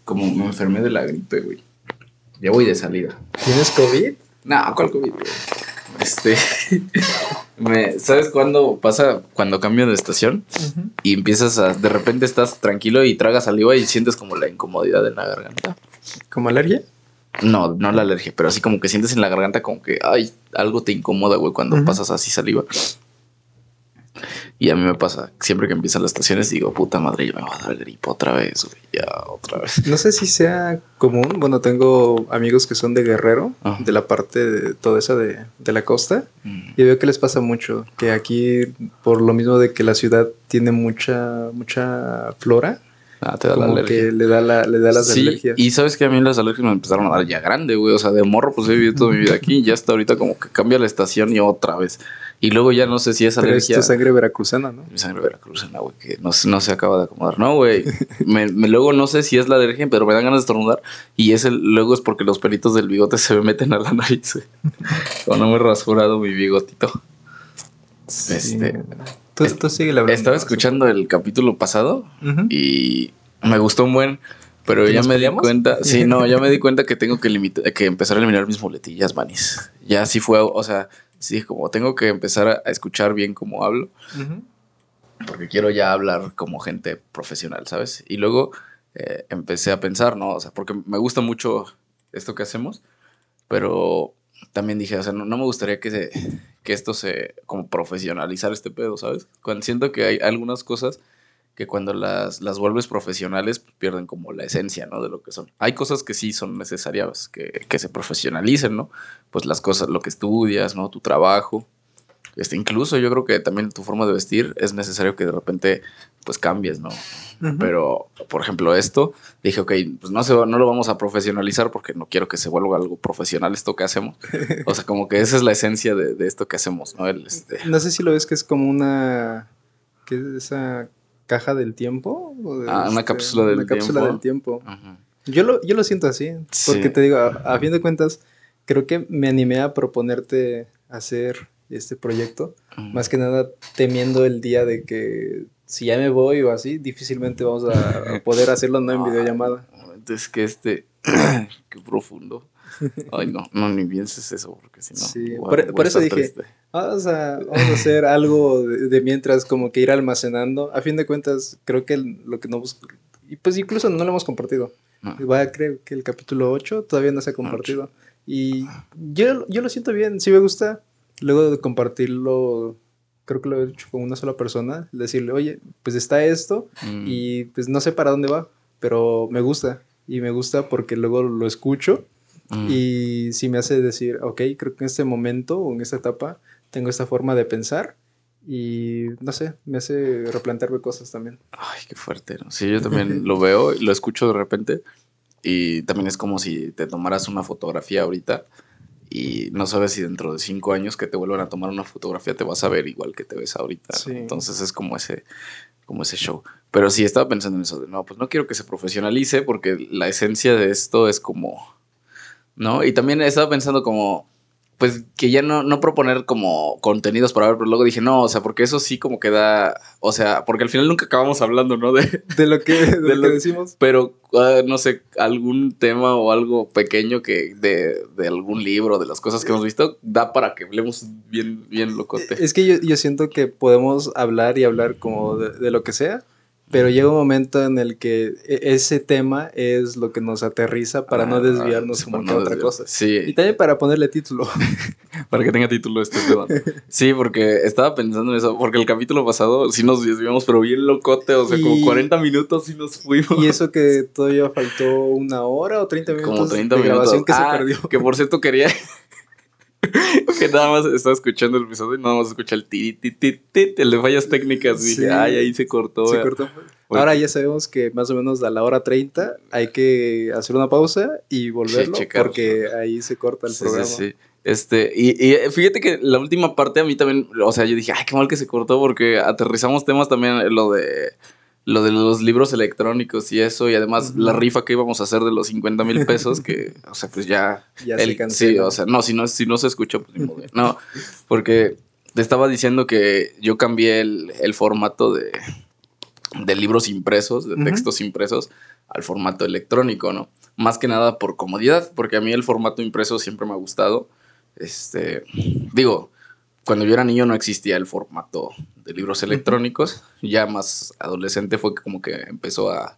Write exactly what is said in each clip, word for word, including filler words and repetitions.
como me enfermé de la gripe, güey. Ya voy de salida. ¿Tienes COVID? No, ¿cuál COVID, güey? Este... me, ¿Sabes cuándo pasa? Cuando cambio de estación uh-huh. y empiezas a... De repente estás tranquilo y tragas saliva y sientes como la incomodidad en la garganta. ¿Como alergia? No, no la alergia, pero así como que sientes en la garganta como que... Ay, algo te incomoda, güey, cuando uh-huh. pasas así saliva. Y a mí me pasa, siempre que empiezan las estaciones digo, puta madre, ya me va a dar gripe otra vez, güey, ya otra vez. No sé si sea común, bueno, tengo amigos que son de Guerrero, uh-huh. de la parte de toda esa de, de la costa, uh-huh. y veo que les pasa mucho, que aquí, por lo mismo de que la ciudad tiene mucha, mucha flora, ah, te da como la alergia. Que le da, la, le da las sí, alergias. Y sabes que a mí las alergias me empezaron a dar ya grande, güey, o sea, de morro pues he vivido toda mi vida aquí, y ya hasta ahorita como que cambia la estación y otra vez. Y luego ya no sé si es Pero alergia. Pero es tu sangre veracruzana, ¿no? Mi sangre veracruzana, güey, que no, no se acaba de acomodar. No, güey. me, me, luego no sé si es la alergia, pero me dan ganas de estornudar. Y es el, luego es porque los pelitos del bigote se me meten a la nariz, güey. Cuando no me he rasurado mi bigotito. Sí. Este. Tú, tú sigue la Estaba escuchando el capítulo pasado uh-huh. y me gustó un buen. Pero ya me peleamos? di cuenta. Sí, no, ya me di cuenta que tengo que, limita, que empezar a eliminar mis muletillas, manis. Ya sí fue, o sea. Sí, como tengo que empezar a escuchar bien cómo hablo, uh-huh. porque quiero ya hablar como gente profesional, ¿sabes? Y luego eh, empecé a pensar, ¿no? O sea, porque me gusta mucho esto que hacemos, pero también dije, o sea, no, no me gustaría que, se, que esto se, como profesionalizar este pedo, ¿sabes? Cuando siento que hay algunas cosas que cuando las, las vuelves profesionales pues pierden como la esencia, ¿no? De lo que son. Hay cosas que sí son necesarias que, que se profesionalicen, ¿no? Pues las cosas, lo que estudias, ¿no? Tu trabajo. Este, incluso yo creo que también tu forma de vestir es necesario que de repente pues cambies, ¿no? Uh-huh. Pero, por ejemplo, esto, dije, ok, pues no, se, no lo vamos a profesionalizar porque no quiero que se vuelva algo profesional esto que hacemos. O sea, como que esa es la esencia de, de esto que hacemos, ¿no? El, este... No sé si lo ves que es como una... ¿Qué es esa...? ¿Caja del tiempo? ¿O de ah, este, una cápsula del una tiempo. cápsula del tiempo. Uh-huh. Yo, lo, yo lo siento así, porque sí. te digo, a, a fin de cuentas, creo que me animé a proponerte hacer este proyecto, uh-huh. más que nada temiendo el día de que si ya me voy o así, difícilmente vamos a, a poder hacerlo no en videollamada. Es que este, qué profundo. Ay, no, no, ni pienses eso, porque si no... Sí, voy, por, por eso dije, triste. Vamos a, vamos a hacer algo de, de mientras, como que ir almacenando. A fin de cuentas, creo que lo que no... Y pues incluso no lo hemos compartido. No. Va, creo que el capítulo ocho todavía no se ha compartido. ocho. Y yo, yo lo siento bien, sí me gusta. Luego de compartirlo, creo que lo he hecho con una sola persona. Decirle, oye, pues está esto mm. y pues no sé para dónde va, pero me gusta. Y me gusta porque luego lo escucho. Mm. Y sí me hace decir, ok, creo que en este momento o en esta etapa tengo esta forma de pensar y no sé, me hace replantearme cosas también. Ay, qué fuerte, ¿no? Sí, yo también lo veo y lo escucho de repente y también es como si te tomaras una fotografía ahorita y no sabes si dentro de cinco años que te vuelvan a tomar una fotografía te vas a ver igual que te ves ahorita, ¿no? Sí. Entonces es como ese... como ese show. Pero sí, estaba pensando en eso de, no, pues no quiero que se profesionalice porque la esencia de esto es como... ¿no? Y también estaba pensando como, pues que ya no, no proponer como contenidos para ver, pero luego dije, no, o sea, porque eso sí como que da, o sea, porque al final nunca acabamos hablando, ¿no? De, de lo que, de de lo lo, que decimos. Pero, uh, no sé, algún tema o algo pequeño que de, de algún libro, de las cosas que hemos visto, da para que hablemos bien, bien locote. Es que yo, yo siento que podemos hablar y hablar como de, de lo que sea, pero llega un momento en el que ese tema es lo que nos aterriza para ah, no desviarnos como que a otra cosa. Sí. Y también para ponerle título. Para que tenga título este tema. Sí, porque estaba pensando en eso, porque el capítulo pasado sí nos desviamos, pero bien locote, o sea, y, como cuarenta minutos y nos fuimos. Y eso que todavía faltó una hora o treinta minutos como treinta de minutos. grabación que ah, se perdió. Que por cierto quería... que nada más estaba escuchando el episodio y nada más escuché el tiritit, el de fallas técnicas. Y sí, dije, ay, ahí se cortó. Se cortó. Porque... Ahora ya sabemos que más o menos a la hora treinta hay que hacer una pausa y volverlo, sí, porque ahí se corta el sí, programa. Sí, sí. Este, y, y fíjate que la última parte a mí también, o sea, yo dije, ay, qué mal que se cortó, porque aterrizamos temas también, lo de... lo de los libros electrónicos y eso, y además uh-huh. la rifa que íbamos a hacer de los cincuenta mil pesos, que, o sea, pues ya... ya el, se cancela. Sí, o sea, no, si no, si no se escuchó, pues ni modo. No, porque te estaba diciendo que yo cambié el, el formato de, de libros impresos, de uh-huh. textos impresos, al formato electrónico, ¿no? Más que nada por comodidad, porque a mí el formato impreso siempre me ha gustado. Este, digo, cuando yo era niño no existía el formato de libros electrónicos, uh-huh. ya más adolescente fue que como que empezó a,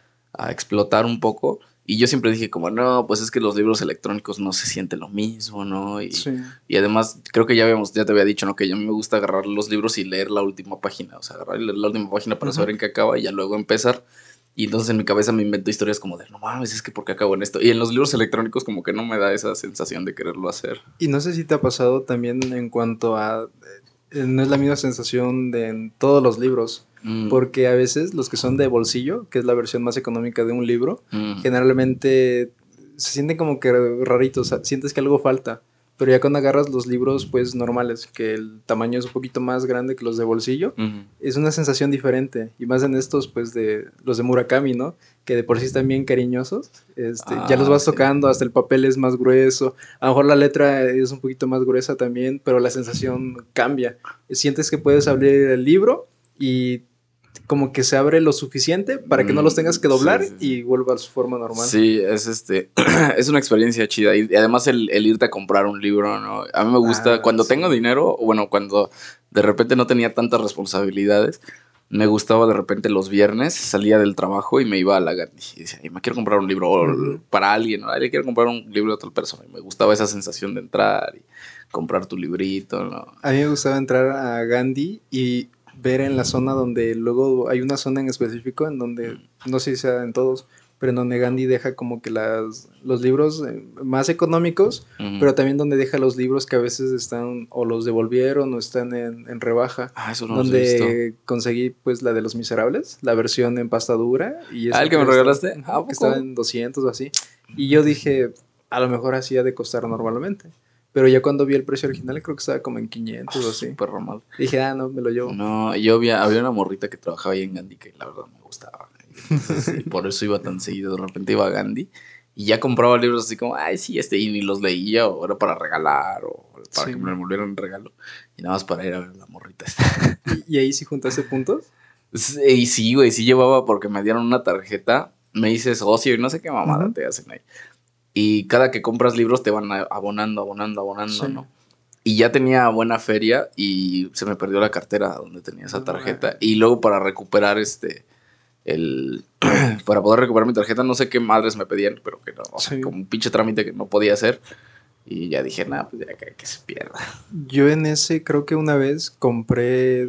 a explotar un poco. Y yo siempre dije como, no, pues es que los libros electrónicos no se siente lo mismo, ¿no? Y, sí. y además, creo que ya habíamos, ya te había dicho, ¿no? Que a mí me gusta agarrar los libros y leer la última página. O sea, agarrar y leer la última página para uh-huh. saber en qué acaba y ya luego empezar. Y entonces en mi cabeza me invento historias como de, no mames, es que ¿por qué acabo en esto? Y en los libros electrónicos como que no me da esa sensación de quererlo hacer. Y no sé si te ha pasado también en cuanto a... Eh, no es la misma sensación de en todos los libros. Mm. Porque a veces los que son de bolsillo, que es la versión más económica de un libro, mm. generalmente se sienten como que raritos, o sea, sientes que algo falta. Pero ya cuando agarras los libros pues normales, que el tamaño es un poquito más grande que los de bolsillo, uh-huh. es una sensación diferente. Y más en estos pues de los de Murakami, ¿no? Que de por sí están bien cariñosos. Este, ah, ya los vas sí. tocando, hasta el papel es más grueso. A lo mejor la letra es un poquito más gruesa también, pero la sensación cambia. Sientes que puedes abrir el libro y como que se abre lo suficiente para que no los tengas que doblar sí, sí, sí. y vuelva a su forma normal. Sí, es este es una experiencia chida. Y además el, el irte a comprar un libro, ¿no? A mí me gusta, ah, cuando sí. tengo dinero, bueno, cuando de repente no tenía tantas responsabilidades, me gustaba de repente los viernes, salía del trabajo y me iba a la Gandhi y decía, me quiero comprar un libro uh-huh. para alguien, ¿no? Le quiero comprar un libro de otra persona. Y me gustaba esa sensación de entrar y comprar tu librito, ¿no? A mí me gustaba entrar a Gandhi y ver en la zona donde luego hay una zona en específico en donde, mm. no sé si sea en todos, pero en donde Gandhi deja como que las, los libros más económicos, uh-huh. pero también donde deja los libros que a veces están o los devolvieron o están en, en rebaja. Ah, eso no donde lo he visto. Conseguí pues la de Los Miserables, la versión en pasta dura. Y ah, ¿el que me regalaste? Estaba, uh-huh, que estaba en doscientos o así. Y yo dije, a lo mejor así ha de costar normalmente. Pero ya cuando vi el precio original, creo que estaba como en quinientos o así. Súper normal. Dije, ah, no, me lo llevo. No, yo vi, había una morrita que trabajaba ahí en Gandhi que la verdad me gustaba. Entonces, y por eso iba tan seguido. De repente iba a Gandhi y ya compraba libros así como, ay, sí, este, y ni los leía, o era para regalar, o para sí. que me lo volvieran un regalo. Y nada más para ir a ver la morrita esta. ¿Y, y ahí sí juntaste puntos? Y sí, güey, sí llevaba porque me dieron una tarjeta, me hice socio y no sé qué mamada uh-huh. te hacen ahí. Y cada que compras libros te van abonando, abonando, abonando, sí. ¿no? Y ya tenía buena feria y se me perdió la cartera donde tenía esa tarjeta. Uh-huh. Y luego para recuperar este, el... para poder recuperar mi tarjeta, no sé qué madres me pedían, pero que no, o sea, sí. como un pinche trámite que no podía hacer. Y ya dije, nada, pues ya que, que se pierda. Yo en ese creo que una vez compré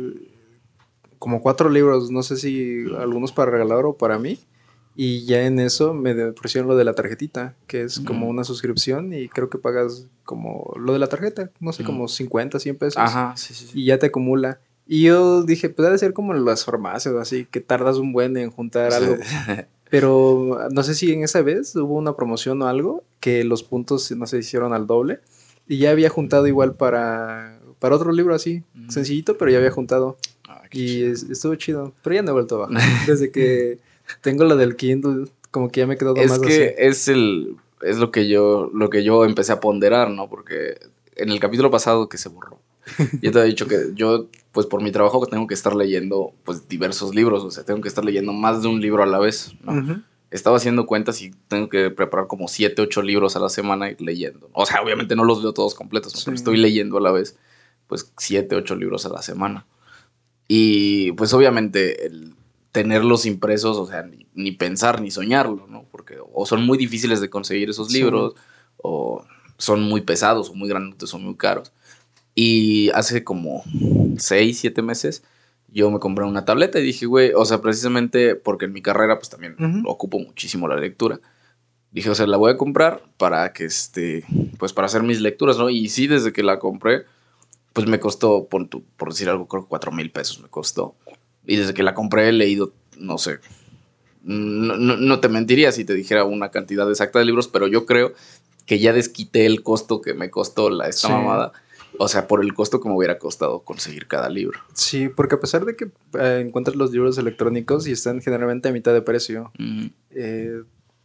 como cuatro libros, no sé si algunos para regalar o para mí. Y ya en eso me ofrecieron lo de la tarjetita, que es mm. como una suscripción y creo que pagas como lo de la tarjeta, no sé, mm. como cincuenta, cien pesos. Ajá, sí, sí, sí. Y ya te acumula. Y yo dije, pues debe ser como en las farmacias o así, que tardas un buen en juntar sí. algo. Pero no sé si en esa vez hubo una promoción o algo, que los puntos no se hicieron al doble. Y ya había juntado igual para, para otro libro así, mm. sencillito, pero ya había juntado. Ah, y es, estuvo chido, pero ya no he vuelto a bajar. Desde que... tengo la del Kindle, como que ya me quedó más así. Es que es el es lo que yo lo que yo empecé a ponderar, ¿no? Porque en el capítulo pasado que se borró, yo te había dicho que yo, pues por mi trabajo tengo que estar leyendo pues diversos libros, o sea, tengo que estar leyendo más de un libro a la vez, ¿no? Uh-huh. Estaba haciendo cuentas y tengo que preparar como siete, ocho libros a la semana y leyendo. O sea, obviamente no los leo todos completos, ¿no? Sí. Pero estoy leyendo a la vez, pues siete, ocho libros a la semana. Y pues obviamente el tenerlos impresos, o sea, ni, ni pensar ni soñarlo, ¿no? Porque o son muy difíciles de conseguir esos libros, sí. o son muy pesados, o muy grandes, o muy caros. Y hace como seis, siete meses yo me compré una tableta y dije, güey, o sea, precisamente porque en mi carrera pues también uh-huh. ocupo muchísimo la lectura. Dije, o sea, la voy a comprar para que, este, pues para hacer mis lecturas, ¿no? Y sí, desde que la compré, pues me costó, por, por decir algo, creo que cuatro mil pesos me costó. Y desde que la compré he leído, no sé, no, no, no te mentiría si te dijera una cantidad exacta de libros, pero yo creo que ya desquité el costo que me costó la, esta sí. mamada. O sea, por el costo que me hubiera costado conseguir cada libro. Sí, porque a pesar de que eh, encuentras los libros electrónicos y están generalmente a mitad de precio, uh-huh. eh,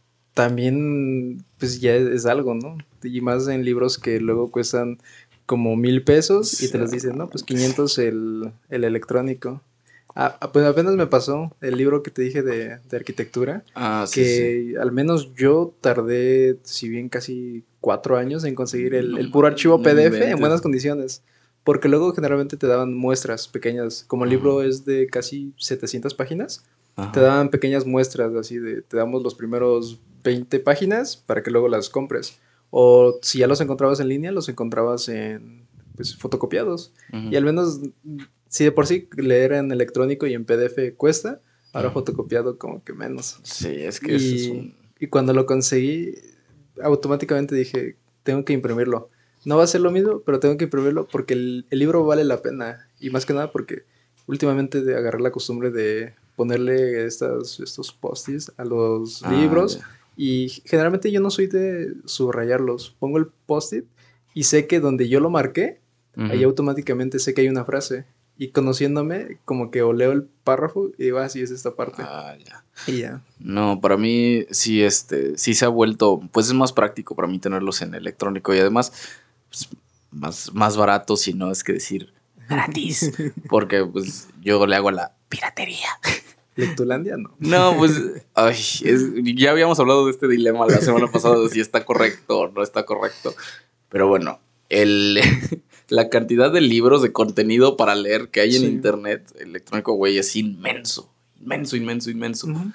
también pues ya es, es algo, ¿no? Y más en libros que luego cuestan como mil pesos y te les dicen, no, pues quinientos el, el electrónico. Ah, pues apenas me pasó el libro que te dije de, de arquitectura, Ah, sí, que sí. al menos yo tardé, si bien casi cuatro años en conseguir el, No, el puro man, archivo no P D F en buenas inventes. condiciones, porque luego generalmente te daban muestras pequeñas, como el Ajá, libro es de casi setecientas páginas, te ajá. daban pequeñas muestras así de, te damos los primeros veinte páginas para que luego las compres, o si ya los encontrabas en línea, los encontrabas en, pues, fotocopiados, y Ujú, al menos si de por sí leer en electrónico y en P D F cuesta, ahora ujú. fotocopiado como que menos. Sí, es que ese es Y, un... y cuando lo conseguí, automáticamente dije, tengo que imprimirlo. No va a ser lo mismo, pero tengo que imprimirlo porque el, el libro vale la pena. Y más que nada porque últimamente de agarré la costumbre de ponerle estas, estos post-its a los Ah, libros. ya. Y generalmente yo no soy de subrayarlos. Pongo el post-it y sé que donde yo lo marqué, ahí Ujú. automáticamente sé que hay una frase. Y conociéndome, como que o leo el párrafo y digo, ah, sí, es esta parte. Ah, ya. Y ya. No, para mí sí, este, sí se ha vuelto, pues es más práctico para mí tenerlos en electrónico y además, pues, más, más barato, si no es que decir gratis, porque pues yo le hago a la piratería. Lectulandia, no. No, pues, ay, es- ya habíamos hablado de este dilema la semana pasada de si está correcto o no está correcto, pero bueno, el, la cantidad de libros de contenido para leer que hay en Sí. internet electrónico, güey, es inmenso, inmenso, inmenso, inmenso. Ujú.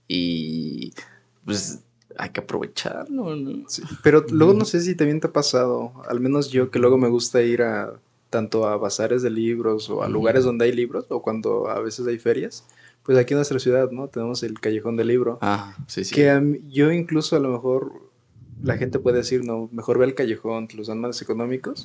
Y pues hay que aprovecharlo, ¿no? Sí, pero luego no sé si también te ha pasado, al menos yo que luego me gusta ir a tanto a bazares de libros o a Ujú. lugares donde hay libros o cuando a veces hay ferias, pues aquí en nuestra ciudad, ¿no? Tenemos el Callejón del Libro, Ah, sí, que sí. a mí- yo incluso a lo mejor la gente puede decir, no, mejor ve al Callejón, te los dan más económicos,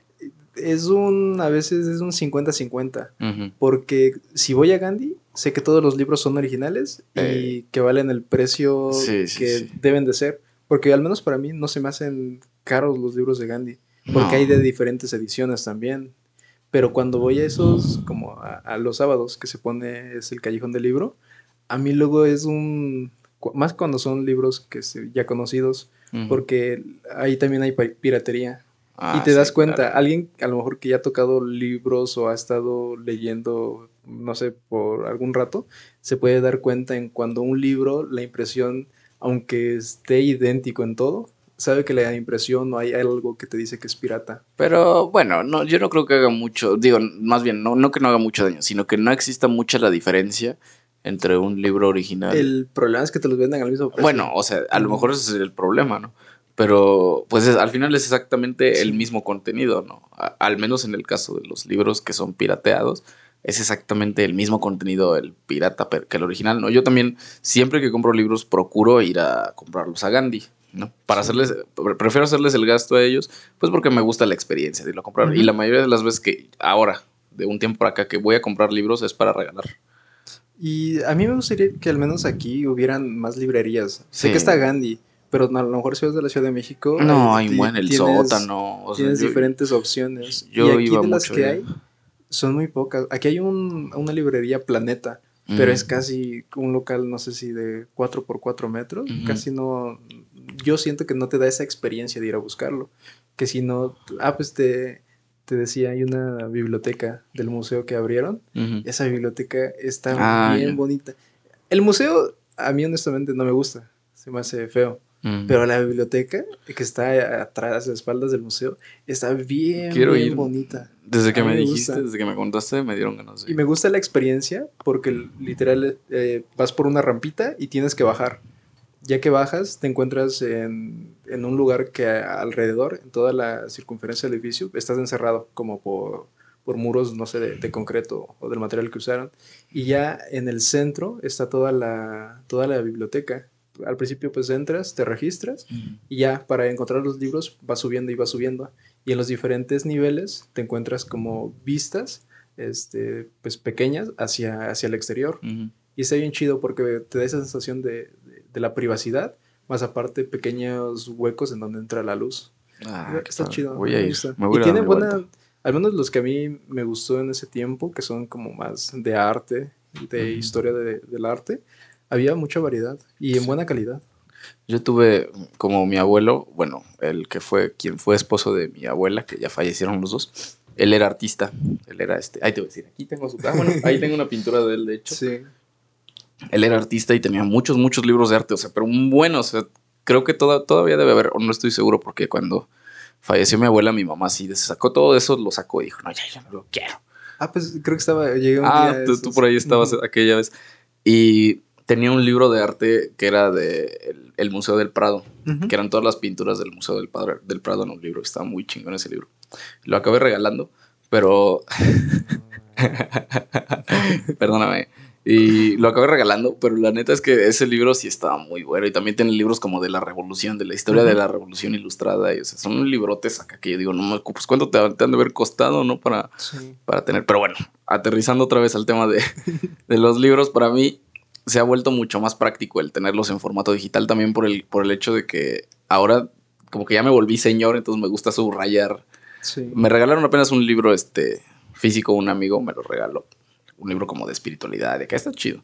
es un, a veces es un cincuenta-cincuenta, Ujú. porque si voy a Gandhi, sé que todos los libros son originales Eh, y que valen el precio sí, sí, que sí. deben de ser, porque al menos para mí no se me hacen caros los libros de Gandhi, porque hay No. de diferentes ediciones también. Pero cuando voy a esos, como a, a los sábados que se pone, es el Callejón del Libro, a mí luego es un, cu- más cuando son libros que se- ya conocidos, Ujú. porque ahí también hay pi- piratería. Y Ah, te das sí, cuenta, claro. alguien a lo mejor que ya ha tocado libros o ha estado leyendo, no sé, por algún rato, se puede dar cuenta en cuando un libro, la impresión, aunque esté idéntico en todo, sabe que la impresión no hay algo que te dice que es pirata. Pero bueno, no, yo no creo que haga mucho, digo, más bien, no, no que no haga mucho daño, sino que no exista mucha la diferencia entre un libro original. El problema es que te los venden al mismo Bueno, precio. o sea, a lo Ujú. mejor ese es el problema, ¿no? Pero pues es- al final es exactamente el Sí. mismo contenido, ¿no? A- al menos en el caso de los libros que son pirateados, es exactamente el mismo contenido el pirata per- que el original, ¿no? Yo también, siempre que compro libros, procuro ir a comprarlos a Gandhi, ¿no? Para Sí. hacerles, pre- prefiero hacerles el gasto a ellos, pues porque me gusta la experiencia de irlo a comprar. Y Ujú. la mayoría de las veces que ahora, de un tiempo para acá, que voy a comprar libros es para regalar. Y a mí me gustaría que al menos aquí hubieran más librerías. Sé que está Sí. Gandhi, pero a lo mejor si vas de la Ciudad de México, ahí No, hay un ti- buen el tienes, sótano, o sea, tienes yo, diferentes opciones. Y yo aquí iba de las mucho que allá. hay, son muy pocas. Aquí hay un, una librería Planeta, pero Mm, es casi un local, no sé si de cuatro por cuatro metros. ujú. Casi no. Yo siento que no te da esa experiencia de ir a buscarlo. Que si no. Ah, pues te, te decía, hay una biblioteca del museo que abrieron. Ujú. Esa biblioteca está Ah, bien ya. bonita. El museo, a mí honestamente no me gusta. Se me hace feo. Mm. Pero la biblioteca que está atrás, a las espaldas del museo, está bien, Quiero bien ir. bonita. Desde que A mí me me dijiste, gusta. desde que me contaste, me dieron ganas de Y ir. me gusta la experiencia porque literal eh, vas por una rampita y tienes que bajar. Ya que bajas, te encuentras en, en un lugar que alrededor, en toda la circunferencia del edificio, estás encerrado como por, por muros, no sé, de, de concreto o del material que usaron. Y ya en el centro está toda la, toda la biblioteca. Al principio pues entras, te registras Mm. y ya para encontrar los libros vas subiendo y vas subiendo. Y en los diferentes niveles te encuentras como vistas este, pues pequeñas hacia, hacia el exterior. Ujú. Y está bien chido porque te da esa sensación de, de, de la privacidad, más aparte pequeños huecos en donde entra la luz. Ah, Está, qué está padre. chido, a Voy mí a me ir. gusta. Me voy Y a ir a dar tiene mi vuelta. buena, al menos los que a mí me gustó en ese tiempo, que son como más de arte, de Ujú. historia de, del arte, había mucha variedad y en Sí. buena calidad. Yo tuve como mi abuelo, bueno, el que fue quien fue esposo de mi abuela, que ya fallecieron los dos. Él era artista, él era este, ahí te voy a decir, aquí tengo su, ah, bueno, ahí tengo una pintura de él, de hecho. Sí. Él era artista y tenía muchos, muchos libros de arte, o sea, pero buenos, o sea, creo que toda, todavía debe haber, o no estoy seguro, porque cuando falleció mi abuela, mi mamá sí se sacó todo eso, lo sacó y dijo, no, ya, ya no lo quiero. Ah, pues creo que estaba, llegué un ah, día. Ah, tú, tú por ahí estabas uh-huh. aquella vez. Y tenía un libro de arte que era de el, el Museo del Prado, uh-huh. que eran todas las pinturas del Museo del, Padre, del Prado en un libro, estaba muy chingón ese libro. Lo acabé regalando, pero... Perdóname. Y lo acabé regalando, pero la neta es que ese libro sí estaba muy bueno. Y también tiene libros como de la revolución, de la historia uh-huh. de la revolución ilustrada. Y, o sea, son librotes acá que yo digo, no, pues cuánto te, te han de haber costado, ¿no? Para, sí. para tener. Pero bueno, aterrizando otra vez al tema de, de los libros, para mí se ha vuelto mucho más práctico el tenerlos en formato digital también por el, por el hecho de que ahora como que ya me volví señor, entonces me gusta subrayar. Sí. Me regalaron apenas un libro este físico, un amigo me lo regaló. Un libro como de espiritualidad, de que está chido.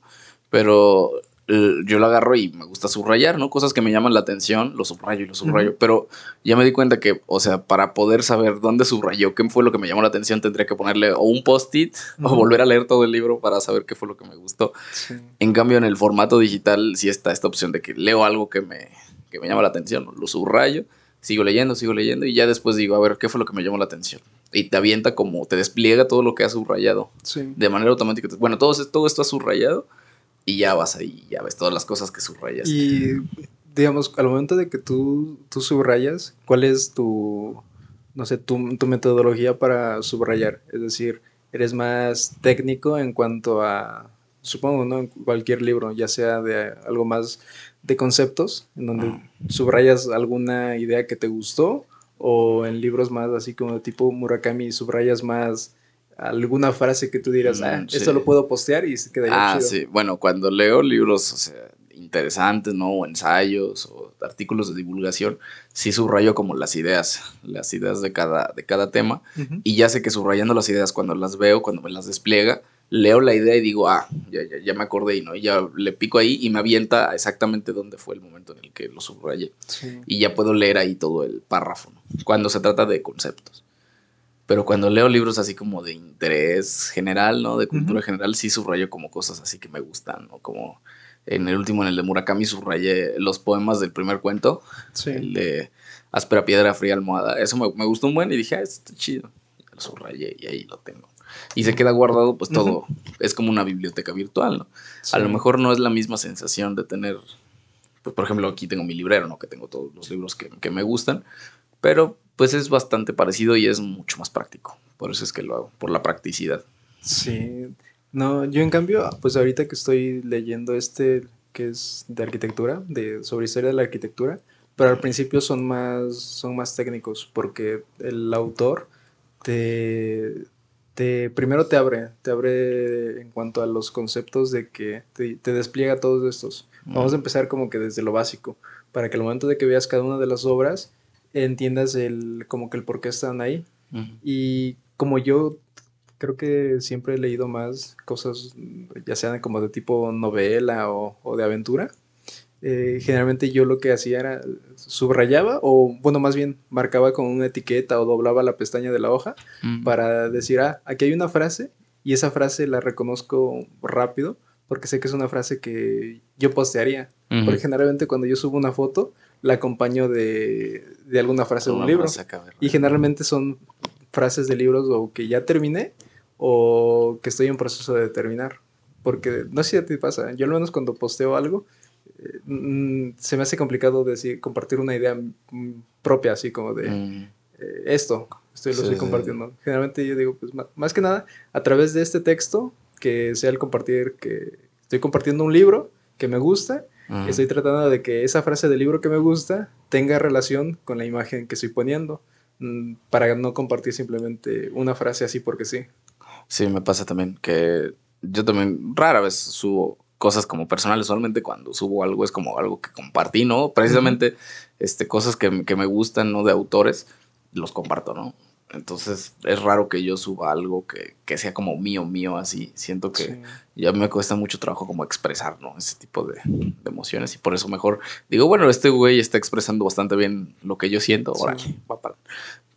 Pero eh, yo lo agarro y me gusta subrayar, ¿no? Cosas que me llaman la atención, lo subrayo y lo subrayo. Uh-huh. Pero ya me di cuenta que, o sea, para poder saber dónde subrayó, qué fue lo que me llamó la atención, tendría que ponerle o un post-it uh-huh. o volver a leer todo el libro para saber qué fue lo que me gustó. Sí. En cambio, en el formato digital sí está esta opción de que leo algo que me, que me llama la atención, lo subrayo, sigo leyendo, sigo leyendo y ya después digo, a ver, ¿qué fue lo que me llamó la atención? Y te avienta como, te despliega todo lo que has subrayado. Sí. De manera automática. Bueno, todo, todo esto has subrayado y ya vas ahí, ya ves todas las cosas que subrayas. Y, digamos, al momento de que tú, tú subrayas, ¿cuál es tu, no sé, tu, tu metodología para subrayar? Es decir, ¿eres más técnico en cuanto a, supongo, ¿no? En cualquier libro, ya sea de algo más de conceptos, en donde uh-huh. subrayas alguna idea que te gustó, o en libros más así como de tipo Murakami subrayas más alguna frase que tú dirás, ah, mm, sí. esto lo puedo postear y se quedaría ah, chido. Ah, sí, bueno, cuando leo libros, o sea, interesantes, ¿no? O ensayos o artículos de divulgación, sí subrayo como las ideas, las ideas de cada, de cada tema, uh-huh. y ya sé que subrayando las ideas cuando las veo, cuando me las despliega, leo la idea y digo, ah, ya, ya, ya me acordé, y ¿no? Y ya le pico ahí y me avienta exactamente dónde fue el momento en el que lo subrayé. Sí. Y ya puedo leer ahí todo el párrafo, ¿no? Cuando se trata de conceptos. Pero cuando leo libros así como de interés general, ¿no? De cultura uh-huh. general, sí subrayo como cosas así que me gustan, ¿no? Como en el último, en el de Murakami, subrayé los poemas del primer cuento. Sí. El de Áspera Piedra, Fría Almohada. Eso me, me gustó un buen y dije, ah, esto está chido. Lo subrayé y ahí lo tengo. Y se queda guardado, pues todo. Uh-huh. Es como una biblioteca virtual, ¿no? Sí. A lo mejor no es la misma sensación de tener, pues por ejemplo, aquí tengo mi librero, ¿no? Que tengo todos los libros que, que me gustan. Pero pues es bastante parecido y es mucho más práctico. Por eso es que lo hago, por la practicidad. Sí. No, yo en cambio, pues ahorita que estoy leyendo este, que es de arquitectura, de, sobre historia de la arquitectura, pero al principio son más, son más técnicos, porque el autor te, te primero te abre, te abre en cuanto a los conceptos de que te, te despliega todos estos. Mm. Vamos a empezar como que desde lo básico, para que al momento de que veas cada una de las obras, entiendas el, como que el por qué están ahí. Uh-huh. Y como yo creo que siempre he leído más cosas, ya sean como de tipo novela o, o de aventura, eh, generalmente yo lo que hacía era subrayaba, o bueno, más bien marcaba con una etiqueta o doblaba la pestaña de la hoja uh-huh. para decir, ah, aquí hay una frase y esa frase la reconozco rápido porque sé que es una frase que yo postearía. Uh-huh. Porque generalmente cuando yo subo una foto la acompaño de, de alguna frase de un libro. Y generalmente son frases de libros o que ya terminé o que estoy en proceso de terminar. Porque no sé si a ti pasa, yo al menos cuando posteo algo, eh, mm, se me hace complicado decir, compartir una idea mm, propia, así como de mm. eh, esto, estoy, lo sí, estoy compartiendo. Sí. Generalmente yo digo, pues más, más que nada, a través de este texto, que sea el compartir, que estoy compartiendo un libro que me gusta, uh-huh. estoy tratando de que esa frase del libro que me gusta tenga relación con la imagen que estoy poniendo, mm, para no compartir simplemente una frase así porque sí. Sí, me pasa también que yo también rara vez subo cosas como personales, solamente cuando subo algo es como algo que compartí, ¿no? Precisamente uh-huh. este, cosas que, que me gustan, ¿no? De autores, los comparto, ¿no? Entonces es raro que yo suba algo que, que sea como mío, mío, así. Siento que sí. ya me cuesta mucho trabajo como expresar, ¿no? Ese tipo de, de emociones y por eso mejor digo, bueno, este güey está expresando bastante bien lo que yo siento, ahora sí. va para...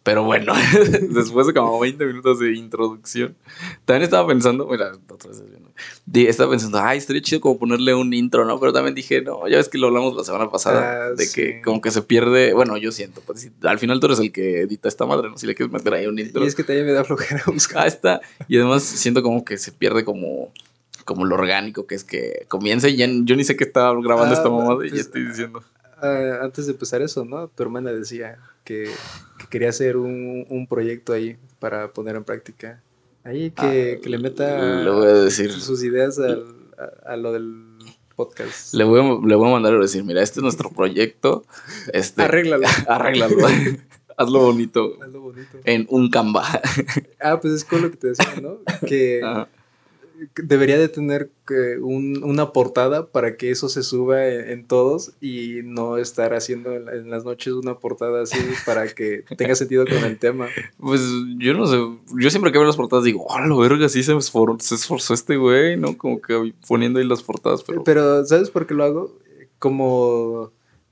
Pero bueno, después de como veinte minutos de introducción, también estaba pensando, mira, otra vez viendo, estaba pensando, ay, estaría chido como ponerle un intro, ¿no? Pero también dije, no, ya ves que lo hablamos la semana pasada, ah, de sí. que como que se pierde, bueno, yo siento, pues si, al final tú eres el que edita esta madre, ¿no? Si le quieres meter ahí un intro. Y es que también me da flojera buscar. Ah, está, y además siento como que se pierde como... como lo orgánico que es que comienza y ya, yo ni sé qué estaba grabando ah, esta mamada pues, y ya estoy diciendo. Uh, antes de empezar eso, ¿no? Tu hermana decía que, que quería hacer un, un proyecto ahí para poner en práctica. Ahí que, ah, que le meta le voy a decir. sus ideas al, a, a lo del podcast. Le voy, a, le voy a mandar a decir, mira, este es nuestro proyecto. Este, arréglalo. Arréglalo. Hazlo bonito. Hazlo bonito. En un Canva. Ah, pues es con lo que te decía, ¿no? Que... Ajá. Debería de tener eh, un, una portada para que eso se suba en, en todos y no estar haciendo en, en las noches una portada así para que tenga sentido con el tema. Pues yo no sé, yo siempre que veo las portadas digo, oh, la verga, sí se esforzó, se esforzó este güey, ¿no? Como que poniendo ahí las portadas, pero... Pero, ¿sabes por qué lo hago? Como,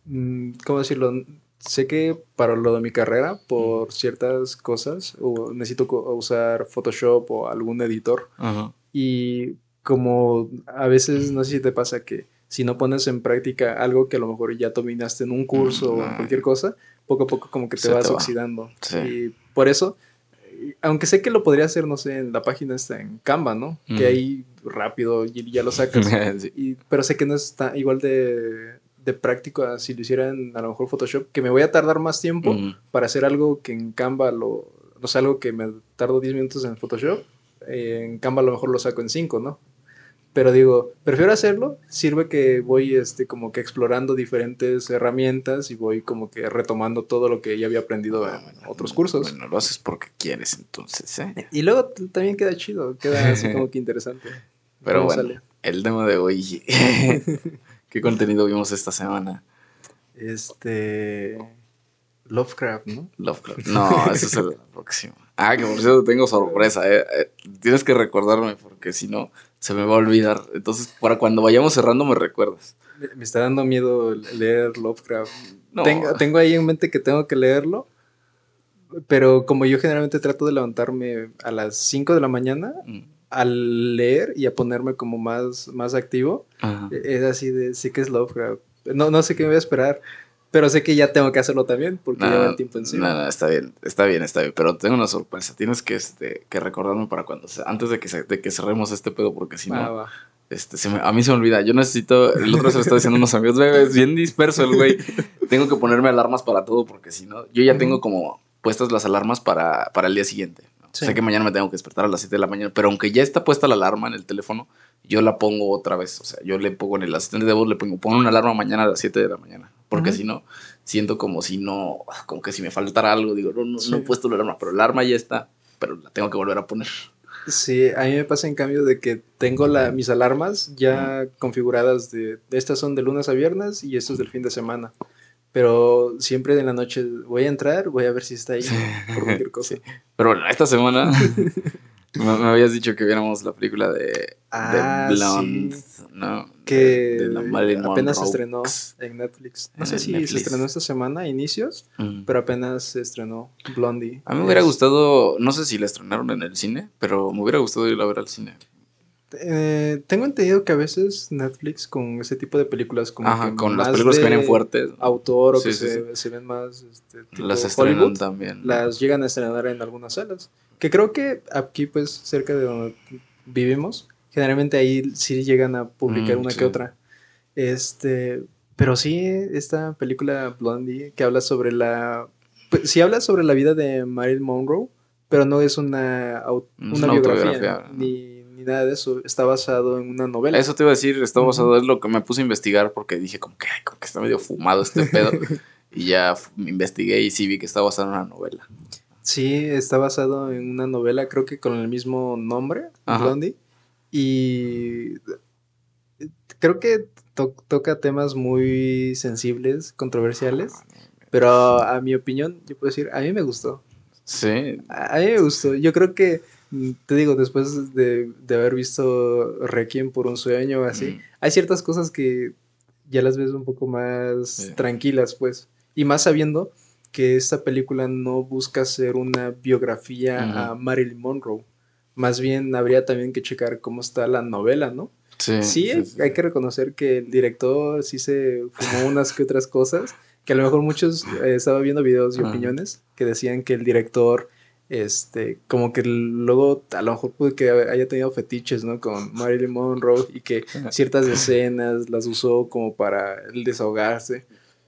¿cómo decirlo? Sé que para lo de mi carrera, por ciertas cosas, o necesito usar Photoshop o algún editor. Ajá. Y como a veces, no sé si te pasa que si no pones en práctica algo que a lo mejor ya dominaste en un curso mm, o en cualquier cosa, poco a poco como que te vas te va. oxidando. Sí. Y por eso, aunque sé que lo podría hacer, no sé, en la página está en Canva, ¿no? Mm. Que ahí rápido y ya lo sacas. Sí. Y, pero sé que no está igual de, de práctico a si lo hicieran a lo mejor Photoshop, que me voy a tardar más tiempo mm. para hacer algo que en Canva, lo, no sé, algo que me tardo diez minutos en Photoshop. En Canva a lo mejor lo saco en cinco, ¿no? Pero digo, prefiero hacerlo, sirve que voy este, como que explorando diferentes herramientas y voy como que retomando todo lo que ya había aprendido en bueno, otros cursos. Bueno, lo haces porque quieres entonces, ¿eh? Y luego también queda chido, queda así como que interesante. Pero bueno, sale? El tema de hoy, ¿qué contenido vimos esta semana? Este... Lovecraft, ¿no? Lovecraft. No, eso es el próximo. Ah, que por cierto tengo sorpresa, ¿eh? Tienes que recordarme porque si no se me va a olvidar. Entonces, para cuando vayamos cerrando me recuerdas. Me, me está dando miedo leer Lovecraft. No. Tengo, tengo ahí en mente que tengo que leerlo, pero como yo generalmente trato de levantarme a las cinco de la mañana, mm. al leer y a ponerme como más, más activo, ajá. Es así de, sí que es Lovecraft. No, no sé qué me voy a esperar. Pero sé que ya tengo que hacerlo también, porque no, lleva el tiempo encima. No, no, está bien, está bien, está bien. Pero tengo una sorpresa. Tienes que, este, que recordarme para cuando... Antes de que, se, de que cerremos este pedo, porque si no... Ah, va. Este, se me, a mí se me olvida. Yo necesito... El otro se lo está diciendo a unos amigos. Es bien disperso el güey. Tengo que ponerme alarmas para todo, porque si no... Yo ya uh-huh. tengo como puestas las alarmas para, para el día siguiente. ¿No? Sí. Sé que mañana me tengo que despertar a las siete de la mañana, pero aunque ya está puesta la alarma en el teléfono, yo la pongo otra vez. O sea, yo le pongo en el asistente de voz, le pongo, pongo una alarma mañana a las siete de la mañana. Porque uh-huh. si no... Siento como si no, como que si me faltara algo, digo, no, no, sí. no he puesto la alarma, pero la alarma ya está, pero la tengo que volver a poner. Sí, a mí me pasa en cambio de que tengo la, mis alarmas ya uh-huh. configuradas de, de estas son de lunes a viernes y estos del fin de semana, pero siempre en la noche voy a entrar, voy a ver si está ahí sí. por cualquier cosa. Sí. Pero bueno, esta semana me, me habías dicho que viéramos la película de, ah, de Blonde, sí. ¿no? Que de, de la apenas se estrenó en Netflix. No en sé si Netflix. Se estrenó esta semana a inicios, mm. pero apenas se estrenó Blondie. A mí me hubiera es... gustado, no sé si la estrenaron en el cine, pero me hubiera gustado ir a ver al cine. Eh, tengo entendido que a veces Netflix con ese tipo de películas como Ajá, que con las películas que vienen fuertes, autor o sí, que sí, se, sí. se ven más este, tipo las estrenan Hollywood, también, ¿no? Las llegan a estrenar en algunas salas, que creo que aquí pues cerca de donde vivimos generalmente ahí sí llegan a publicar mm, una sí. que otra. Este, pero sí, esta película Blondie que habla sobre la... Pues, sí habla sobre la vida de Marilyn Monroe, pero no es una, una, una biografía, biografía ¿no? ni, ni nada de eso. Está basado en una novela. Eso te iba a decir, está basado, uh-huh. es lo que me puse a investigar porque dije como que, ay, como que está medio fumado este pedo. Y ya me investigué y sí vi que está basado en una novela. Sí, está basado en una novela, creo que con el mismo nombre, ajá. Blondie. Y creo que to- toca temas muy sensibles, controversiales, pero a mi opinión, yo puedo decir, a mí me gustó. Sí. A, a mí me gustó. Yo creo que, te digo, después de, de haber visto Requiem por un sueño o así, mm. hay ciertas cosas que ya las ves un poco más sí. tranquilas, pues. Y más sabiendo que esta película no busca ser una biografía uh-huh. a Marilyn Monroe. Más bien habría también que checar cómo está la novela, ¿no? Sí, sí, sí, sí. Hay que reconocer que el director sí se fumó unas que otras cosas, que a lo mejor muchos, eh, estaba viendo videos y uh-huh. opiniones que decían que el director, este, como que luego a lo mejor puede que haya tenido fetiches, ¿no? Con Marilyn Monroe y que ciertas escenas las usó como para el desahogarse.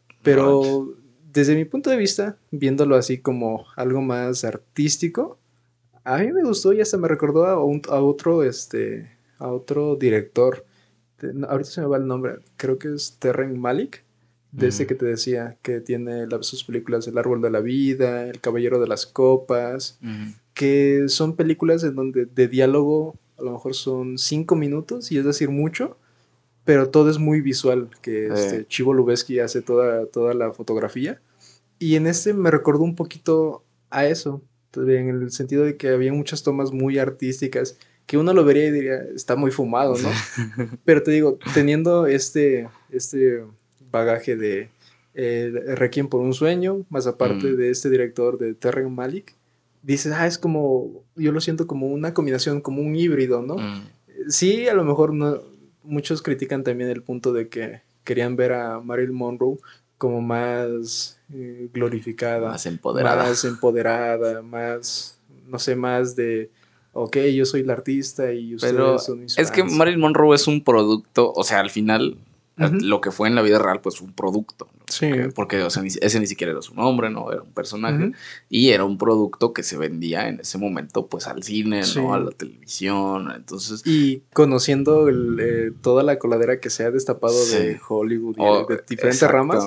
Pero desde mi punto de vista, viéndolo así como algo más artístico, a mí me gustó y hasta me recordó a, un, a otro, este, a otro director. De, ahorita se me va el nombre, creo que es Terrence Malick, de uh-huh. ese que te decía, que tiene la, sus películas El Árbol de la Vida, El Caballero de las Copas, uh-huh. que son películas en donde de diálogo a lo mejor son cinco minutos, y es decir, mucho, pero todo es muy visual, que este, eh. Chivo Lubeski hace toda, toda la fotografía, y en este me recordó un poquito a eso, en el sentido de que había muchas tomas muy artísticas, que uno lo vería y diría, está muy fumado, ¿no? Pero te digo, teniendo este, este bagaje de eh, Requiem por un sueño, más aparte mm. de este director de Terrence Malick, dices, ah, es como, yo lo siento como una combinación, como un híbrido, ¿no? Mm. Sí, a lo mejor no, muchos critican también el punto de que querían ver a Marilyn Monroe como más eh, glorificada, más empoderada. más empoderada, más, no sé, más de, ok, yo soy la artista y ustedes Pero son mis es fans. Que Marilyn Monroe es un producto, o sea, al final, uh-huh. lo que fue en la vida real, pues fue un producto, ¿no? Sí. Porque, porque o sea, ni, ese ni siquiera era su nombre, ¿no? Era un personaje, uh-huh. y era un producto que se vendía en ese momento, pues, al cine, sí. ¿no? A la televisión, entonces... Y conociendo el, eh, toda la coladera que se ha destapado sí. de Hollywood y oh, de diferentes ramas,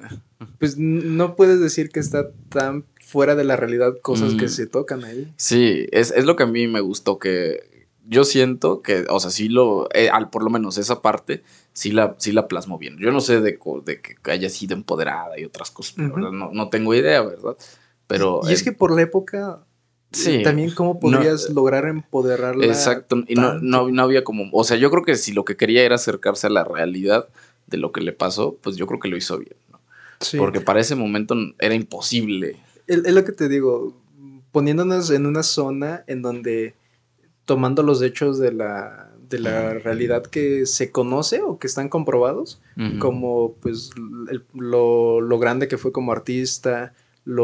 pues no puedes decir que está tan fuera de la realidad cosas mm. que se tocan ahí. Sí, es, es lo que a mí me gustó, que yo siento que, o sea, sí lo, eh, al, por lo menos esa parte, sí la, sí la plasmo bien. Yo no sé de, de que haya sido empoderada y otras cosas, uh-huh. ¿verdad? No, no tengo idea, ¿verdad? Pero... Y, y es eh, que por la época... Sí, también cómo podrías no, lograr empoderarla. Exacto, y no, no, no había como, o sea, yo creo que si lo que quería era acercarse a la realidad de lo que le pasó, pues yo creo que lo hizo bien, ¿no? Sí. Porque para ese momento era imposible. Es, es lo que te digo, poniéndonos en una zona en donde, tomando los hechos de la, de la uh-huh. realidad que se conoce o que están comprobados, uh-huh. como pues el, lo, lo grande que fue como artista,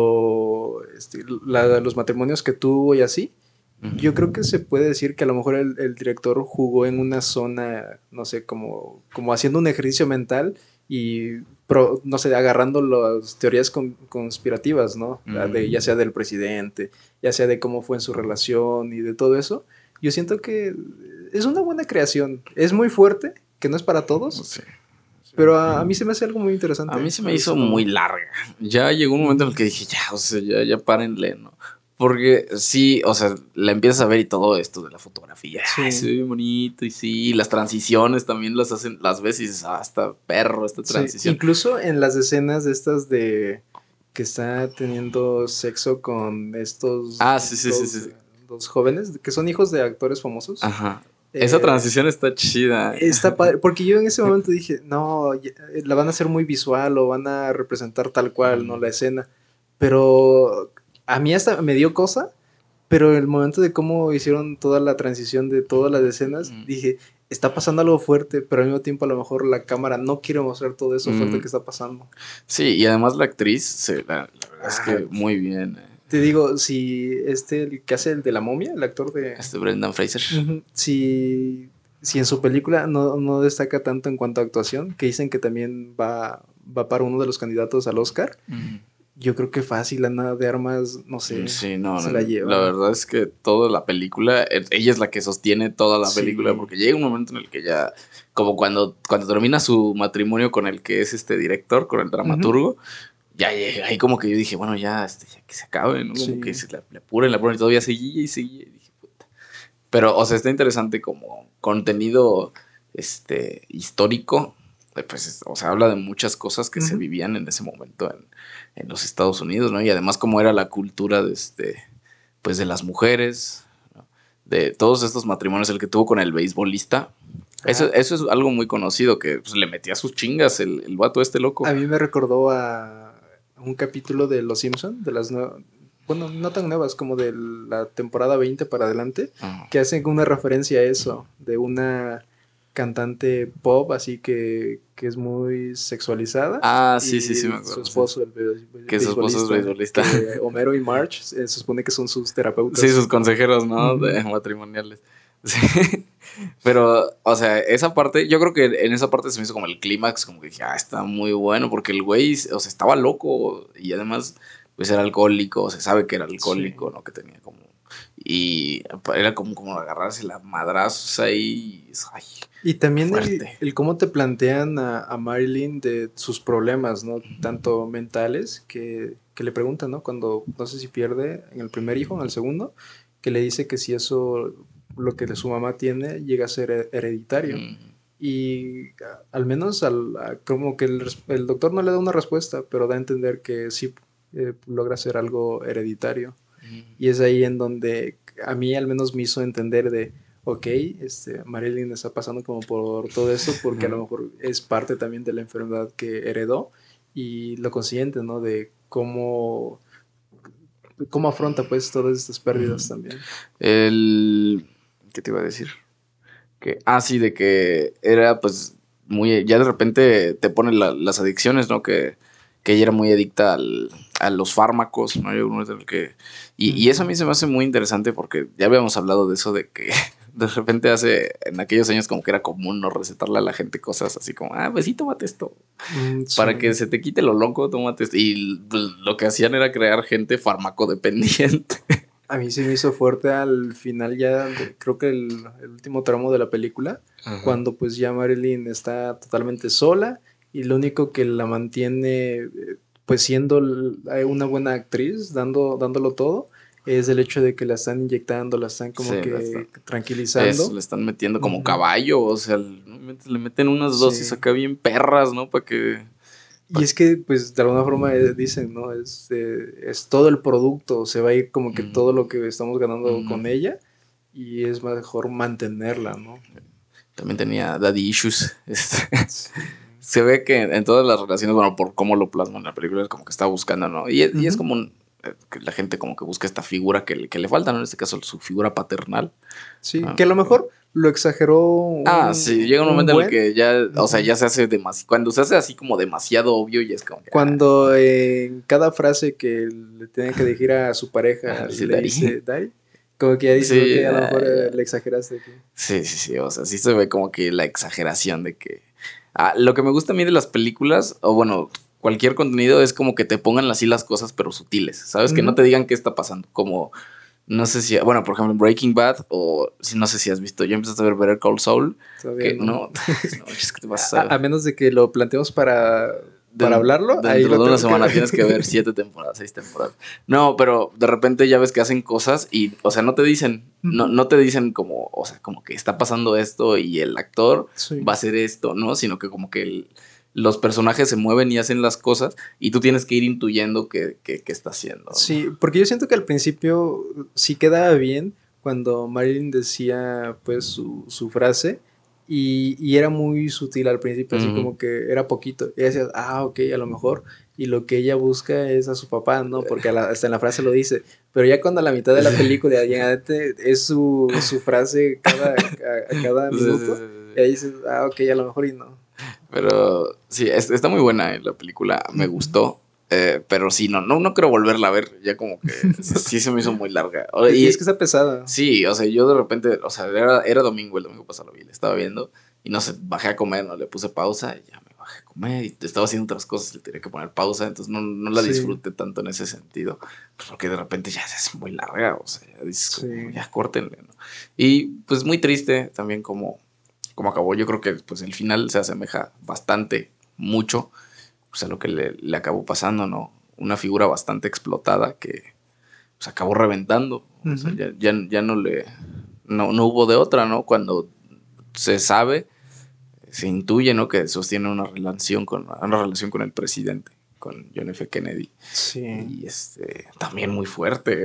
lo este, la, los matrimonios que tuvo y así, uh-huh. yo creo que se puede decir que a lo mejor el, el director jugó en una zona, no sé, como, como haciendo un ejercicio mental y, pro, no sé, agarrando las teorías con, conspirativas, ¿no? Uh-huh. De, ya sea del presidente, ya sea de cómo fue en su relación y de todo eso. Yo siento que es una buena creación, es muy fuerte, que no es para todos. Sí. Pero a, a mí se me hace algo muy interesante. A mí se me hizo muy larga. Ya llegó un momento en el que dije, ya, o sea, ya, ya párenle, ¿no? Porque sí, o sea, la empiezas a ver y todo esto de la fotografía. Sí. Ay, se ve bonito y sí, las transiciones también las hacen, las ves y dices, ah, está perro esta transición. Sí. Incluso en las escenas de estas de que está teniendo sexo con estos ah, sí, sí, dos, sí, sí. dos jóvenes que son hijos de actores famosos. Ajá. Esa eh, transición está chida. Está padre, porque yo en ese momento dije, no, la van a hacer muy visual o van a representar tal cual, mm. ¿no? La escena. Pero a mí hasta me dio cosa, pero el momento de cómo hicieron toda la transición de todas las escenas, mm. dije, está pasando algo fuerte, pero al mismo tiempo a lo mejor la cámara no quiere mostrar todo eso mm. fuerte que está pasando. Sí, y además la actriz, se, la, la verdad es que muy bien. Eh. Te digo, si este, el que hace el de la momia, el actor de... Este Brendan Fraser. Uh-huh, si, si en su película no, no destaca tanto en cuanto a actuación, que dicen que también va, va para uno de los candidatos al Oscar, uh-huh. yo creo que fácil, Ana de Armas, no sé, sí, no, se no, la lleva. La verdad es que toda la película, ella es la que sostiene toda la sí. película, porque llega un momento en el que ya, como cuando, cuando termina su matrimonio con el que es este director, con el dramaturgo, uh-huh. ya llega, ahí como que yo dije, bueno, ya, este, ya que se acabe, ¿no? Como sí. que se le, le apuren, le apuren, y todavía seguía y seguía, y dije, puta. Pero, o sea, está interesante como contenido, este, histórico, pues, o sea, habla de muchas cosas que uh-huh. se vivían en ese momento en, en los Estados Unidos, ¿no? Y además cómo era la cultura de, este, pues, de las mujeres, ¿no? De todos estos matrimonios, el que tuvo con el beisbolista. Eso, eso es algo muy conocido, que pues, le metía sus chingas el, el vato este loco. A mí me recordó a, un capítulo de Los Simpson, de las no, bueno, no tan nuevas, como de la temporada veinte para adelante, uh-huh. que hacen una referencia a eso, de una cantante pop, así que, que es muy sexualizada. Ah, sí, sí, sí, me acuerdo. Su esposo, el, el que su esposo es beisbolista. Que Homero y Marge se supone que son sus terapeutas. Sí, sus consejeros, ¿no? Uh-huh. De matrimoniales. Sí. Pero, o sea, esa parte, yo creo que en esa parte se me hizo como el clímax, como que dije, ah, está muy bueno, porque el güey, o sea, estaba loco y además, pues era alcohólico, se sabe que era alcohólico, sí. ¿no? Que tenía como, y era como, como agarrarse la madrazos ahí, ay, y también el, el cómo te plantean a, a Marilyn de sus problemas, ¿no? Uh-huh. Tanto mentales, que, que le preguntan, ¿no? Cuando, no sé si pierde en el primer hijo, en el segundo, que le dice que si eso, lo que su mamá tiene, llega a ser hereditario. Uh-huh. Y a, al menos al, a, como que el, el doctor no le da una respuesta, pero da a entender que sí eh, logra ser algo hereditario. Uh-huh. Y es ahí en donde a mí al menos me hizo entender de, ok, este, Marilyn está pasando como por todo eso porque uh-huh. a lo mejor es parte también de la enfermedad que heredó y lo consciente, ¿no? De cómo, cómo afronta pues todas estas pérdidas uh-huh. también. El... ¿Qué te iba a decir? Que, ah, sí, de que era pues muy... Ya de repente te ponen la, las adicciones, ¿no? Que, que ella era muy adicta al, a los fármacos, ¿no? Que, y, uh-huh. y eso a mí se me hace muy interesante porque ya habíamos hablado de eso, de que de repente hace, en aquellos años como que era común no recetarle a la gente cosas así como, ah, pues sí, tómate esto. Mm, sí. Para que se te quite lo loco, tómate esto. Y pues, lo que hacían era crear gente farmacodependiente. A mí se me hizo fuerte al final ya, de, creo que el, el último tramo de la película, uh-huh. cuando pues ya Marilyn está totalmente sola y lo único que la mantiene pues siendo una buena actriz, dando, dándolo todo, es el hecho de que la están inyectando, la están como sí, que está, tranquilizando. Eso, le están metiendo como uh-huh. caballo, o sea, le meten unas dosis sí. acá bien perras, ¿no? Para que... Y es que, pues, de alguna forma eh, dicen, ¿no? Es, eh, es todo el producto, se va a ir como que mm. todo lo que estamos ganando mm. con ella y es mejor mantenerla, ¿no? También tenía daddy issues. Sí. Se ve que en todas las relaciones, bueno, por cómo lo plasman en la película, es como que está buscando, ¿no? Y, uh-huh. y es como un, que la gente como que busca esta figura que, que le falta, ¿no? En este caso, su figura paternal. Sí, ah, que a lo mejor lo exageró. Un, ah, sí, llega un, un momento buen... en el que ya, o sea, ya se hace demasiado, cuando se hace así como demasiado obvio y es como que, cuando ah, en cada frase que le tiene que decir a su pareja, ah, sí, le Dari. dice, Dari, como que ya dice sí, que a lo mejor ah, le exageraste. Aquí. Sí, sí, sí, o sea, sí se ve como que la exageración de que, ah, lo que me gusta a mí de las películas, o bueno, cualquier contenido es como que te pongan así las cosas, pero sutiles, ¿sabes? Uh-huh. Que no te digan qué está pasando, como... No sé si, bueno, por ejemplo, Breaking Bad, o si no sé si has visto, ya empezaste a ver Better Call Saul. Todavía que no. No, no es que te vas a... a... A menos de que lo planteemos para, para de, hablarlo. Dentro ahí de una semana que... tienes que ver siete temporadas, seis temporadas. No, pero de repente ya ves que hacen cosas y, o sea, no te dicen, uh-huh. no, no te dicen como, o sea, como que está pasando esto y el actor sí. va a hacer esto, ¿no? Sino que como que el... los personajes se mueven y hacen las cosas y tú tienes que ir intuyendo qué, qué, qué está haciendo, ¿no? Sí, porque yo siento que al principio sí quedaba bien cuando Marilyn decía pues su, su frase y, y era muy sutil al principio, uh-huh. así como que era poquito. Y ella decía, ah, ok, a lo mejor. Y lo que ella busca es a su papá, ¿no? Porque la, hasta en la frase lo dice. Pero ya cuando a la mitad de la película ya es su, su frase cada, a, a cada minuto, sí, sí, sí. y ahí dices, ah, ok, a lo mejor y no. Pero sí, es, está muy buena eh, la película, me uh-huh. gustó, eh, pero sí, no, no no quiero volverla a ver, ya como que sí se me hizo muy larga. Y, y es que está pesada. Sí, o sea, yo de repente, o sea, era, era domingo, el domingo pasado lo vi, le estaba viendo y no sé, bajé a comer, no le puse pausa y ya me bajé a comer y estaba haciendo otras cosas, le tenía que poner pausa, entonces no, no la disfruté sí. tanto en ese sentido, porque de repente ya se hace muy larga, o sea, ya dices, sí. como, ya córtenle, ¿no? Y pues muy triste también como... como acabó, yo creo que pues el final se asemeja bastante, mucho, pues, a lo que le, le acabó pasando, ¿no? Una figura bastante explotada que pues, acabó reventando. Uh-huh. O sea, ya, ya, ya no le... No, no hubo de otra, ¿no? Cuando se sabe, se intuye, ¿no? Que sostiene una relación con, una relación con el presidente, con John F. Kennedy. Sí. Y este, también muy fuerte.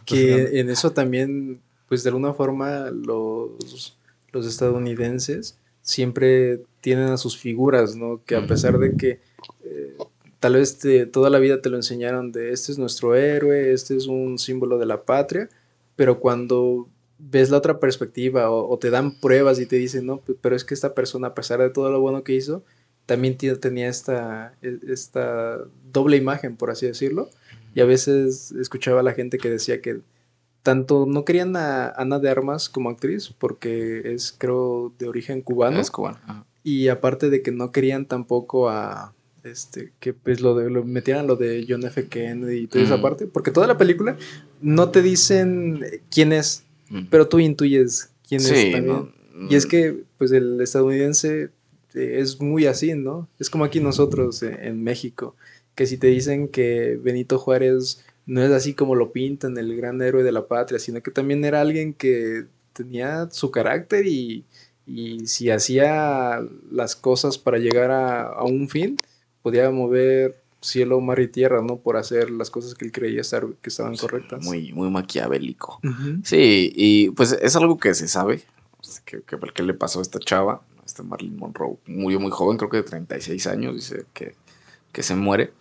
Que en eso también, pues de alguna forma, los... los estadounidenses siempre tienen a sus figuras, ¿no? Que a pesar de que eh, tal vez te, toda la vida te lo enseñaron de este es nuestro héroe, este es un símbolo de la patria, pero cuando ves la otra perspectiva o, o te dan pruebas y te dicen, no, pero es que esta persona, a pesar de todo lo bueno que hizo, también t- tenía esta, esta doble imagen, por así decirlo, y a veces escuchaba a la gente que decía que tanto no querían a Ana de Armas como actriz, porque es, creo, de origen cubano. Es cubano. Ajá. Y aparte de que no querían tampoco a, este, que pues lo, de, lo metieran lo de John F. Kennedy y toda mm. esa parte, porque toda la película no te dicen quién es, mm. pero tú intuyes quién sí, es también. No, y es que, pues, el estadounidense es muy así, ¿no? Es como aquí nosotros en, en México, que si te dicen que Benito Juárez no es así como lo pintan, el gran héroe de la patria, sino que también era alguien que tenía su carácter y, y si hacía las cosas para llegar a, a un fin, podía mover cielo, mar y tierra, ¿no? Por hacer las cosas que él creía estar, que estaban sí, correctas. Muy, muy maquiavélico. Uh-huh. Sí, y pues es algo que se sabe, que, que, que le pasó a esta chava, a esta Marilyn Monroe. Murió muy joven, creo que de treinta y seis años, dice que, que se muere.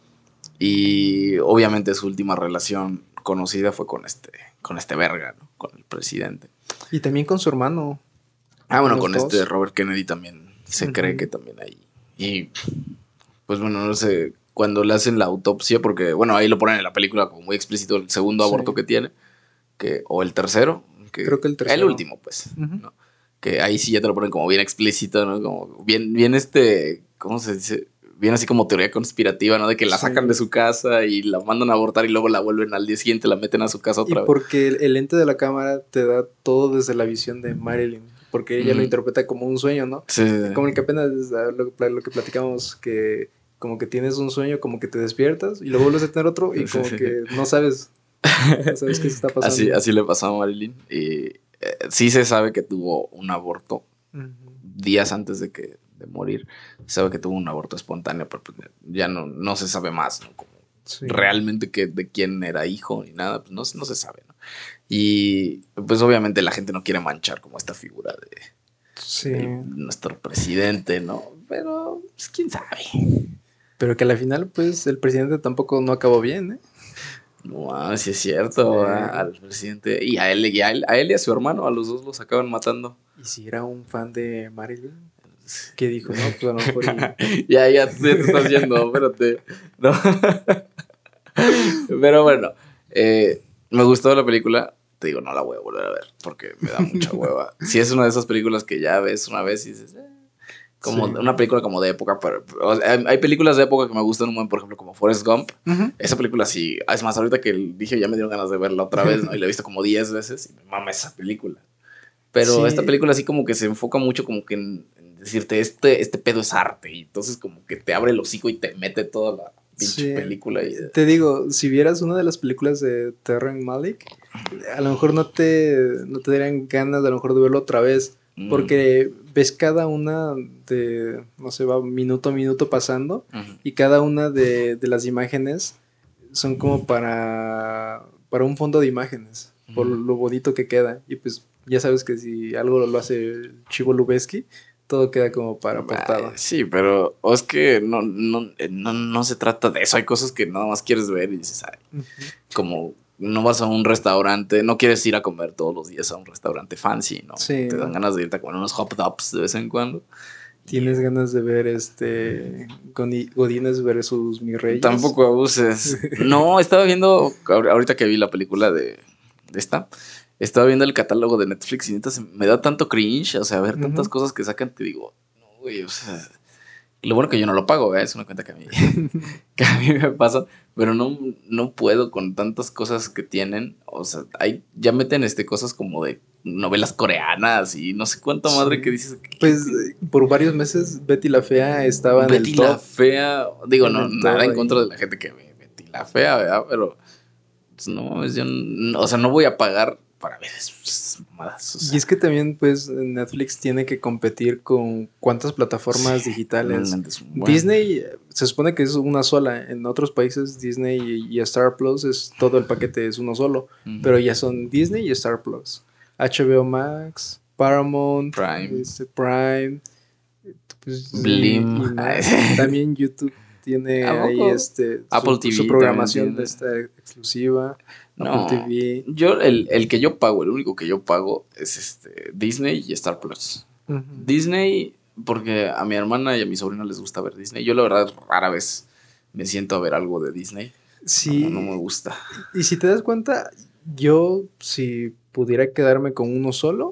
Y obviamente su última relación conocida fue con este, con este verga, ¿no? Con el presidente. Y también con su hermano. Ah, bueno, con dos. Este Robert Kennedy también se uh-huh. cree que también hay. Y pues bueno, no sé, cuando le hacen la autopsia, porque bueno, ahí lo ponen en la película como muy explícito el segundo sí. aborto que tiene, que, o el tercero. Que, creo que el tercero. El último, pues, uh-huh. ¿no? Que ahí sí ya te lo ponen como bien explícito, ¿no? Como bien, bien este, ¿cómo se dice? Bien así como teoría conspirativa, ¿no? De que la sacan sí. de su casa y la mandan a abortar y luego la vuelven al día siguiente, la meten a su casa otra y vez. Porque el, el lente de la cámara te da todo desde la visión de Marilyn, porque ella mm. lo interpreta como un sueño, ¿no? Sí, sí. Como el que apenas lo, lo que platicamos, que como que tienes un sueño, como que te despiertas y luego vuelves a tener otro y como sí. que no sabes, no sabes qué se está pasando. Así, así le pasó a Marilyn. Y eh, sí se sabe que tuvo un aborto uh-huh. días antes de que de morir. Se sabe que tuvo un aborto espontáneo, pero pues ya no, no se sabe más, ¿no? Como sí. realmente que de quién era hijo ni nada, pues no, no se sabe, ¿no? Y pues obviamente la gente no quiere manchar como esta figura de, sí. de nuestro presidente, ¿no? Pero pues, quién sabe. Pero que al final pues el presidente tampoco no acabó bien, ¿eh? No, sí es cierto, sí. a, al presidente y a él, y a él, a él y a su hermano, a los dos los acaban matando. ¿Y si era un fan de Marilyn? ¿Qué dijo? No, pues a lo mejor. Y... ya, ya, ya te estás yendo, espérate. No. Pero bueno, eh, me gustó la película. Te digo, no la voy a volver a ver porque me da mucha hueva. Si es una de esas películas que ya ves una vez y dices, eh, como sí. una película como de época. Pero, o sea, hay películas de época que me gustan un buen, por ejemplo, como Forrest Gump. Uh-huh. Esa película sí. Es más, ahorita que dije, ya me dieron ganas de verla otra vez, ¿no? Y la he visto como diez veces y me mama esa película. Pero sí. esta película así como que se enfoca mucho como que en, en decirte, este, este pedo es arte. Y entonces como que te abre el hocico y te mete toda la pinche sí. película. Y... te digo, si vieras una de las películas de Terrence Malick, a lo mejor no te, no te darían ganas de a lo mejor de verlo otra vez. Mm. Porque ves cada una de, no sé, va minuto a minuto pasando. Uh-huh. Y cada una de, de las imágenes son como para, para un fondo de imágenes. Uh-huh. Por lo bonito que queda. Y pues ya sabes que si algo lo hace Chivo Lubeski, todo queda como para portada. Sí, pero es que no, no, no, no se trata de eso. Hay cosas que nada más quieres ver y dices, ay, uh-huh. como no vas a un restaurante, no quieres ir a comer todos los días a un restaurante fancy, ¿no? Sí, te dan ganas de irte a comer unos hot dogs de vez en cuando. Tienes ganas de ver este Godínez versus Mi Reyes. Tampoco abuses. No, estaba viendo, ahorita que vi la película de, de esta, estaba viendo el catálogo de Netflix y neta me da tanto cringe, o sea, ver uh-huh. tantas cosas que sacan, te digo, no, güey, o sea, lo bueno que yo no lo pago, ¿eh? Es una cuenta que a mí, que a mí me pasa, pero no, no puedo con tantas cosas que tienen, o sea, hay, ya meten este cosas como de novelas coreanas y no sé cuánta madre sí. que dices. Que, pues que, por varios meses Betty la Fea estaba en Betty el top. la Fea, digo, no, nada en contra de la gente que ve Betty la Fea, ¿verdad? Pero pues, no, yo, no, o sea, no voy a pagar para ver esas mamadas. O sea. Y es que también, pues, Netflix tiene que competir con cuántas plataformas sí, digitales. Bueno. Disney se supone que es una sola. En otros países, Disney y, y Star Plus es todo el paquete, es uno solo. Uh-huh. Pero ya son Disney y Star Plus. H B O Max, Paramount, Prime, este, Prime, pues, Blim. Y, y también YouTube tiene ahí este Apple su, T V su programación de esta exclusiva. No, Apple T V. Yo, el, el que yo pago, el único que yo pago es este Disney y Star Plus. Uh-huh. Disney, porque a mi hermana y a mi sobrino les gusta ver Disney. Yo la verdad rara vez me siento a ver algo de Disney. Sí. No, no me gusta. Y si te das cuenta, yo si pudiera quedarme con uno solo,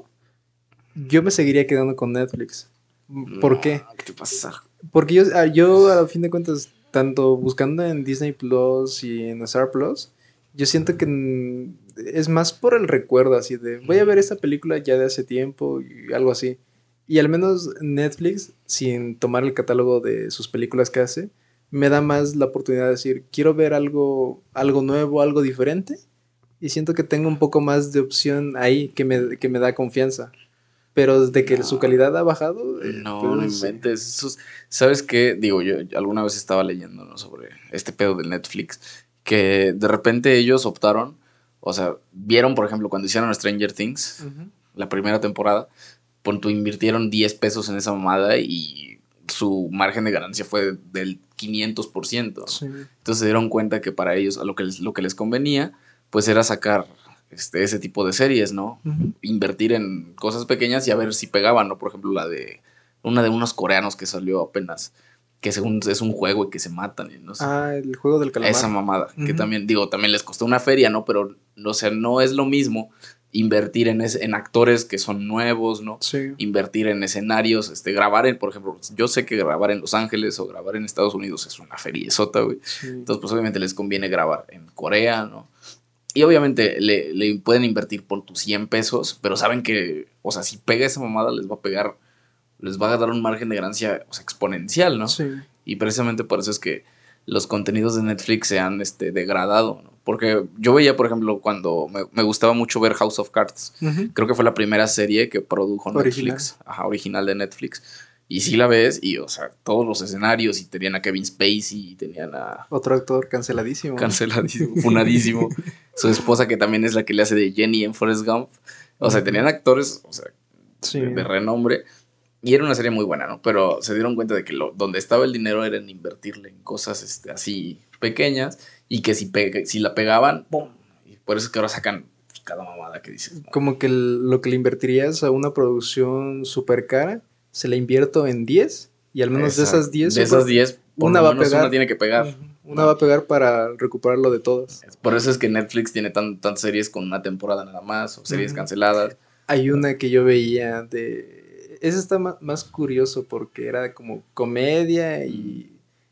yo me seguiría quedando con Netflix. ¿Por no, qué? ¿Qué pasa? Porque yo, yo a fin de cuentas, tanto buscando en Disney Plus y en Star Plus, yo siento que es más por el recuerdo, así de voy a ver esta película ya de hace tiempo y algo así. Y al menos Netflix, sin tomar el catálogo de sus películas que hace, me da más la oportunidad de decir, quiero ver algo, algo nuevo, algo diferente. Y siento que tengo un poco más de opción ahí que me, que me da confianza. Pero de que no, su calidad ha bajado. Eh, no, pues, no inventes. Sí. Eso, ¿sabes qué? Digo, yo, yo alguna vez estaba leyendo, ¿no?, sobre este pedo de Netflix. Que de repente ellos optaron. O sea, vieron, por ejemplo, cuando hicieron Stranger Things, uh-huh. la primera temporada, punto, invirtieron diez pesos en esa mamada y su margen de ganancia fue del quinientos por ciento. ¿No? Sí. Entonces se dieron cuenta que para ellos lo que les, lo que les convenía, pues era sacar este, ese tipo de series, ¿no? Uh-huh. Invertir en cosas pequeñas y a ver si pegaban, ¿no? Por ejemplo, la de una de unos coreanos que salió apenas, que según es un juego y que se matan, y no sé. Ah, el juego del calamar. Esa mamada, uh-huh. que también, digo, también les costó una feria, ¿no? Pero, o sea, no es lo mismo invertir en, ese, en actores que son nuevos, ¿no? Sí. Invertir en escenarios, este, grabar en, por ejemplo, yo sé que grabar en Los Ángeles o grabar en Estados Unidos es una feriezota, güey. Sí. Entonces, pues obviamente les conviene grabar en Corea, ¿no? Y obviamente le, le pueden invertir por tus cien pesos, pero saben que, o sea, si pega esa mamada les va a pegar, les va a dar un margen de ganancia, o sea, exponencial, ¿no? Sí. Y precisamente por eso es que los contenidos de Netflix se han este, degradado, ¿no? Porque yo veía, por ejemplo, cuando me, me gustaba mucho ver House of Cards. Uh-huh. Creo que fue la primera serie que produjo original. Netflix. Ajá, original de Netflix. Y sí la ves y, o sea, todos los escenarios, y tenían a Kevin Spacey, y tenían a... Otro actor canceladísimo. Canceladísimo, funadísimo. Su esposa, que también es la que le hace de Jenny en Forrest Gump. O sea, tenían actores, o sea, sí. de, de renombre. Y era una serie muy buena, ¿no? Pero se dieron cuenta de que lo, donde estaba el dinero era en invertirle en cosas este, así pequeñas, y que si, pe- si la pegaban, ¡pum! Y por eso es que ahora sacan pues, cada mamada que dices, ¿no? Como que el, lo que le invertirías a una producción súper cara, se la invierto en diez, y al menos Exacto. de esas diez... De esas diez, por una lo va menos a pegar, una tiene que pegar. Una ¿no? va a pegar para recuperarlo de todas. Por eso es que Netflix tiene tan, tantas series con una temporada nada más, o series uh-huh. canceladas. Hay una que yo veía de... Ese está más, más curioso porque era como comedia y,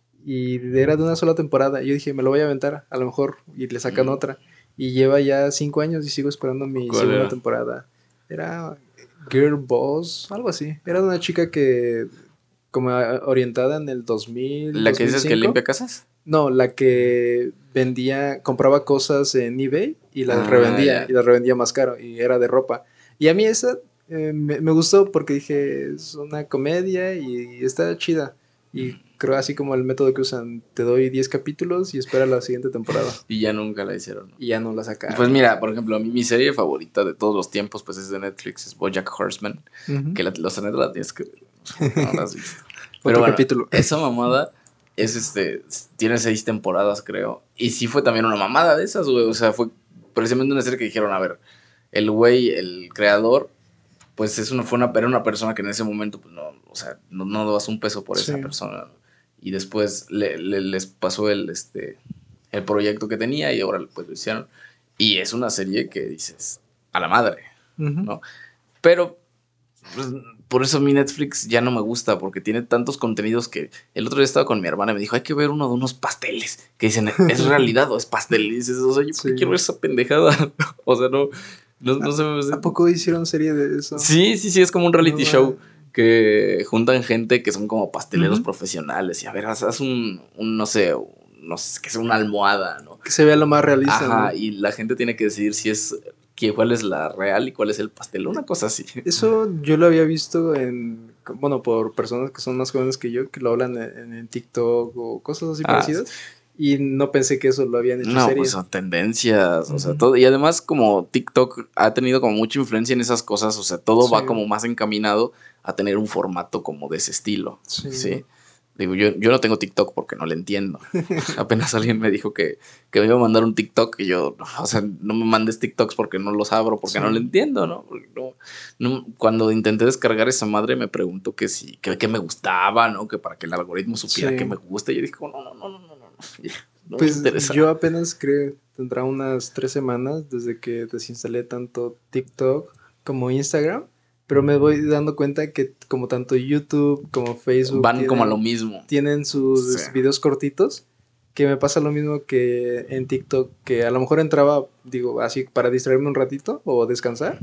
y era de una sola temporada. Yo dije, me lo voy a aventar, a lo mejor, y le sacan mm. otra. Y lleva ya cinco años y sigo esperando mi segunda era? temporada. Era Girl Boss, algo así. Era de una chica que, como orientada en el dos mil. ¿La dos mil cinco. Que dices que limpia casas? No, la que vendía, compraba cosas en eBay y las ah, revendía, ya. y las revendía más caro, y era de ropa. Y a mí esa... Eh, me, me gustó porque dije, es una comedia y está chida. Y creo así como el método que usan, te doy diez capítulos y espera la siguiente temporada. Y ya nunca la hicieron, ¿no? Y ya no la sacaron. Pues mira, por ejemplo, a mí mi serie favorita de todos los tiempos, pues es de Netflix, es BoJack Horseman. Uh-huh. Que la, los la tienes que ver. No la has visto. Pero bueno, capítulo. Esa mamada es este, tiene seis temporadas, creo. Y sí fue también una mamada de esas, güey. O sea, fue precisamente una serie que dijeron, a ver, el güey, el creador, pues es una, fue una, era una persona que en ese momento, pues no, o sea, no, no dabas un peso por sí. esa persona. Y después le, le, les pasó el, este, el proyecto que tenía y ahora pues lo hicieron. Y es una serie que dices, a la madre, uh-huh. ¿no? Pero, pues, por eso a mí Netflix ya no me gusta, porque tiene tantos contenidos que el otro día estaba con mi hermana y me dijo, hay que ver uno de unos pasteles, que dicen, ¿es realidad o es pastel? Y dices, o sea, yo sí. quiero ver esa pendejada. O sea, no... No, no sé, ¿A poco hicieron serie de eso? Sí, sí, sí, es como un reality no, show que juntan gente que son como pasteleros uh-huh. profesionales. Y a ver, haz, haz un, un, no sé, un, no sé, que sea una almohada, ¿no? Que se vea lo más realista. Ajá, ¿no? Y la gente tiene que decidir si es, que, cuál es la real y cuál es el pastel, una cosa así. Eso yo lo había visto en, bueno, por personas que son más jóvenes que yo, que lo hablan en, en TikTok o cosas así ah, parecidas. Sí. Y no pensé que eso lo habían hecho No, serie. pues son tendencias, uh-huh. o sea, todo. Y además como TikTok ha tenido como mucha influencia en esas cosas, o sea, todo sí. va como más encaminado a tener un formato como de ese estilo, ¿sí? ¿sí? Digo, yo, yo no tengo TikTok porque no le entiendo. Apenas alguien me dijo que, que me iba a mandar un TikTok y yo, o sea, no me mandes TikToks porque no los abro, porque sí. no le entiendo, ¿no? no, no Cuando intenté descargar esa madre me preguntó que si, que, que me gustaba, ¿no? Que para que el algoritmo supiera sí. que me gusta. Y yo dije, no, no, no, no, no, no, no pues me interesa. Yo apenas creo, tendrá unas tres semanas desde que desinstalé tanto TikTok como Instagram. Pero me voy dando cuenta que como tanto YouTube como Facebook van tienen, como a lo mismo. Tienen sus sí. videos cortitos, que me pasa lo mismo que en TikTok, que a lo mejor entraba, digo, así para distraerme un ratito o descansar,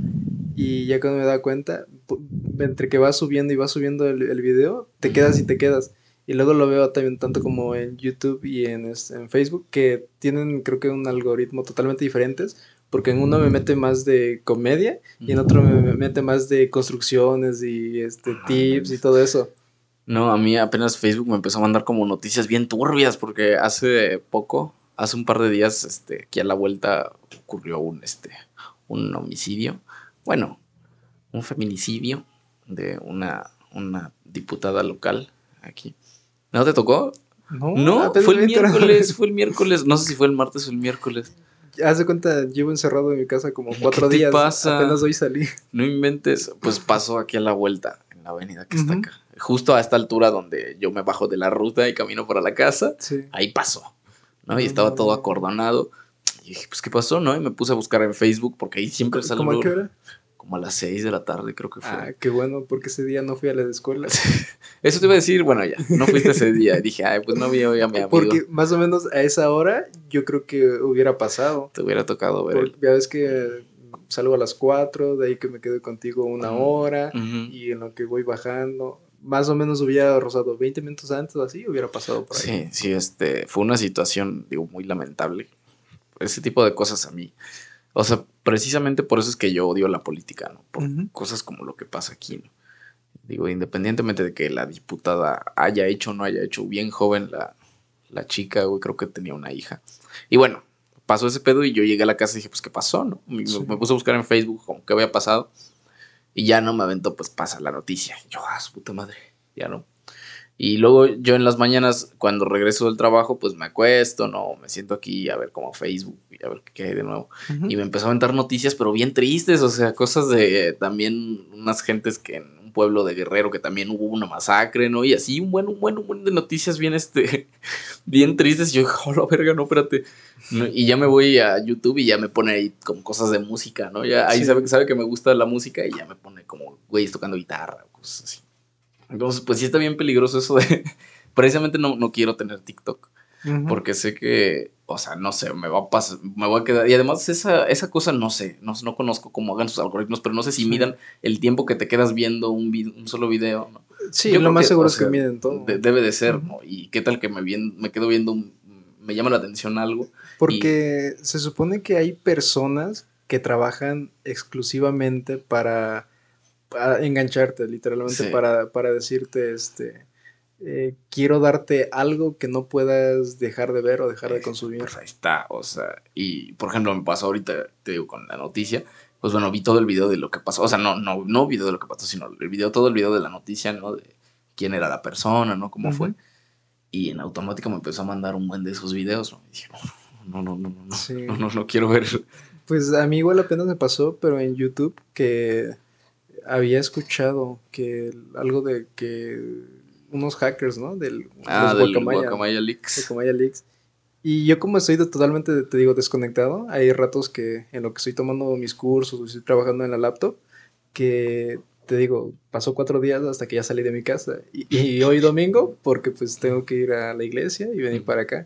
y ya cuando me da cuenta, entre que vas subiendo y vas subiendo el, el video, te quedas y te quedas. Y luego lo veo también tanto como en YouTube y en, en Facebook, que tienen creo que un algoritmo totalmente diferentes, porque en uno me mete más de comedia y en otro me mete más de construcciones y este tips y todo eso. No, a mí apenas Facebook me empezó a mandar como noticias bien turbias, porque hace poco, hace un par de días, este, aquí a la vuelta ocurrió un, este, un homicidio, bueno, un feminicidio de una, una diputada local aquí. ¿No te tocó? No, no fue el miércoles, fue el miércoles, no sé si fue el martes o el miércoles. Haz de cuenta, llevo encerrado en mi casa como cuatro ¿Qué te días. Pasa? Apenas hoy salí. No inventes. Pues pasó aquí a la vuelta, en la avenida que uh-huh. está acá. Justo a esta altura donde yo me bajo de la ruta y camino para la casa. Sí. Ahí pasó, ¿no? Y estaba todo acordonado. Y dije, pues, ¿qué pasó, no? Y me puse a buscar en Facebook porque ahí siempre sale. ¿Cómo a qué hora? Como a las seis de la tarde, creo que fue. Ah, qué bueno, porque ese día no fui a la escuela. Eso te iba a decir, bueno, ya, no fuiste ese día. Y dije, ay, pues no vi hoy a mi amigo. Porque más o menos a esa hora yo creo que hubiera pasado. Te hubiera tocado ver. Porque, ya ves que salgo a las cuatro, de ahí que me quedo contigo una hora, uh-huh. y en lo que voy bajando, más o menos hubiera rozado veinte minutos antes o así, hubiera pasado por ahí. Sí, sí, este, fue una situación, digo, muy lamentable. Ese tipo de cosas a mí. O sea, precisamente por eso es que yo odio la política, ¿no? Por uh-huh. cosas como lo que pasa aquí, ¿no? Digo, independientemente de que la diputada haya hecho o no haya hecho, bien joven la, la chica, güey, creo que tenía una hija. Y bueno, pasó ese pedo y yo llegué a la casa y dije, pues, ¿qué pasó, no? Me, sí. me puse a buscar en Facebook como qué había pasado y ya no me aventó, pues, pasa la noticia. Y yo, ah, su puta madre, ya no. Y luego yo en las mañanas, cuando regreso del trabajo, pues me acuesto, ¿no? Me siento aquí a ver como Facebook y a ver qué hay de nuevo. Uh-huh. Y me empezó a aventar noticias, pero bien tristes, o sea, cosas de eh, también unas gentes que en un pueblo de Guerrero que también hubo una masacre, ¿no? Y así un buen, un buen, un buen de noticias bien, este, bien tristes. Y yo, oh, la verga, no, espérate. No, y ya me voy a YouTube y ya me pone ahí como cosas de música, ¿no? Ya ahí sí. sabe, sabe que me gusta la música y ya me pone como güeyes tocando guitarra, cosas así. Entonces, pues sí está bien peligroso eso de... Precisamente no, no quiero tener TikTok. Uh-huh. Porque sé que, o sea, no sé, me va a pasar, me voy a quedar... Y además esa, esa cosa no sé, no, no conozco cómo hagan sus algoritmos, pero no sé si sí. midan el tiempo que te quedas viendo un, video, un solo video, ¿no? Sí, yo lo más que, seguro es que miden todo. De, debe de ser, uh-huh. ¿no? Y qué tal que me, bien, me quedo viendo, un, me llama la atención algo. Porque y... se supone que hay personas que trabajan exclusivamente para... para engancharte, literalmente, sí. para, para decirte, este, eh, quiero darte algo que no puedas dejar de ver o dejar de consumir. Pues ahí está, o sea, y por ejemplo me pasó ahorita, te digo, con la noticia, pues bueno, vi todo el video de lo que pasó, o sea, no, no, no video de lo que pasó, sino el video, todo el video de la noticia, ¿no? De quién era la persona, ¿no? Cómo uh-huh. fue, y en automático me empezó a mandar un buen de esos videos, ¿no? Y dije, no, no, no, no, no, sí. no, no, no quiero ver. Pues a mí igual apenas me pasó, pero en YouTube, que... había escuchado que algo de que unos hackers, ¿no? Del, ah, los del Guacamaya, Guacamaya Leaks. Guacamaya Leaks. Y yo como estoy de, totalmente, te digo, desconectado, hay ratos que en lo que estoy tomando mis cursos o estoy trabajando en la laptop, que te digo, pasó cuatro días hasta que ya salí de mi casa. Y, y hoy domingo, porque pues tengo que ir a la iglesia y venir para acá.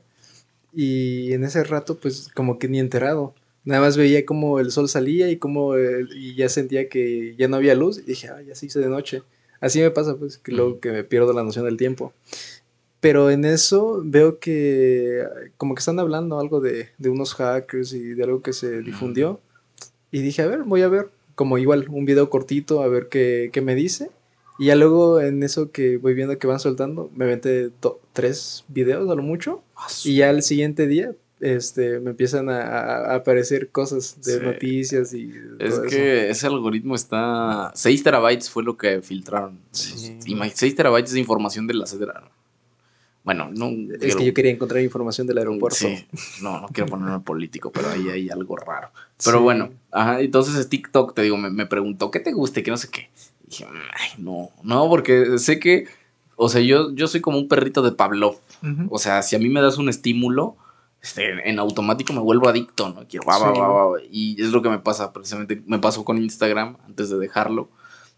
Y en ese rato, pues como que ni enterado. Nada más veía cómo el sol salía y cómo el, y ya sentía que ya no había luz. Y dije, ah, ya se hizo de noche. Así me pasa, pues, que luego que me pierdo la noción del tiempo. Pero en eso veo que como que están hablando algo de, de unos hackers y de algo que se difundió. Y dije, a ver, voy a ver, como igual, un video cortito, a ver qué, qué me dice. Y ya luego en eso que voy viendo que van soltando, me mete do, tres videos a lo mucho. Y ya el siguiente día... Este, me empiezan a, a aparecer cosas de sí. noticias y es todo que eso. Ese algoritmo está seis terabytes fue lo que filtraron, sí. seis terabytes de información de la cedra, ¿no? Bueno, no... Es quiero, que yo quería encontrar información del aeropuerto. Sí, no, no quiero ponerme político, pero ahí hay algo raro. Pero sí. bueno, ajá, entonces TikTok, te digo, me, me preguntó, ¿qué te gusta? Que no sé qué. Y dije, ay, no, no, porque sé que, o sea, yo, yo soy como un perrito de Pavlov. Uh-huh. O sea, si a mí me das un estímulo, este, en automático me vuelvo adicto, ¿no? Quiero, va, sí. va, va, va, y es lo que me pasa, precisamente, me pasó con Instagram antes de dejarlo.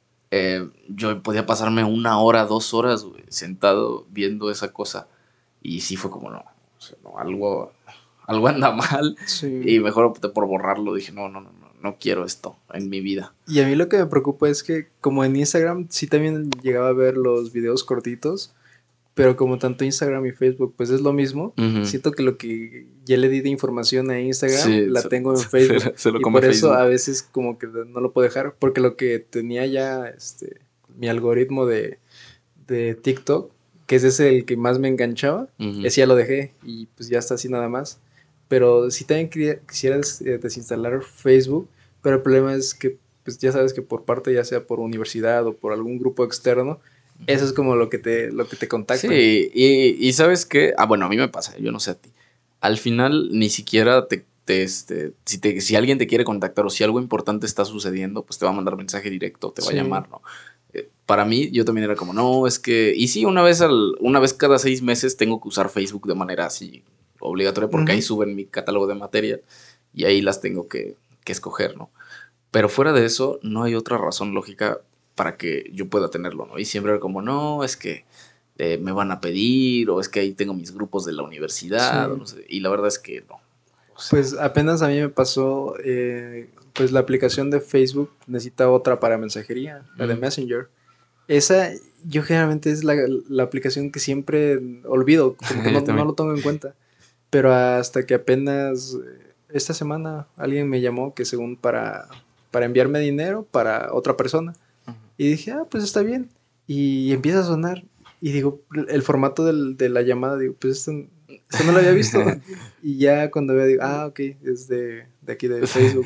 Eh, yo podía pasarme una hora, dos horas, güey, sentado viendo esa cosa. Y sí fue como, no, o sea, no algo, algo anda mal. Sí. Y mejor opté por borrarlo. Dije, no, no, no, no, no quiero esto en mi vida. Y a mí lo que me preocupa es que, como en Instagram, sí también llegaba a ver los videos cortitos. Pero como tanto Instagram y Facebook, pues es lo mismo. Uh-huh. Siento que lo que ya le di de información a Instagram, sí, la se, tengo en Facebook. Se, se lo y por eso Facebook. A veces como que no lo puedo dejar. Porque lo que tenía ya este mi algoritmo de, de TikTok, que ese es el que más me enganchaba, uh-huh. ese ya lo dejé y pues ya está así nada más. Pero sí también quería, quisiera desinstalar Facebook, pero el problema es que pues ya sabes que por parte, ya sea por universidad o por algún grupo externo, eso es como lo que te, lo que te contacta. Sí, y, y ¿sabes qué? Ah, bueno, a mí me pasa, yo no sé a ti. Al final ni siquiera te, te, este, si, te, si alguien te quiere contactar o si algo importante está sucediendo, pues te va a mandar mensaje directo, te va sí. a llamar, ¿no? Eh, para mí, yo también era como, no, es que... Y sí, una vez, al, una vez cada seis meses tengo que usar Facebook de manera así obligatoria porque uh-huh. ahí suben mi catálogo de materias y ahí las tengo que, que escoger, ¿no? Pero fuera de eso, no hay otra razón lógica para que yo pueda tenerlo, ¿no? Y siempre era como, no, es que eh, me van a pedir, o es que ahí tengo mis grupos de la universidad, sí. o no sé, y la verdad es que no. O sea, pues apenas a mí me pasó, eh, pues la aplicación de Facebook necesita otra para mensajería, la mm. de Messenger. Esa, yo generalmente es la, la aplicación que siempre olvido, como que no, no lo tomo en cuenta. Pero hasta que apenas esta semana alguien me llamó que según para, para enviarme dinero para otra persona. Y dije, ah, pues está bien. Y empieza a sonar. Y digo, el formato del, de la llamada, digo, pues esto, esto no lo había visto. Y ya cuando veo, digo, ah, ok, es de, de aquí de Facebook.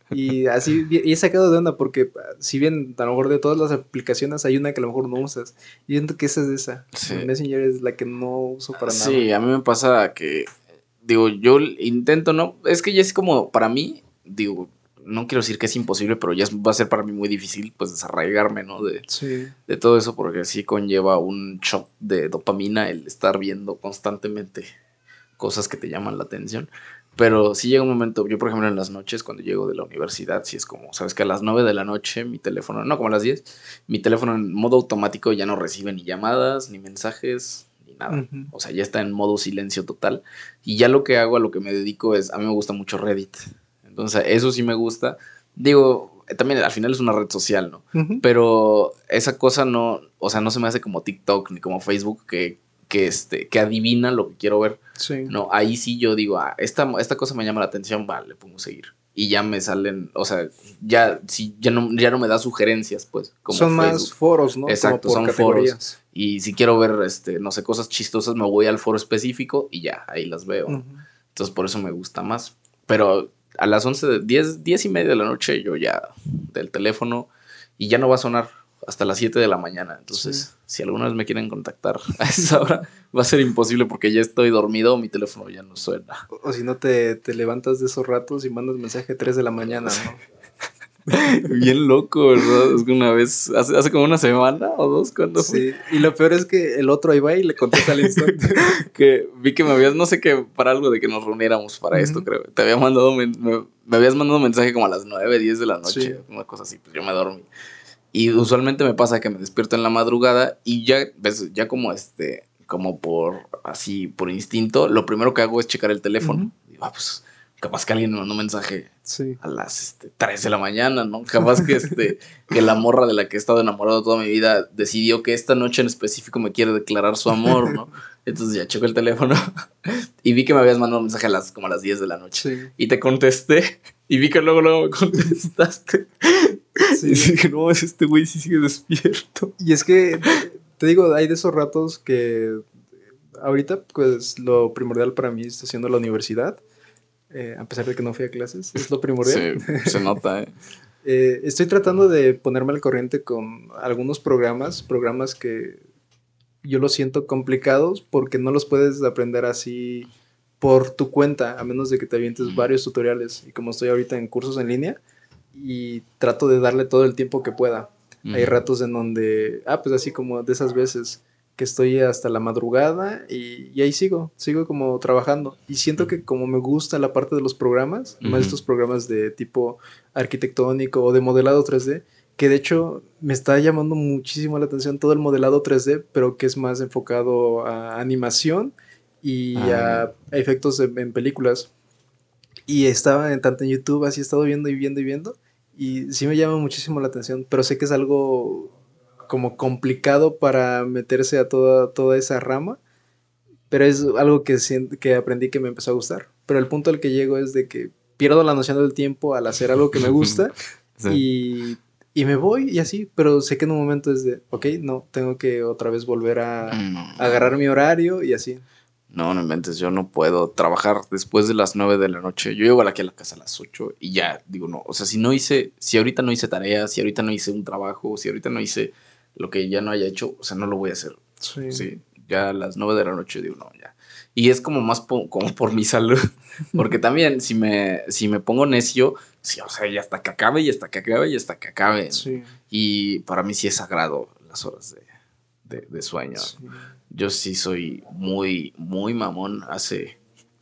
Y así, y he sacado de onda porque si bien a lo mejor de todas las aplicaciones hay una que a lo mejor no usas. Y siento que esa es esa. Sí. Messenger es la que no uso para nada. Sí, a mí me pasa que, digo, yo intento, ¿no? Es que ya es como, para mí, digo... No quiero decir que es imposible, pero ya va a ser para mí muy difícil, pues, desarraigarme, ¿no? De, sí. de todo eso, porque sí conlleva un shock de dopamina el estar viendo constantemente cosas que te llaman la atención. Pero sí llega un momento, yo por ejemplo en las noches, cuando llego de la universidad, sí es como, sabes que a las nueve de la noche mi teléfono, no, como a las diez, mi teléfono en modo automático ya no recibe ni llamadas, ni mensajes, ni nada. Uh-huh. O sea, ya está en modo silencio total. Y ya lo que hago, a lo que me dedico es, a mí me gusta mucho Reddit. Entonces, eso sí me gusta. Digo, también al final es una red social, ¿no? Uh-huh. Pero esa cosa no, o sea, no se me hace como TikTok ni como Facebook que, que, este, que adivina lo que quiero ver. Sí. No, ahí sí yo digo, ah, esta, esta cosa me llama la atención, vale, le pongo seguir. Y ya me salen, o sea, ya, sí, ya, no, ya no me da sugerencias, pues. Como son Facebook. Más foros, ¿no? Exacto, como por son foros. Y si quiero ver, este, no sé, cosas chistosas, me voy al foro específico y ya, ahí las veo. Uh-huh. Entonces, por eso me gusta más. Pero... A las once, diez, diez y media de la noche yo ya del teléfono y ya no va a sonar hasta las siete de la mañana. Entonces, sí. si alguna vez me quieren contactar a esa hora, va a ser imposible porque ya estoy dormido, mi teléfono ya no suena. O, o si no, te, te levantas de esos ratos y mandas mensaje a tres de la mañana, ¿no? Bien loco, ¿verdad? Es que una vez, hace, hace como una semana o dos, cuando sí, fui. Y lo peor es que el otro ahí va y le contesta al instante. Que vi que me habías, no sé qué, para algo de que nos reuniéramos para uh-huh. esto, creo. Te había mandado, me, me, me habías mandado un mensaje como a las nueve, diez de la noche, sí. Una cosa así, pues yo me dormí. Y usualmente me pasa que me despierto en la madrugada y ya, ves, ya como este, como por, así, por instinto, lo primero que hago es checar el teléfono. Uh-huh. Digo, ah, pues... Capaz que alguien me mandó un mensaje sí. a las este, tres de la mañana, ¿no? Capaz que, este, que la morra de la que he estado enamorado toda mi vida decidió que esta noche en específico me quiere declarar su amor, ¿no? Entonces ya checo el teléfono y vi que me habías mandado un mensaje a las, como a las diez de la noche. Sí. Y te contesté y vi que luego, luego me contestaste. Sí. Y dije, no, este güey sí sigue despierto. Y es que, te digo, hay de esos ratos que ahorita, pues, lo primordial para mí está siendo la universidad. Eh, a pesar de que no fui a clases, es lo primordial. Sí, se nota, ¿eh? eh, estoy tratando de ponerme al corriente con algunos programas, programas que yo los siento complicados porque no los puedes aprender así por tu cuenta, a menos de que te avientes varios tutoriales. Y como estoy ahorita en cursos en línea y trato de darle todo el tiempo que pueda. Uh-huh. Hay ratos en donde, ah, pues así como de esas veces que estoy hasta la madrugada y, y ahí sigo, sigo como trabajando. Y siento uh-huh. que como me gusta la parte de los programas, uh-huh. más estos programas de tipo arquitectónico o de modelado tres D, que de hecho me está llamando muchísimo la atención todo el modelado tres D, pero que es más enfocado a animación y ah, a, a efectos en, en películas. Y estaba en, tanto en YouTube, así he estado viendo y viendo y viendo, y sí me llama muchísimo la atención, pero sé que es algo como complicado para meterse a toda, toda esa rama, pero es algo que, que aprendí que me empezó a gustar. Pero el punto al que llego es de que pierdo la noción del tiempo al hacer algo que me gusta sí. y, y me voy y así, pero sé que en un momento es de, ok, no, tengo que otra vez volver a, mm. a agarrar mi horario y así. No, no inventes, yo no puedo trabajar después de las nueve de la noche. Yo llego aquí a la casa a las ocho y ya, digo, no, o sea, si no hice, si ahorita no hice tareas, si ahorita no hice un trabajo, si ahorita no hice lo que ya no haya hecho, o sea, no lo voy a hacer. Sí. Sí, ya a las nueve de la noche digo, no, ya. Y es como más po- como por mi salud, porque también si me, si me pongo necio, sí, o sea, ya hasta que acabe y hasta que acabe y hasta que acabe. Sí. Y para mí sí es sagrado las horas de... De, de sueño. Sí. Yo sí soy muy, muy mamón. Hace,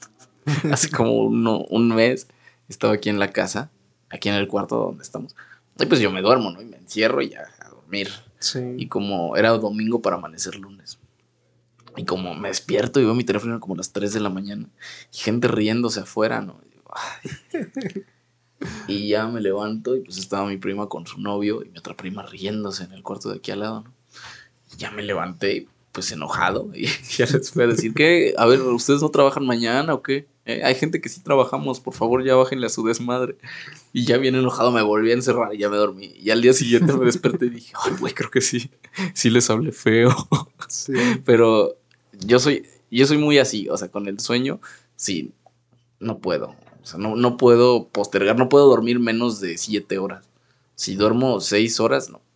hace como uno, un mes estaba aquí en la casa, aquí en el cuarto donde estamos. Y pues yo me duermo, ¿no? Y me encierro y ya a dormir. Sí. Y como era domingo para amanecer lunes. Y como me despierto y veo mi teléfono como a las tres de la mañana. Y gente riéndose afuera, ¿no? Y, digo, ay. Y ya me levanto y pues estaba mi prima con su novio y mi otra prima riéndose en el cuarto de aquí al lado, ¿no? Ya me levanté, pues enojado, y ya les voy a decir que, a ver, ¿ustedes no trabajan mañana o qué? ¿Eh? Hay gente que sí trabajamos, por favor, ya bájenle a su desmadre. Y ya bien enojado me volví a encerrar y ya me dormí. Y al día siguiente me desperté y dije, ay, güey, creo que sí, sí les hablé feo. Sí. Pero yo soy, yo soy muy así, o sea, con el sueño, sí, no puedo. O sea, no, no puedo postergar, no puedo dormir menos de siete horas. Si duermo seis horas, no.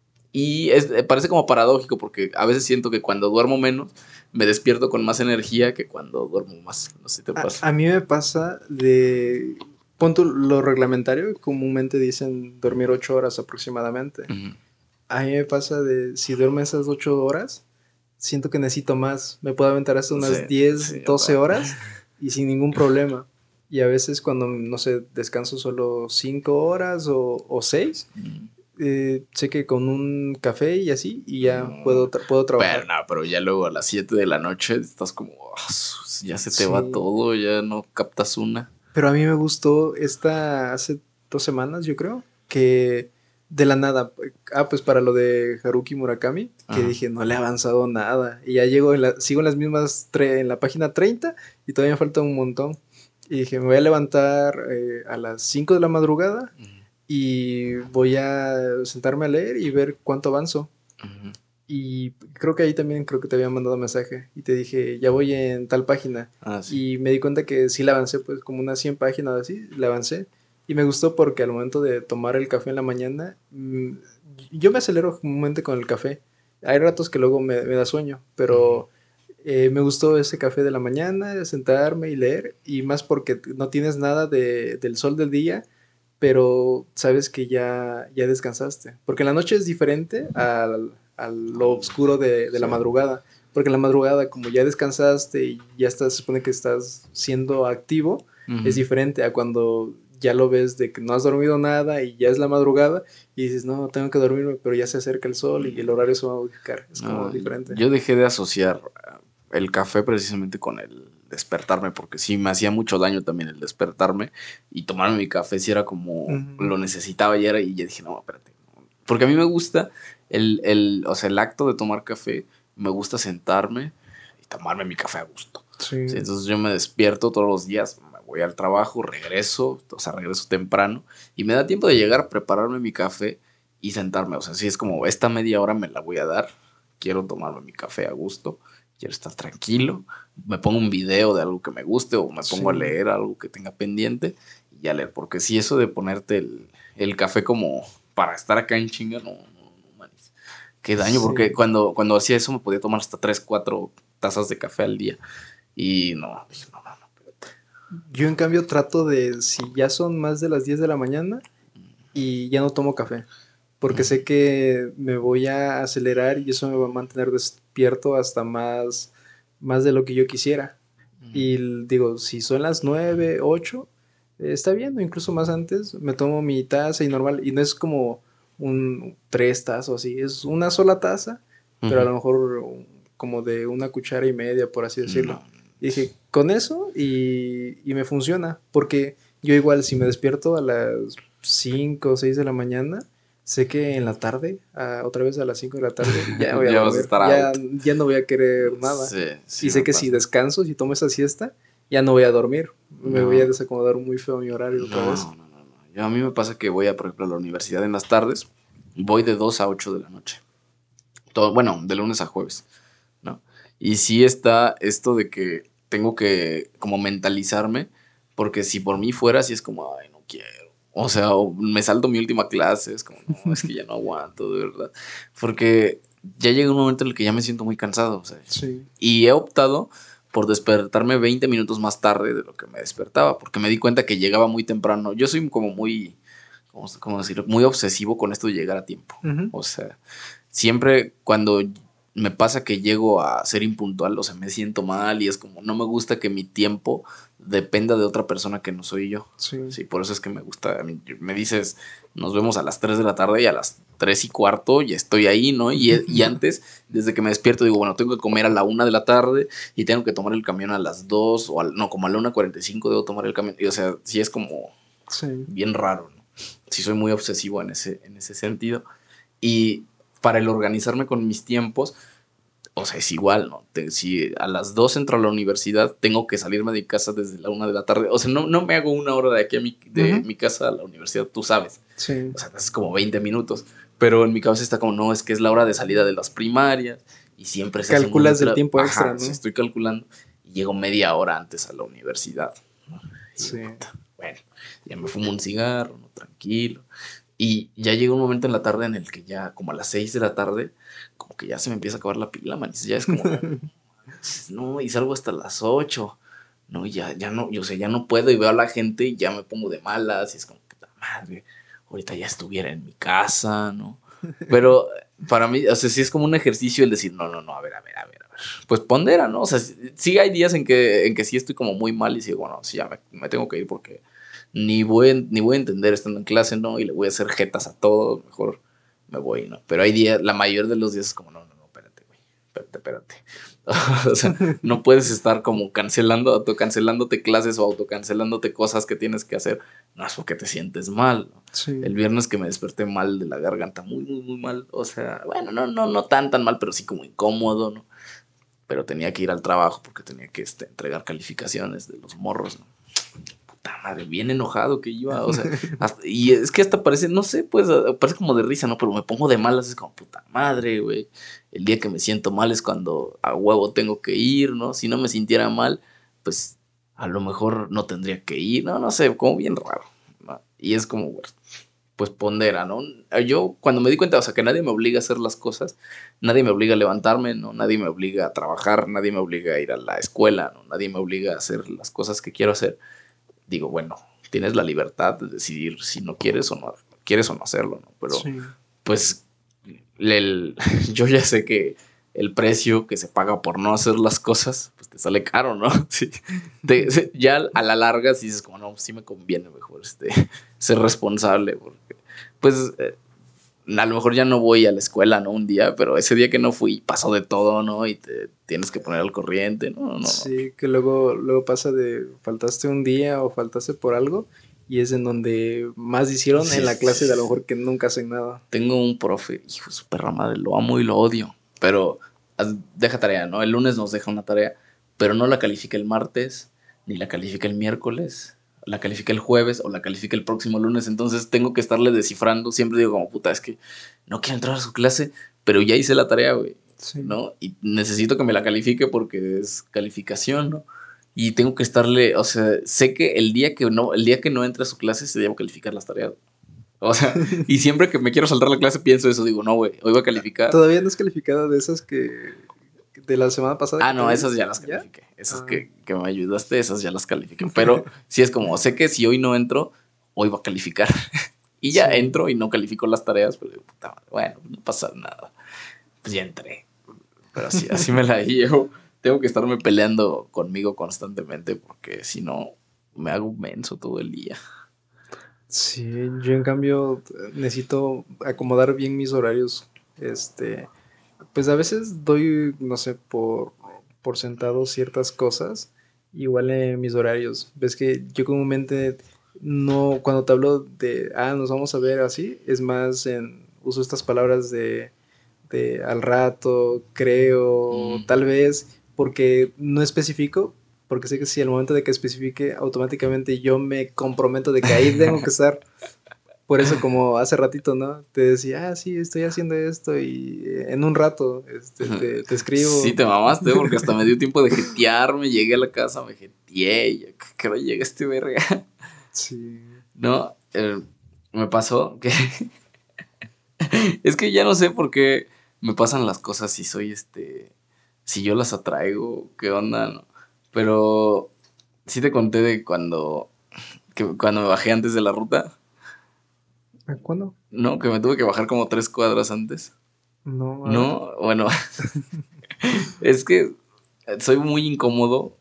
Y es, parece como paradójico porque a veces siento que cuando duermo menos me despierto con más energía que cuando duermo más. No sé si te pasa. A, a mí me pasa de... Pon tu, lo reglamentario, comúnmente dicen dormir ocho horas aproximadamente. Uh-huh. A mí me pasa de si duermo esas ocho horas, siento que necesito más. Me puedo aventar hasta unas sí, diez, sí, doce horas y sin ningún problema. Y a veces cuando, no sé, descanso solo cinco horas o, o seis... Uh-huh. Eh, sé que con un café y así, y ya no, puedo, tra- puedo trabajar. Pero no, pero ya luego a las siete de la noche estás como, oh, ya se te sí. va todo, ya no captas una. Pero a mí me gustó esta hace dos semanas, yo creo, que de la nada, ah, pues para lo de Haruki Murakami, que Ajá. dije, no le he avanzado nada, y ya llego, en la, sigo en las mismas, tre- en la página treinta, y todavía me falta un montón. Y dije, me voy a levantar eh, a las cinco de la madrugada, uh-huh. y voy a sentarme a leer y ver cuánto avanzo. Uh-huh. Y creo que ahí también creo que te había mandado mensaje y te dije, ya voy en tal página. Ah, sí. Y me di cuenta que sí la avancé, pues como unas cien páginas así, la avancé. Y me gustó porque al momento de tomar el café en la mañana, mmm, yo me acelero comúnmente con el café. Hay ratos que luego me, me da sueño, pero uh-huh. eh, me gustó ese café de la mañana, sentarme y leer. Y más porque no tienes nada de, del sol del día, pero sabes que ya, ya descansaste. Porque en la noche es diferente al, a lo oscuro de, de la madrugada. Porque en la madrugada, como ya descansaste y ya estás, se supone que estás siendo activo, uh-huh. es diferente a cuando ya lo ves de que no has dormido nada y ya es la madrugada y dices, no, tengo que dormirme, pero ya se acerca el sol y el horario se va a modificar. Es como no, diferente. Yo dejé de asociar el café precisamente con el despertarme, porque sí me hacía mucho daño también el despertarme y tomarme mi café si era como uh-huh. lo necesitaba y era, y ya dije, no, espérate. Porque a mí me gusta el, el, o sea, el acto de tomar café, me gusta sentarme y tomarme mi café a gusto. Sí. Sí, entonces yo me despierto todos los días, me voy al trabajo, regreso, o sea, regreso temprano y me da tiempo de llegar, prepararme mi café y sentarme. O sea, sí es como, esta media hora me la voy a dar, quiero tomarme mi café a gusto, quiero estar tranquilo, me pongo un video de algo que me guste o me pongo sí. a leer algo que tenga pendiente y ya leer, porque si eso de ponerte el, el café como para estar acá en chinga, no, no, no manis. qué daño, sí. Porque cuando, cuando hacía eso me podía tomar hasta tres, cuatro tazas de café al día. Y no, dije, no, no, no. Yo en cambio trato de, si ya son más de las diez de la mañana y ya no tomo café, porque mm. sé que me voy a acelerar y eso me va a mantener despierto hasta más, más de lo que yo quisiera. Mm. Y digo, si son las nueve, ocho, eh, está bien, o incluso más antes, me tomo mi taza y normal, y no es como un tres tazas así, es una sola taza, uh-huh. pero a lo mejor como de una cuchara y media, por así decirlo. No. Y dije, con eso y, y me funciona, porque yo igual si me despierto a las cinco o seis de la mañana, sé que en la tarde, a, otra vez a las cinco de la tarde, ya voy a ya dormir, vas a estar ya, out. ya no voy a querer nada. Sí, sí y sé que pasa. si descanso, si tomo esa siesta, ya no voy a dormir, me no. voy a desacomodar muy feo mi horario no, otra vez. No, no, no. Yo, a mí me pasa que voy, a, por ejemplo, a la universidad en las tardes, voy de dos a ocho de la noche. Todo, bueno, de lunes a jueves, ¿no? Y sí está esto de que tengo que como mentalizarme, porque si por mí fuera, sí es como, ay, no quiero. O sea, o me salto mi última clase, es como, no, es que ya no aguanto, de verdad. Porque ya llega un momento en el que ya me siento muy cansado, o sea, sí. Y he optado por despertarme veinte minutos más tarde de lo que me despertaba, porque me di cuenta que llegaba muy temprano. Yo soy como muy, ¿cómo, cómo decirlo? Muy obsesivo con esto de llegar a tiempo. Uh-huh. O sea, siempre cuando me pasa que llego a ser impuntual, o sea, me siento mal y es como, no me gusta que mi tiempo dependa de otra persona que no soy yo. Sí. Sí, por eso es que me gusta, a mí, me dices, nos vemos a las tres de la tarde y a las tres y cuarto y estoy ahí, ¿no? Y, y antes, desde que me despierto, digo, bueno, tengo que comer a la una de la tarde y tengo que tomar el camión a las dos o al, no, como a la una cuarenta y cinco debo tomar el camión. Y, o sea, sí es como sí. bien raro, ¿no? Sí soy muy obsesivo en ese, en ese sentido. Y para el organizarme con mis tiempos, o sea, es igual, ¿no? Te, si a las dos entro a la universidad, tengo que salirme de casa desde la una de la tarde. O sea, no, no me hago una hora de aquí a mi, de uh-huh. mi casa a la universidad, tú sabes. Sí. O sea, es como veinte minutos. Pero en mi cabeza está como, no, es que es la hora de salida de las primarias y siempre se calculas hace el tiempo Ajá, extra, ¿no? Sí, estoy calculando y llego media hora antes a la universidad, ¿no? Y sí. Puta, bueno, ya me fumo un cigarro, ¿no? Tranquilo. Y ya llega un momento en la tarde en el que ya, como a las seis de la tarde, como que ya se me empieza a acabar la pila, man. Ya es como, no, y salgo hasta las ocho. No, ya, ya no, yo sé, ya no puedo y veo a la gente y ya me pongo de malas y es como, puta madre, ahorita ya estuviera en mi casa, ¿no? Pero para mí, o sea, sí es como un ejercicio el decir, no, no, no, a ver, a ver, a ver, a ver. Pues pondera, ¿no? O sea, sí hay días en que, en que sí estoy como muy mal y digo, bueno, sí, ya me, me tengo que ir porque ni voy, ni voy a entender estando en clase, ¿no? Y le voy a hacer jetas a todos, mejor me voy, ¿no? Pero hay días, la mayoría de los días es como, no, no, no, espérate, güey, espérate, espérate. O sea, no puedes estar como cancelando, autocancelándote clases o autocancelándote cosas que tienes que hacer, no es porque te sientes mal, ¿no? Sí. El viernes que me desperté mal de la garganta, muy, muy, muy mal, o sea, bueno, no, no, no tan, tan mal, pero sí como incómodo, ¿no? Pero tenía que ir al trabajo porque tenía que este, entregar calificaciones de los morros, ¿no? Puta madre, bien enojado que iba, o sea, hasta, y es que hasta parece, no sé, pues, parece como de risa, ¿no? Pero me pongo de malas, es como, puta madre, güey. El día que me siento mal es cuando a huevo tengo que ir, ¿no? Si no me sintiera mal, pues, a lo mejor no tendría que ir, no, no sé, como bien raro, ¿no? Y es como, bueno, pues pondera, ¿no? Yo cuando me di cuenta, o sea, que nadie me obliga a hacer las cosas, nadie me obliga a levantarme, ¿no? Nadie me obliga a trabajar, nadie me obliga a ir a la escuela, ¿no? Nadie me obliga a hacer las cosas que quiero hacer. Digo, bueno, tienes la libertad de decidir si no quieres o no quieres o no hacerlo, ¿no? Pero sí. pues el, yo ya sé que el precio que se paga por no hacer las cosas, pues te sale caro, ¿no? Sí. Te, ya a la larga si dices como, no, sí me conviene mejor este, ser responsable, porque pues eh, a lo mejor ya no voy a la escuela, ¿no? Un día, pero ese día que no fui pasó de todo, ¿no? Y te tienes que poner al corriente, ¿no? no sí, que luego, luego pasa de faltaste un día o faltaste por algo y es en donde más hicieron sí, en la clase de a lo mejor que nunca hacen nada. Tengo un profe, hijo de su perra madre, lo amo y lo odio, pero deja tarea, ¿no? El lunes nos deja una tarea, pero no la califica el martes, ni la califica el miércoles, la califica el jueves o la califica el próximo lunes, entonces tengo que estarle descifrando, siempre digo como, puta, es que no quiero entrar a su clase, pero ya hice la tarea, güey, sí. ¿no? Y necesito que me la califique porque es calificación, ¿no? Y tengo que estarle, o sea, sé que el día que no, el día que no entre a su clase se debe calificar las tareas. O sea, y siempre que me quiero saltar la clase pienso eso, digo, no, güey, hoy voy a calificar. ¿Todavía no has calificado de esas que de la semana pasada? Ah, no, esas ya las califiqué. ¿Ya? Esas ah. que, que me ayudaste, esas ya las califiqué. Pero sí es como, sé que si hoy no entro, hoy voy a calificar. Y ya sí. entro y no califico las tareas, pero puta madre, bueno, no pasa nada. Pues ya entré. Pero así, así me la llevo. Tengo que estarme peleando conmigo constantemente porque si no, me hago menso todo el día. Sí, yo en cambio necesito acomodar bien mis horarios. Este, pues a veces doy, no sé, por, por sentado ciertas cosas, igual en mis horarios. Ves que yo comúnmente no, cuando te hablo de, ah, nos vamos a ver así, es más en, uso estas palabras de, de al rato, creo, mm. tal vez, porque no especifico. Porque sé que si al momento de que especifique, automáticamente yo me comprometo de que ahí tengo que estar. Por eso, como hace ratito, ¿no? Te decía, ah, sí, estoy haciendo esto y en un rato este, te, te escribo. Sí, te mamaste, porque hasta me dio tiempo de jetearme. Llegué a la casa, me jeteé y creo que llega este verga. Sí. No, eh, me pasó que... es que ya no sé por qué me pasan las cosas si soy este... Si yo las atraigo, ¿qué onda? No. Pero sí te conté de cuando, que, cuando me bajé antes de la ruta. ¿Cuándo? No, que me tuve que bajar como tres cuadras antes. No. No, bueno. Es que soy muy incómodo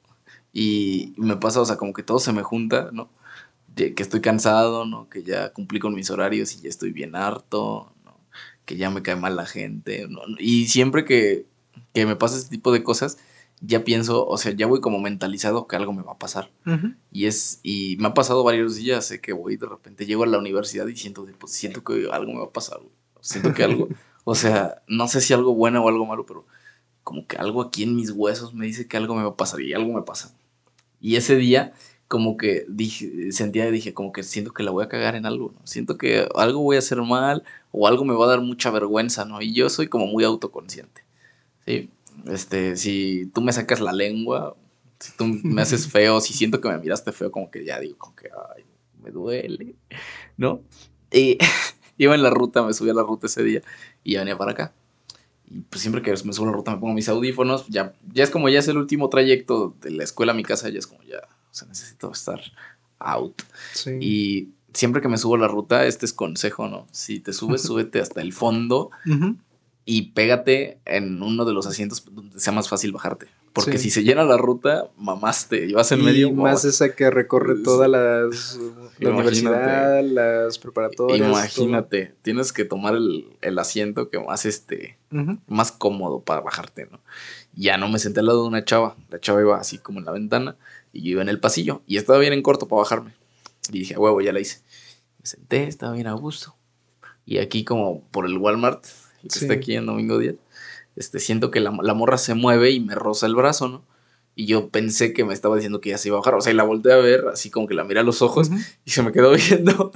y me pasa, o sea, como que todo se me junta, ¿no? Que estoy cansado, ¿no? Que ya cumplí con mis horarios y ya estoy bien harto, ¿no? Que ya me cae mal la gente, ¿no? Y siempre que, que me pasa este tipo de cosas, ya pienso, o sea, ya voy como mentalizado que algo me va a pasar. Uh-huh. Y es, y me ha pasado varios días, sé que voy de repente, llego a la universidad y siento, pues siento que algo me va a pasar, güey. Siento que algo, o sea, no sé si algo bueno o algo malo, pero como que algo aquí en mis huesos me dice que algo me va a pasar y algo me pasa. Y ese día, como que dije, sentía, dije, como que siento que la voy a cagar en algo, ¿no? Siento que algo voy a hacer mal o algo me va a dar mucha vergüenza, ¿no? Y yo soy como muy autoconsciente, ¿sí? Este, si tú me sacas la lengua, si tú me haces feo, si siento que me miraste feo, como que ya digo, como que, ay, me duele, ¿no? Y iba en la ruta, me subí a la ruta ese día y ya venía para acá. Y pues siempre que me subo a la ruta me pongo mis audífonos, ya, ya es como ya es el último trayecto de la escuela a mi casa, ya es como ya, o sea, necesito estar out. Sí. Y siempre que me subo a la ruta, este es consejo, ¿no? Si te subes, súbete hasta el fondo. Uh-huh. Y pégate en uno de los asientos donde sea más fácil bajarte. Porque sí. si se llena la ruta, mamaste. Y vas en y medio. Y más esa que recorre pues, toda las, la universidad, las preparatorias. Imagínate, todo. Tienes que tomar el, el asiento que más, este, uh-huh. más cómodo para bajarte, ¿no? Ya no me senté al lado de una chava. La chava iba así como en la ventana y yo iba en el pasillo. Y estaba bien en corto para bajarme. Y dije, huevo, ya la hice. Me senté, estaba bien a gusto. Y aquí como por el Walmart, el que sí. está aquí en Domingo Díaz, este, siento que la, la morra se mueve y me roza el brazo, ¿no? Y yo pensé que me estaba diciendo que ya se iba a bajar. O sea, y la volteé a ver, así como que la miré a los ojos uh-huh. y se me quedó viendo.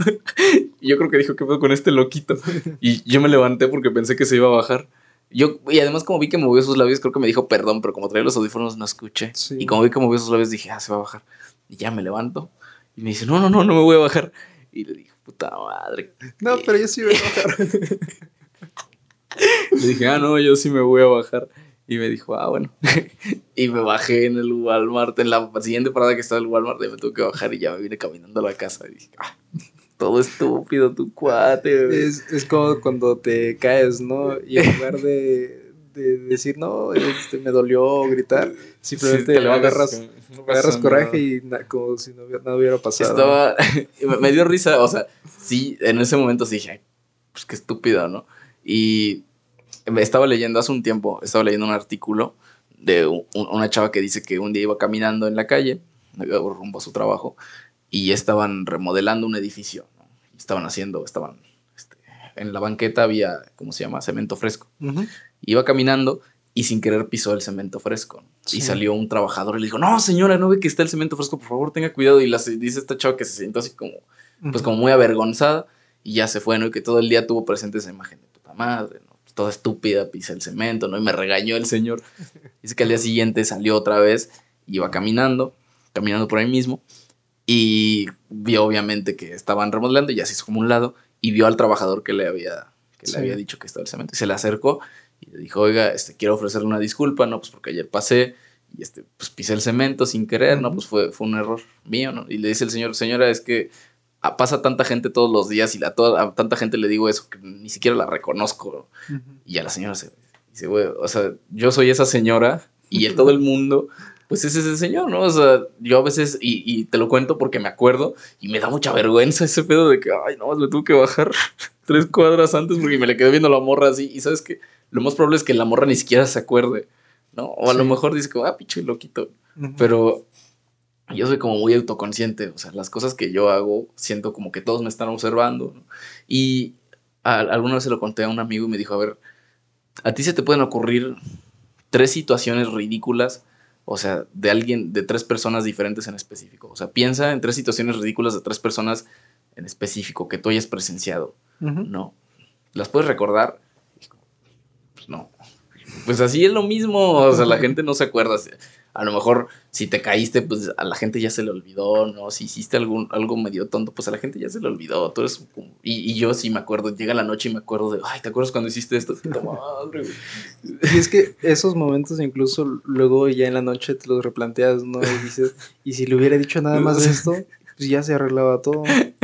Y yo creo que dijo, ¿qué pedo con este loquito? Y yo me levanté porque pensé que se iba a bajar. Yo, y además como vi que movió sus labios, creo que me dijo perdón, pero como traía los audífonos no escuché. Sí. Y como vi que movió sus labios, dije, ah, se va a bajar. Y ya me levanto. Y me dice, no, no, no, no me voy a bajar. Y le dije, puta madre. No, pero yo sí voy a bajar. Le dije, ah, no, yo sí me voy a bajar. Y me dijo, ah, bueno. Y me bajé en el Walmart, en la siguiente parada que estaba el Walmart, y me tuve que bajar y ya me vine caminando a la casa. Y dije, ah, todo estúpido, tu cuate. Es, es como cuando te caes, ¿no? Y en lugar de, de decir, no, este, me dolió, gritar, simplemente sí, te agarras, no agarras coraje y na, como si no, nada hubiera pasado. Estaba, me, me dio risa, o sea, sí, en ese momento sí dije, pues qué estúpido, ¿no? Y estaba leyendo hace un tiempo, estaba leyendo un artículo de un, una chava que dice que un día iba caminando en la calle, rumbo a su trabajo, y estaban remodelando un edificio, ¿no? Estaban haciendo, estaban, este, en la banqueta había, ¿cómo se llama? Cemento fresco. Uh-huh. Iba caminando y sin querer pisó el cemento fresco. Sí. Y salió un trabajador y le dijo, no, señora, ¿no ve que está el cemento fresco? Por favor, tenga cuidado. Y la, dice esta chava que se sintió así como, uh-huh. pues como muy avergonzada y ya se fue, ¿no? Y que todo el día tuvo presente esa imagen de puta madre, ¿no? Pues toda estúpida, pisa el cemento, ¿no? Y me regañó el señor. Dice que al día siguiente salió otra vez, iba caminando, caminando por ahí mismo. Y vio obviamente que estaban remodelando y ya se hizo como un lado y vio al trabajador que le había, que Sí. le había dicho que estaba el cemento. Y se le acercó y le dijo, oiga, este, quiero ofrecerle una disculpa, ¿no? Pues porque ayer pasé y este, pues pisé el cemento sin querer, ¿no? Ujú. Pues fue, fue un error mío, ¿no? Y le dice el señor, señora, es que a- pasa tanta gente todos los días y la, toda, a tanta gente le digo eso que ni siquiera la reconozco. Ujú. Y a la señora se dice, güey, o sea, yo soy esa señora y en todo el mundo, pues es ese señor, ¿no? O sea, yo a veces, y, y te lo cuento porque me acuerdo y me da mucha vergüenza ese pedo de que, ay, no, me tuve que bajar tres cuadras antes porque me le quedé viendo a la morra así. Y sabes que lo más probable es que la morra ni siquiera se acuerde, ¿no? O a Sí. lo mejor dice que, ah, pinche loquito. Ujú. Pero yo soy como muy autoconsciente, o sea, las cosas que yo hago, siento como que todos me están observando, ¿no? Y a, alguna vez se lo conté a un amigo y me dijo, a ver, ¿a ti se te pueden ocurrir tres situaciones ridículas? O sea, de alguien, de tres personas diferentes en específico. O sea, piensa en tres situaciones ridículas de tres personas en específico que tú hayas presenciado. Ujú. ¿No? ¿Las puedes recordar? Pues no. Pues así es lo mismo. O sea, la gente no se acuerda. A lo mejor si te caíste, pues a la gente ya se le olvidó, ¿no? Si hiciste algún, algo medio tonto, pues a la gente ya se le olvidó. Tú eres como... y, y yo sí me acuerdo. Llega la noche y me acuerdo de, ay, ¿te acuerdas cuando hiciste esto? Puta madre, güey. Y es que esos momentos incluso luego ya en la noche te los replanteas, ¿no? Y dices, y si le hubiera dicho nada más de esto, pues ya se arreglaba todo.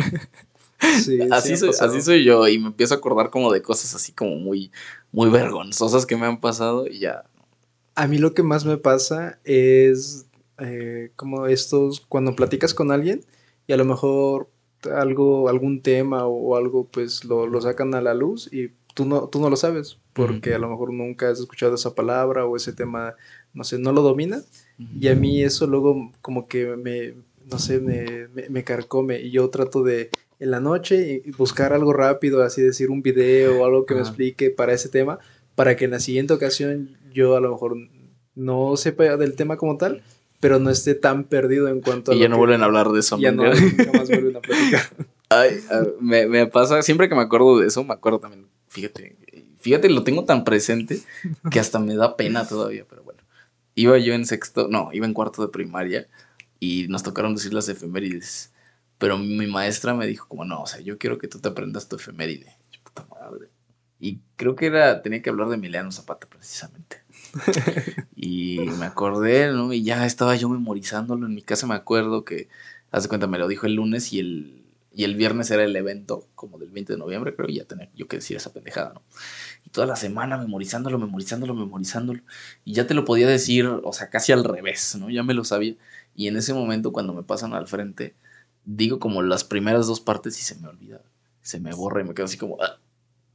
Sí, sí Así han soy, así pasado. soy yo y me empiezo a acordar como de cosas así como muy, muy vergonzosas que me han pasado y ya. A mí lo que más me pasa es eh, como estos, cuando platicas con alguien y a lo mejor algo, algún tema o algo, pues lo, lo sacan a la luz y tú no, tú no lo sabes, porque a lo mejor nunca has escuchado esa palabra o ese tema, no sé, no lo dominas. Y a mí eso luego como que me, no sé, me, me, me carcome y yo trato de en la noche y buscar algo rápido, así decir un video o algo que me Ajá. explique para ese tema, para que en la siguiente ocasión yo a lo mejor no sepa del tema como tal, pero no esté tan perdido en cuanto a Y ya lo no que vuelven a hablar de eso ya nunca. no nunca más vuelven a platicar. Ay, a- me, me pasa, siempre que me acuerdo de eso, me acuerdo también, fíjate, fíjate, lo tengo tan presente que hasta me da pena todavía, pero bueno. Iba yo en sexto, no, iba en cuarto de primaria y nos tocaron decir las efemérides. Pero mi maestra me dijo como, no, o sea, yo quiero que tú te aprendas tu efeméride. Yo, puta madre. Y creo que era, tenía que hablar de Emiliano Zapata precisamente. Y me acordé, ¿no? Y ya estaba yo memorizándolo en mi casa, me acuerdo que, haz de cuenta, me lo dijo el lunes y el, y el viernes era el evento, como del veinte de noviembre, creo, y ya tenía yo que decir esa pendejada, ¿no? Y toda la semana memorizándolo, memorizándolo, memorizándolo. Y ya te lo podía decir, o sea, casi al revés, ¿no? Ya me lo sabía. Y en ese momento, cuando me pasan al frente, digo como las primeras dos partes y se me olvida. Se me borra y me quedo así como... "Ah".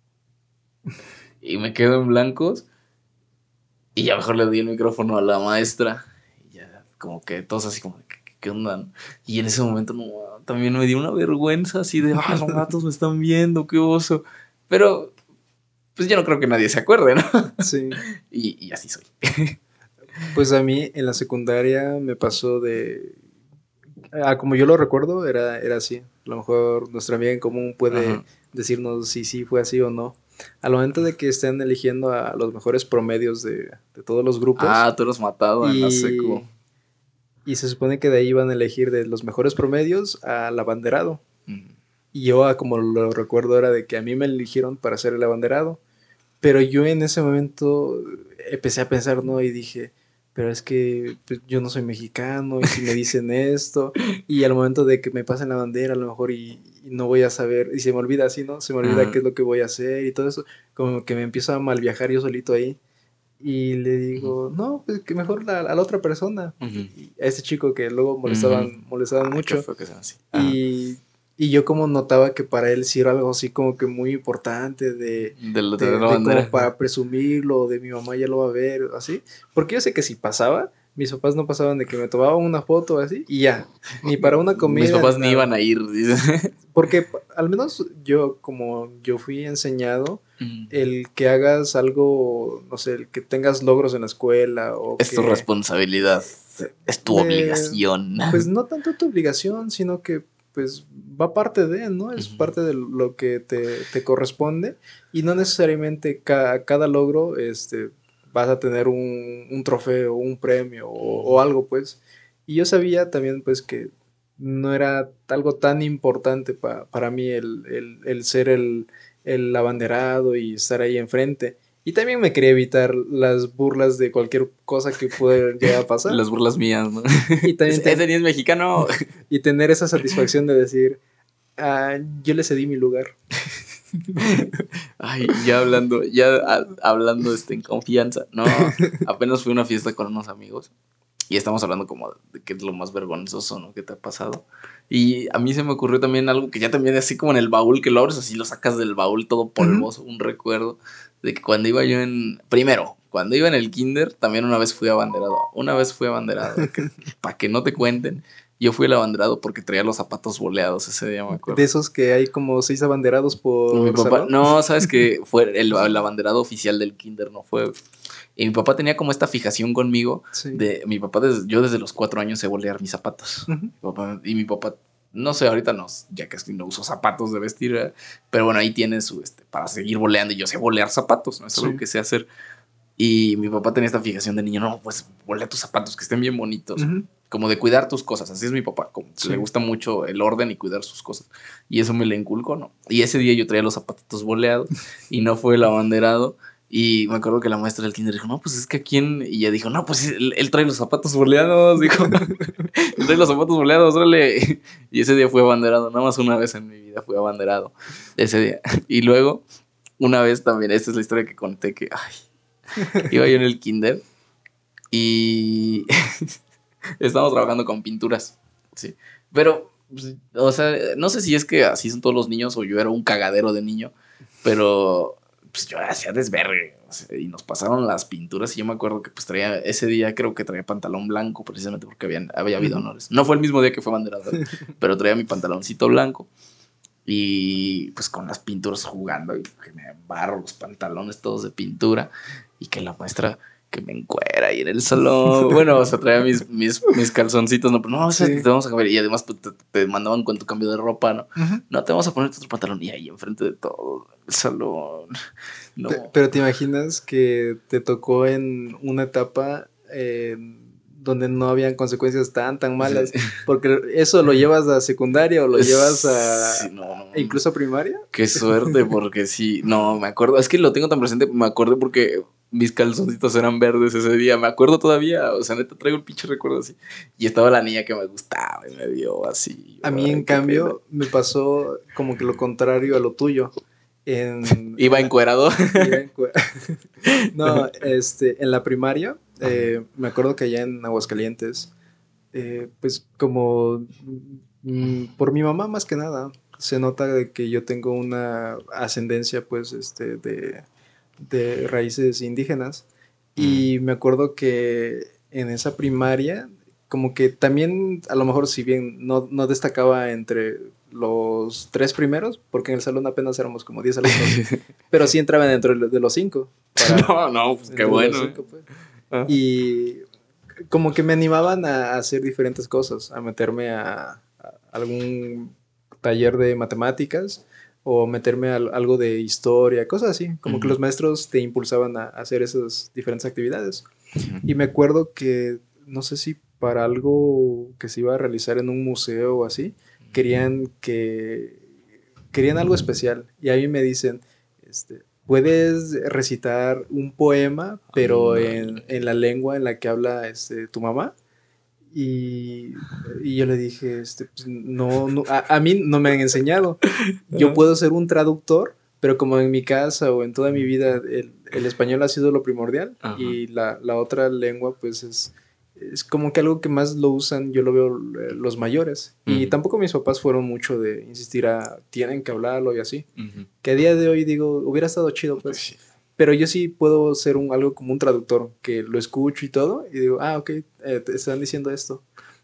Y me quedo en blancos. Y ya mejor le di el micrófono a la maestra. Y ya, como que todos así como, ¿qué, qué onda? ¿No? Y en ese momento no, también me dio una vergüenza así de, ah, los gatos me están viendo, qué oso. Pero, pues yo no creo que nadie se acuerde, ¿no? Sí. Y, y así soy. Pues a mí en la secundaria me pasó de... Ah, como yo lo recuerdo, era, era así. A lo mejor nuestra amiga en común puede Ajá. decirnos si sí fue así o no. Al momento de que estén eligiendo a los mejores promedios de, de todos los grupos Ah, tú eres matado en la secu. y, y se supone que de ahí van a elegir de los mejores promedios al abanderado. Mm. Y yo, ah, como lo recuerdo, era de que a mí me eligieron para ser el abanderado. Pero yo en ese momento empecé a pensar, ¿no? Y dije, pero es que pues, yo no soy mexicano, y si me dicen esto, y al momento de que me pasen la bandera, a lo mejor, y, y no voy a saber, y se me olvida así, ¿no? Se me olvida qué Ajá. es lo que voy a hacer y todo eso, como que me empiezo a mal viajar yo solito ahí. Y le Ujú. digo, no, pues que mejor la- a la otra persona, Ujú. y a ese chico que luego Ujú. molestaban, molestaban Ay, qué mucho. feo que sean así. Ajá. Y, y yo como notaba que para él sí era algo así como que muy importante de, De lo de de, la de como bandera. para presumirlo, de mi mamá ya lo va a ver, así. Porque yo sé que si pasaba, mis papás no pasaban de que me tomaban una foto así y ya, ni para una Mis comida ni papás ni nada. iban a ir, dice. Porque pa- al menos yo, como yo fui enseñado, Mm. el que hagas algo, no sé, el que tengas logros en la escuela o Es tu que responsabilidad. Es tu me, obligación. pues no tanto tu obligación, sino que pues va parte de, ¿no? Es Ujú. parte de lo que te, te corresponde y no necesariamente ca- cada logro este, vas a tener un, un trofeo, un premio o, o Ujú. algo, pues. Y yo sabía también, pues, que no era algo tan importante pa, para mí el, el, el ser el, el abanderado y estar ahí enfrente. Y también me quería evitar las burlas de cualquier cosa que pudiera llegar a pasar. Las burlas mías, ¿no? Y también ten... Ese ni es mexicano. Y tener esa satisfacción de decir, ah, yo le cedí mi lugar. Ay, ya hablando, ya a, hablando este, en confianza. No, apenas fui a una fiesta con unos amigos. Y estamos hablando como de qué es lo más vergonzoso, ¿no? ¿Qué te ha pasado? Y a mí se me ocurrió también algo que ya también así como en el baúl, que lo abres así, lo sacas del baúl todo polvoso, uh-huh. Un recuerdo de que cuando iba yo en... Primero, cuando iba en el kinder, también una vez fui abanderado. Una vez fui abanderado, para que no te cuenten. Yo fui el abanderado porque traía los zapatos boleados ese día, me acuerdo. De esos que hay como seis abanderados por mi papá, salón. No, sabes que fue el, el abanderado oficial del kinder, no fue... Y mi papá tenía como esta fijación conmigo. Sí. De mi papá, desde, yo desde los cuatro años sé bolear mis zapatos. Uh-huh. Mi papá, y mi papá, no sé, ahorita no, ya que no uso zapatos de vestir, ¿verdad? Pero bueno, ahí tiene su, este, para seguir boleando. Y yo sé bolear zapatos, ¿no? Eso sí. Es lo que sé hacer. Y mi papá tenía esta fijación de niño, no, pues bolea tus zapatos, que estén bien bonitos. Uh-huh. Como de cuidar tus cosas, así es mi papá, como sí. Le gusta mucho el orden y cuidar sus cosas. Y eso me le inculcó, ¿no? Y ese día yo traía los zapatitos boleados y no fue el abanderado. Y me acuerdo que la maestra del kinder dijo, no, pues es que a quién... Y ella dijo, no, pues él, él trae los zapatos boleados, dijo. Él trae los zapatos boleados, órale. Y ese día fue abanderado, nada más una vez en mi vida fui abanderado, ese día. Y luego, una vez también, esta es la historia que conté, que, ay, iba yo en el kinder y estábamos trabajando con pinturas, sí. Pero, pues, o sea, no sé si es que así son todos los niños o yo era un cagadero de niño, pero... pues yo hacía desvergue, o sea, y nos pasaron las pinturas y yo me acuerdo que pues traía, ese día creo que traía pantalón blanco precisamente porque habían, había habido honores. No fue el mismo día que fue abanderado, pero traía mi pantaloncito blanco y pues con las pinturas jugando y que me embarro los pantalones todos de pintura y que la maestra que me encuera ahí en el salón. Bueno, o sea, traía mis, mis, mis calzoncitos, no, pero no, o sea, sí. Te vamos a cambiar. Y además pues, te, te mandaban con tu cambio de ropa, ¿no? Uh-huh. No, te vamos a poner otro pantalón. Y ahí enfrente de todo el salón. No. Pero te imaginas que te tocó en una etapa eh, donde no habían consecuencias tan, tan malas. Sí. Porque eso lo llevas a secundaria o lo llevas a... Sí, no, no. Incluso a primaria. Qué suerte, porque sí. No, me acuerdo. Es que lo tengo tan presente. Me acuerdo porque... mis calzoncitos eran verdes ese día, me acuerdo todavía, o sea, neta traigo el pinche recuerdo así. Y estaba la niña que me gustaba y me vio así. A mí, en cambio, pena. Me pasó como que lo contrario a lo tuyo. En, ¿Iba encuerado? Iba encuerado. No, este, en la primaria, eh, me acuerdo que allá en Aguascalientes, eh, pues como mm, por mi mamá más que nada, se nota de que yo tengo una ascendencia, pues, este, de... de raíces indígenas y me acuerdo que en esa primaria como que también a lo mejor si bien no, no destacaba entre los tres primeros porque en el salón apenas éramos como diez alumnos pero sí entraba dentro de los cinco para, no, no, pues qué bueno cinco, pues. uh-huh. Y como que me animaban a hacer diferentes cosas, a meterme a, a algún taller de matemáticas o meterme a algo de historia, cosas así, como uh-huh. que los maestros te impulsaban a hacer esas diferentes actividades. Uh-huh. Y me acuerdo que, no sé si para algo que se iba a realizar en un museo o así, uh-huh. querían que, querían algo especial. Y a mí me dicen, este, puedes recitar un poema, pero uh-huh. en, en la lengua en la que habla este, tu mamá. Y, y yo le dije, este, pues, no, no a, a mí no me han enseñado. Yo puedo ser un traductor, pero como en mi casa o en toda mi vida el, el español ha sido lo primordial. Ajá. Y la, la otra lengua pues es, es como que algo que más lo usan, yo lo veo los mayores. Uh-huh. Y tampoco mis papás fueron mucho de insistir a, tienen que hablarlo y así. Uh-huh. Que a día de hoy digo, hubiera estado chido pues. Sí. Pero yo sí puedo ser un, algo como un traductor, que lo escucho y todo, y digo, ah, ok, eh, te están diciendo esto.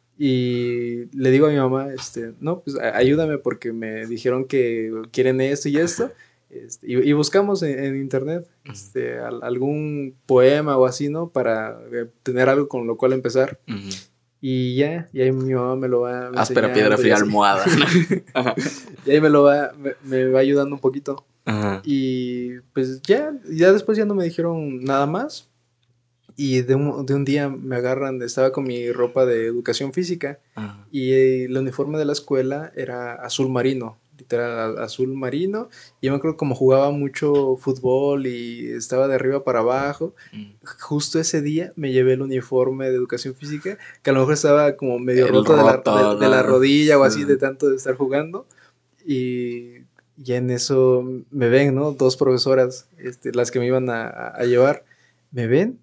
Y le digo a mi mamá, este, no, pues ayúdame porque me dijeron que quieren esto y esto. Este, y, y buscamos en, en internet este, al, algún poema o así, ¿no? Para eh, tener algo con lo cual empezar. Uh-huh. Y ya, y ahí mi mamá me lo va áspera, piedra fría, almohada. Y ahí me lo va, me, me va ayudando un poquito. Ajá. Y pues ya, ya después ya no me dijeron nada más. Y de un, de un día me agarran, estaba con mi ropa de educación física. Ajá. Y el uniforme de la escuela era azul marino, literal azul marino. Y yo me acuerdo como jugaba mucho fútbol y estaba de arriba para abajo. Mm. Justo ese día me llevé el uniforme de educación física, que a lo mejor estaba como medio roto, roto de, la, de, de la rodilla o así de tanto de estar jugando. Y, y en eso me ven, ¿no? Dos profesoras, este, las que me iban a, a llevar, me ven.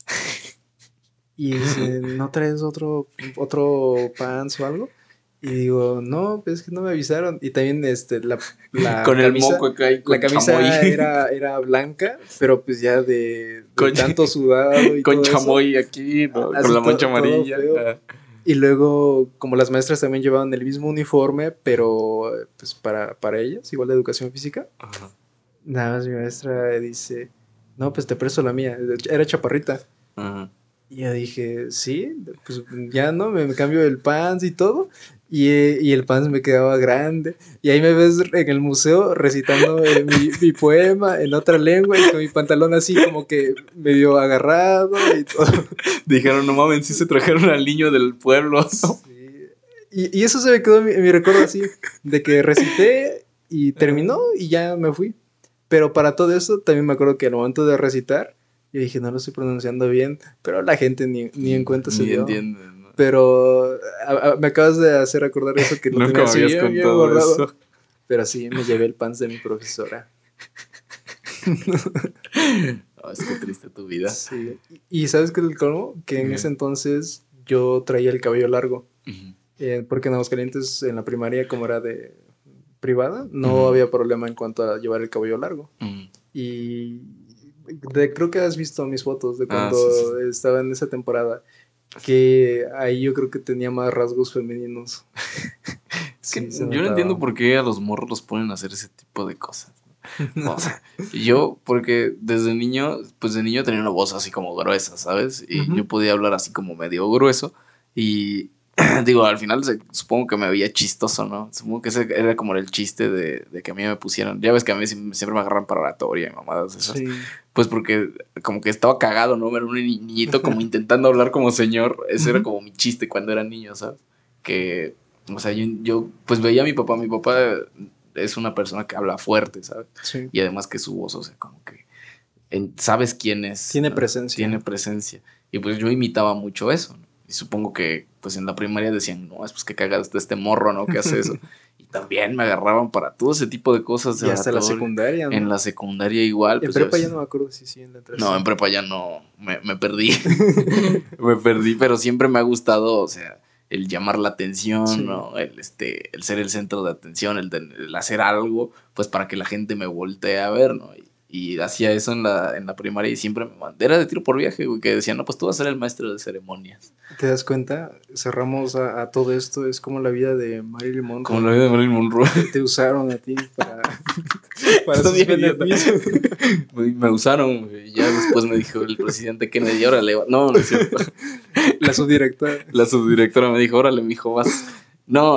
Y dice, ¿no traes otro, otro pants o algo? Y digo, no, pues es que no me avisaron. Y también este, la, la con camisa, el moco acá y con la camisa chamoy. Era, era blanca, pero pues ya de, de con, tanto sudado y con todo chamoy eso, aquí, ¿no? Con la mancha to, amarilla. Ah. Y luego, como las maestras también llevaban el mismo uniforme, pero pues para, para ellas, igual de educación física. Ajá. Nada más mi maestra dice, no, pues te presto la mía. Era chaparrita. Ajá. Y yo dije, sí, pues ya no, me, me cambio el pants y todo. Y, y el pants me quedaba grande. Y ahí me ves en el museo recitando eh, mi, mi poema en otra lengua y con mi pantalón así como que medio agarrado y todo. Dijeron, no mames, sí se trajeron al niño del pueblo, ¿no? Sí. Y, y eso se me quedó en mi, en mi recuerdo así, de que recité y terminó y ya me fui. Pero para todo eso también me acuerdo que al momento de recitar, yo dije, no lo estoy pronunciando bien, pero la gente ni, ni en cuenta se ni dio. entiende, ¿no? Pero a, a, me acabas de hacer acordar eso que no tenía así me habías bien, contado bien eso. Pero sí, me llevé el pants de mi profesora. Oh, es que triste tu vida. Sí. Y, y ¿sabes qué es el colmo? Que en uh-huh. ese entonces yo traía el cabello largo. Uh-huh. Eh, porque en Aguascalientes, en la primaria, como era de privada, no uh-huh. había problema en cuanto a llevar el cabello largo. Uh-huh. Y de, creo que has visto mis fotos de cuando ah, sí, sí. estaba en esa temporada, que ahí yo creo que tenía más rasgos femeninos. Es que sí, yo no entiendo por qué a los morros los ponen a hacer ese tipo de cosas. O sea, yo, porque desde niño, pues de niño tenía una voz así como gruesa, ¿sabes? Y uh-huh. yo podía hablar así como medio grueso. Y digo, al final se, supongo que me veía chistoso, ¿no? Supongo que ese era como el chiste de, de que a mí me pusieran. Ya ves que a mí siempre me agarran para oratoria y mamadas esas. Sí. Pues porque como que estaba cagado, ¿no? Era un niñito como intentando hablar como señor. Ese uh-huh. era como mi chiste cuando era niño, ¿sabes? Que, o sea, yo, yo pues veía a mi papá. Mi papá es una persona que habla fuerte, ¿sabes? Sí. Y además que su voz, o sea, como que en, sabes quién es. Tiene ¿no? presencia. Tiene presencia. Y pues yo imitaba mucho eso, ¿no? Y supongo que pues en la primaria decían, no, es pues que cagas de este morro, ¿no? Que hace eso. Y también me agarraban para todo ese tipo de cosas. De y hasta la secundaria, ¿no? En la secundaria igual. En pues, prepa ya no me acuerdo si sí, en la tercera. No, en prepa ya no, me, me perdí. me perdí, pero siempre me ha gustado, o sea, el llamar la atención, sí. ¿no? El, este, el ser el centro de atención, el, de, el hacer algo, pues para que la gente me voltee a ver, ¿no? Y, y hacía eso en la, en la primaria y siempre me mandé. Era de tiro por viaje, güey, que decían, no, pues tú vas a ser el maestro de ceremonias. ¿Te das cuenta? Cerramos a, a todo esto, es como la vida de Marilyn Monroe. Como la vida de Marilyn Monroe. Te, te usaron a ti para, para sus beneficios. Me usaron, güey. Ya después me dijo el presidente Kennedy, órale, no, no es cierto. La subdirectora. La subdirectora me dijo, órale, mijo, vas. No,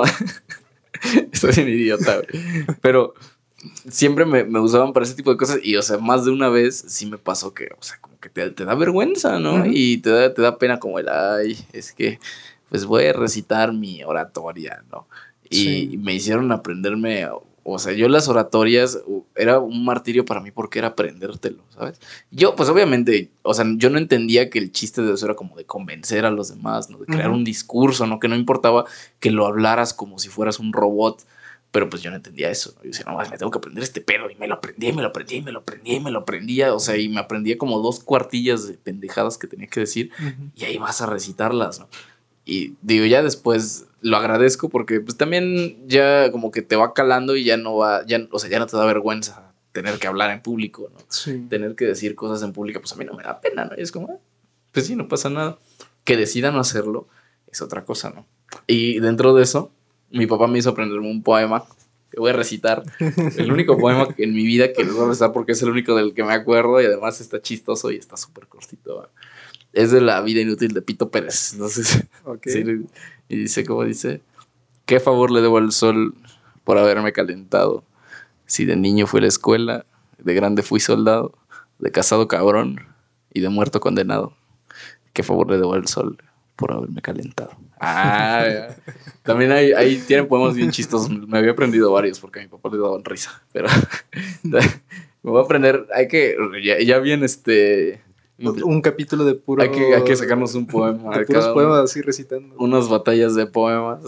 estoy bien idiota, güey. Pero siempre me, me usaban para ese tipo de cosas y, o sea, más de una vez sí me pasó que, o sea, como que te, te da vergüenza, ¿no? Uh-huh. Y te da, te da pena como el, ay, es que, pues voy a recitar mi oratoria, ¿no? Y, sí. y me hicieron aprenderme, o sea, yo las oratorias, era un martirio para mí porque era aprendértelo, ¿sabes? Yo, pues obviamente, o sea, yo no entendía que el chiste de eso era como de convencer a los demás, ¿no? De crear uh-huh. un discurso, ¿no? Que no importaba que lo hablaras como si fueras un robot. Pero pues yo no entendía eso, ¿no? Yo decía, no, me tengo que aprender este pedo. Y me lo aprendí, me lo aprendí, me lo aprendí, me lo aprendía. O sea, y me aprendía como dos cuartillas de pendejadas que tenía que decir. Uh-huh. Y ahí vas a recitarlas, ¿no? Y digo, ya después lo agradezco porque pues también ya como que te va calando y ya no va, ya, o sea, ya no te da vergüenza tener que hablar en público, ¿no? Sí. Tener que decir cosas en público, pues a mí no me da pena, ¿no? Y es como, pues sí, no pasa nada. Que decidan no hacerlo es otra cosa, ¿no? Y dentro de eso, mi papá me hizo aprenderme un poema que voy a recitar. El único poema en mi vida que les voy a recitar porque es el único del que me acuerdo y además está chistoso y está súper cortito, ¿no? Es de La vida inútil de Pito Pérez. Entonces, okay. Sí, y dice, ¿cómo dice? ¿Qué favor le debo al sol por haberme calentado? Si de niño fui a la escuela, de grande fui soldado, de casado cabrón y de muerto condenado. ¿Qué favor le debo al sol por haberme calentado? Ah, también hay, ahí tienen poemas bien chistosos. Me había aprendido varios porque a mi papá le daban risa. Pero me voy a aprender. Hay que. Ya, ya bien, este. Un capítulo de puro. Hay que, hay que sacarnos un poema. De puros poemas así recitando. Unas batallas de poemas.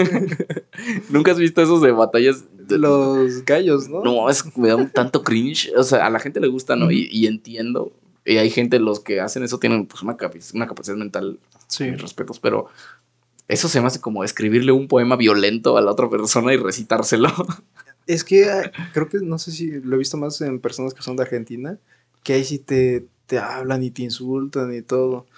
¿Nunca has visto esos de batallas? De, los gallos, ¿no? No, es, me da un tanto cringe. O sea, a la gente le gusta, ¿no? Uh-huh. y, y entiendo. Y hay gente, los que hacen eso tienen pues una, capac- una capacidad mental. Sí. Mis respetos, pero eso se me hace como escribirle un poema violento a la otra persona y recitárselo. Es que creo que, no sé si lo he visto más en personas que son de Argentina, que ahí sí te, te hablan y te insultan y todo.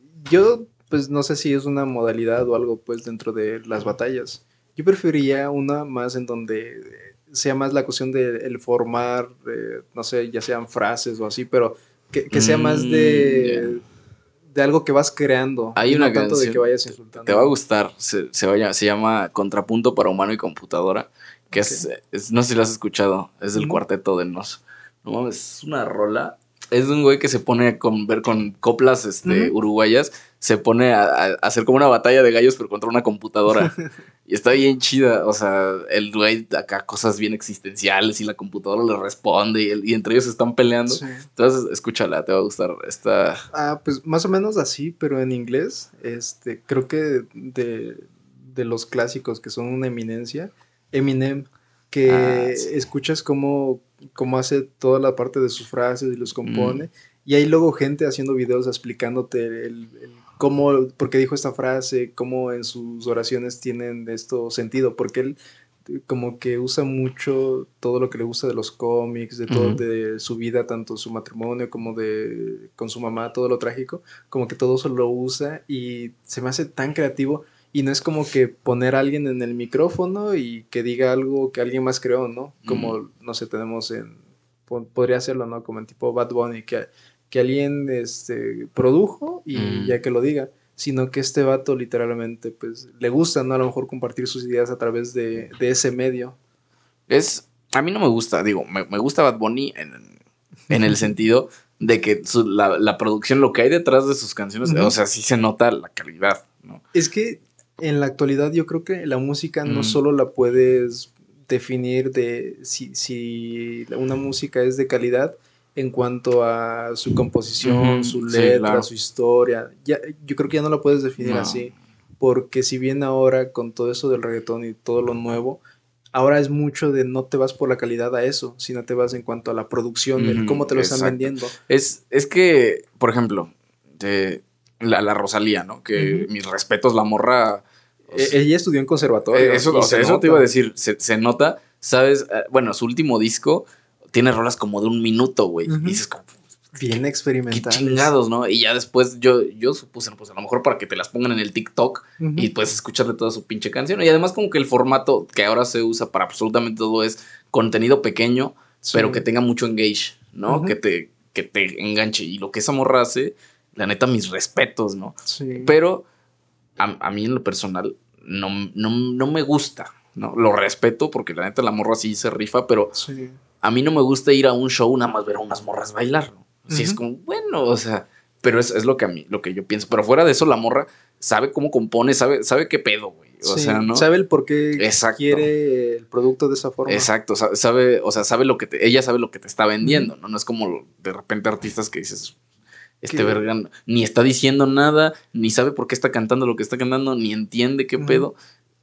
Yo, pues no sé si es una modalidad o algo pues dentro de las batallas. Yo preferiría una más en donde sea más la cuestión de el formar, eh, no sé, ya sean frases o así, pero que, que sea más de... Mm, yeah. De algo que vas creando. Hay y una no tanto canción, de que vayas insultando. Te va a gustar. Se, se, vaya, se llama Contrapunto para Humano y Computadora. Que okay. es, es. No sé si la has escuchado. Es del uh-huh. Cuarteto de Nos. No mames, es una rola. Es de un güey que se pone a con, ver con coplas este, uh-huh. uruguayas. Se pone a, a hacer como una batalla de gallos, pero contra una computadora. Y está bien chida. O sea, el güey acá cosas bien existenciales y la computadora le responde y, el, y entre ellos están peleando. Sí. Entonces, escúchala, te va a gustar. Está... Ah, pues más o menos así, pero en inglés. Este, creo que de, de los clásicos que son una eminencia, Eminem, que ah, sí. escuchas cómo, cómo hace toda la parte de sus frases y los compone. Mm. Y hay luego gente haciendo videos explicándote el, el cómo, por qué dijo esta frase, cómo en sus oraciones tienen esto sentido, porque él como que usa mucho todo lo que le gusta de los cómics, de todo, uh-huh. de su vida, tanto su matrimonio como de con su mamá, todo lo trágico, como que todo eso lo usa y se me hace tan creativo. Y no es como que poner a alguien en el micrófono y que diga algo que alguien más creó, ¿no? Como, mm. no sé, tenemos en... Podría hacerlo, ¿no? Como en tipo Bad Bunny, que, que alguien este, produjo y mm. ya que lo diga. Sino que este vato literalmente, pues, le gusta, ¿no? A lo mejor compartir sus ideas a través de, de ese medio. Es... A mí no me gusta, digo, me, me gusta Bad Bunny en, en el sentido de que su, la, la producción, lo que hay detrás de sus canciones, uh-huh. o sea, sí se nota la calidad, ¿no? Es que en la actualidad yo creo que la música mm. no solo la puedes definir de si, si una música es de calidad en cuanto a su composición, uh-huh. su letra, sí, claro. su historia. Ya, yo creo que ya no la puedes definir no. así, porque si bien ahora con todo eso del reggaetón y todo lo nuevo, ahora es mucho de no te vas por la calidad a eso, sino te vas en cuanto a la producción, uh-huh. el cómo te lo Exacto. están vendiendo. Es, es que, por ejemplo, de... La, la Rosalía, ¿no? Que uh-huh. mis respetos, la morra... O sea, ella estudió en conservatorio. Eh, eso, o sea, eso te iba a decir, se, se nota, ¿sabes? Eh, bueno, su último disco tiene rolas como de un minuto, güey. Uh-huh. Y dices como... Bien experimentales. Qué chingados, ¿no? Y ya después yo, yo supuse, pues a lo mejor para que te las pongan en el TikTok uh-huh. y puedes escucharle toda su pinche canción. Y además como que el formato que ahora se usa para absolutamente todo es contenido pequeño, sí. pero que tenga mucho engage, ¿no? Uh-huh. Que te, que te enganche. Y lo que esa morra hace... La neta, mis respetos, ¿no? Sí. Pero a, a mí en lo personal no, no, no me gusta, ¿no? Lo respeto porque la neta la morra sí se rifa, pero sí. a mí no me gusta ir a un show nada más ver a unas morras bailar, ¿no? Así uh-huh. es como, bueno, o sea, pero es, es lo que a mí, lo que yo pienso. Pero fuera de eso, la morra sabe cómo compone, sabe, sabe qué pedo, güey. O sí, sea, ¿no? Sabe el por qué Exacto. quiere el producto de esa forma. Exacto, sabe, o sea, sabe lo que te, ella sabe lo que te está vendiendo, uh-huh. ¿no? No es como de repente artistas que dices... Este verga ni está diciendo nada, ni sabe por qué está cantando lo que está cantando, ni entiende qué uh-huh. pedo.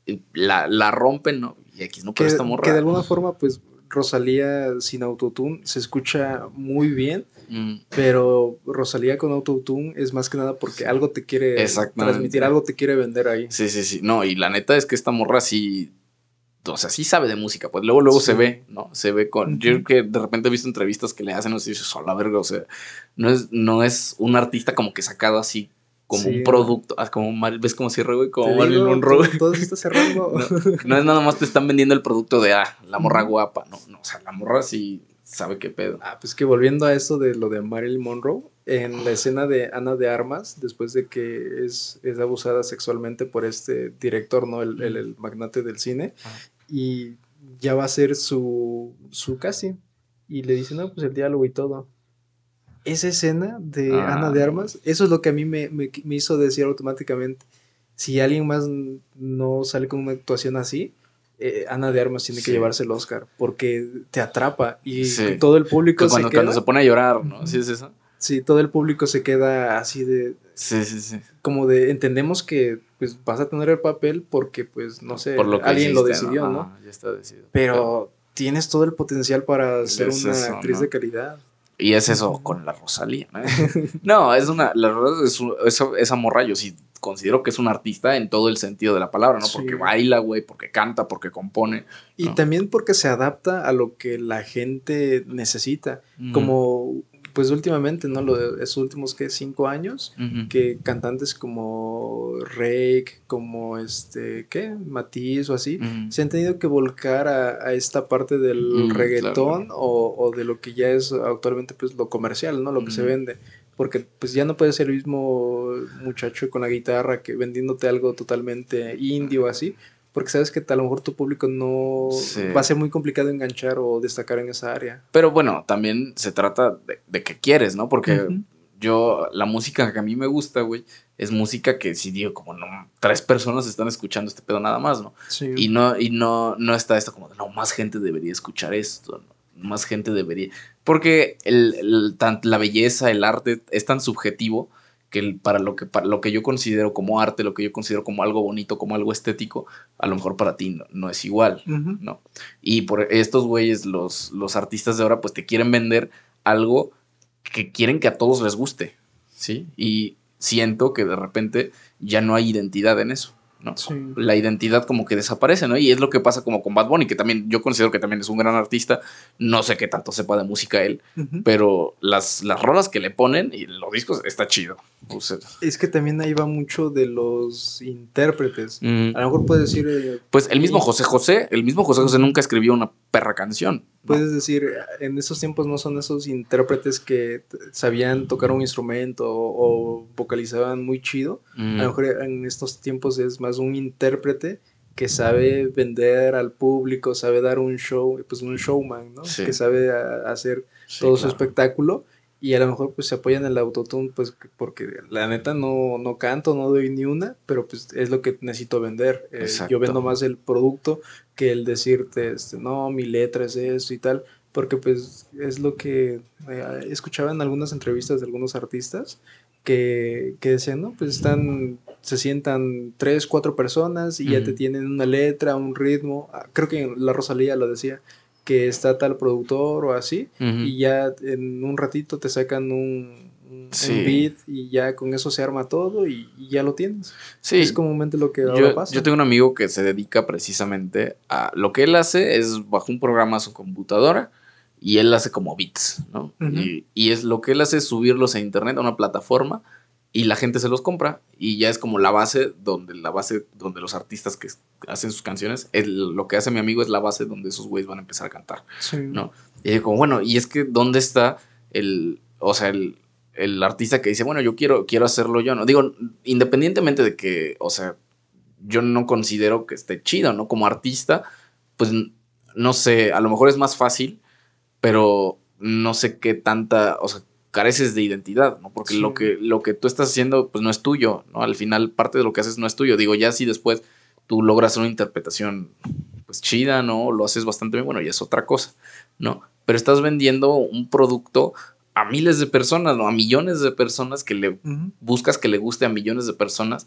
La, la rompen, ¿no? Y aquí no, pero esta morra. Que de alguna forma, pues, Rosalía sin autotune se escucha muy bien, mm. pero Rosalía con autotune es más que nada porque algo te quiere transmitir, algo te quiere vender ahí. Sí, sí, sí. No, y la neta es que esta morra sí... O sea, sí sabe de música, pues luego, luego sí. se ve, ¿no? Se ve con... Uh-huh. Yo que de repente he visto entrevistas que le hacen así, dices, a la verga, o sea, no es, no es un artista como que sacado así, como sí, un producto, no. como Mar, ¿ves cómo cierra, güey? Como Marilyn Monroe. Todo está cerrando. no, no es nada más te están vendiendo el producto de, ah, la morra uh-huh. guapa, no, no, o sea, la morra sí sabe qué pedo. Ah, pues que volviendo a eso de lo de Marilyn Monroe, en la escena de Ana de Armas, después de que es, es abusada sexualmente por este director, ¿no? El, el, el magnate del cine, uh-huh. y ya va a ser su, su casting. Y le dice, no, pues el diálogo y todo. esa escena de ah. Ana de Armas, eso es lo que a mí me, me, me hizo decir automáticamente, si alguien más no sale con una actuación así, eh, Ana de Armas tiene sí. que llevarse el Oscar, porque te atrapa y sí. todo el público que cuando, se queda... Cuando se pone a llorar, ¿no? ¿Sí es eso? Sí, todo el público se queda así de... Sí, sí, sí. Como de, entendemos que pues vas a tener el papel porque, pues, no sé, lo alguien hiciste, lo decidió, ¿no? ¿no? Ya está decidido. Pero, pero tienes todo el potencial para ser una eso, actriz ¿no? de calidad. Y es eso uh-huh. con la Rosalía, ¿no? No, es una... La verdad es esa, esa morra, yo sí considero que es un artista en todo el sentido de la palabra, ¿no? Sí. Porque baila, güey, porque canta, porque compone. Y ¿no? también porque se adapta a lo que la gente necesita. Uh-huh. Como... Pues últimamente, ¿no? Lo de esos últimos, ¿qué? Cinco años, uh-huh. que cantantes como Rake, como este, ¿qué? Matiz o así, uh-huh. se han tenido que volcar a, a esta parte del uh-huh, reggaetón claro. o, o de lo que ya es actualmente, pues, lo comercial, ¿no? Lo uh-huh. que se vende. Porque, pues, ya no puede ser el mismo muchacho con la guitarra que vendiéndote algo totalmente indie o así. Porque sabes que a lo mejor tu público no sí. va a ser muy complicado enganchar o destacar en esa área. Pero bueno, también se trata de, de qué quieres, ¿no? Porque uh-huh. yo, la música que a mí me gusta, güey, es música que si digo, como no, tres personas están escuchando este pedo nada más, ¿no? Sí. Y no, y no, no está esto como, no, más gente debería escuchar esto, ¿no? Más gente debería. Porque el, el, tan, la belleza, el arte es tan subjetivo que el, para, lo que para lo que yo considero como arte, lo que yo considero como algo bonito, como algo estético, a lo mejor para ti no, no es igual, uh-huh. ¿no? Y por estos güeyes, los, los artistas de ahora, pues te quieren vender algo que quieren que a todos les guste, ¿sí? Y siento que de repente ya no hay identidad en eso, ¿no? Sí. La identidad como que desaparece, ¿no? Y es lo que pasa como con Bad Bunny, que también yo considero que también es un gran artista, no sé qué tanto sepa de música él, uh-huh. pero las, las rolas que le ponen y los discos está chido. O sea, es que también ahí va mucho de los intérpretes. Uh-huh. A lo mejor puedes decir... Eh, pues el mismo José José, el mismo José José nunca escribió una perra canción, ¿no? Puedes decir, en esos tiempos no son esos intérpretes que sabían tocar un instrumento o, o vocalizaban muy chido. Uh-huh. A lo mejor en estos tiempos es más un intérprete que sabe vender al público, sabe dar un show, pues un showman, ¿no? Sí. Que sabe a, hacer sí, todo claro. su espectáculo. Y a lo mejor pues se apoyan en el autotune, pues porque la neta no, no canto, no doy ni una, pero pues es lo que necesito vender. Eh, yo vendo más el producto que el decirte, este, no, mi letra es eso y tal, porque pues es lo que eh, escuchaba en algunas entrevistas de algunos artistas que, que decían, no, pues están, se sientan tres, cuatro personas y uh-huh. ya te tienen una letra, un ritmo, creo que la Rosalía lo decía, que está tal productor o así, uh-huh. y ya en un ratito te sacan un, un, sí. un beat y ya con eso se arma todo y, y ya lo tienes. Sí. Es comúnmente lo que ahora yo, pasa. Yo tengo un amigo que se dedica precisamente a... Lo que él hace es bajo un programa a su computadora y él hace como beats, ¿no? Uh-huh. Y, y es lo que él hace es subirlos a internet, a una plataforma, y la gente se los compra y ya es como la base donde la base donde los artistas que hacen sus canciones, el, lo que hace mi amigo es la base donde esos güeyes van a empezar a cantar, sí. ¿no? Y como bueno, y es que ¿dónde está el, o sea, el, el artista que dice, bueno, yo quiero, quiero hacerlo yo, ¿no? Digo, independientemente de que, o sea, yo no considero que esté chido, ¿no? Como artista, pues, no sé, a lo mejor es más fácil, pero no sé qué tanta, o sea, careces de identidad, ¿no? Porque sí. lo que lo que tú estás haciendo, pues no es tuyo, ¿no? Al final, parte de lo que haces no es tuyo. Digo, ya si después tú logras una interpretación, pues chida, ¿no? Lo haces bastante bien, bueno, ya es otra cosa, ¿no? Pero estás vendiendo un producto a miles de personas, ¿no? A millones de personas que le uh-huh. buscas que le guste a millones de personas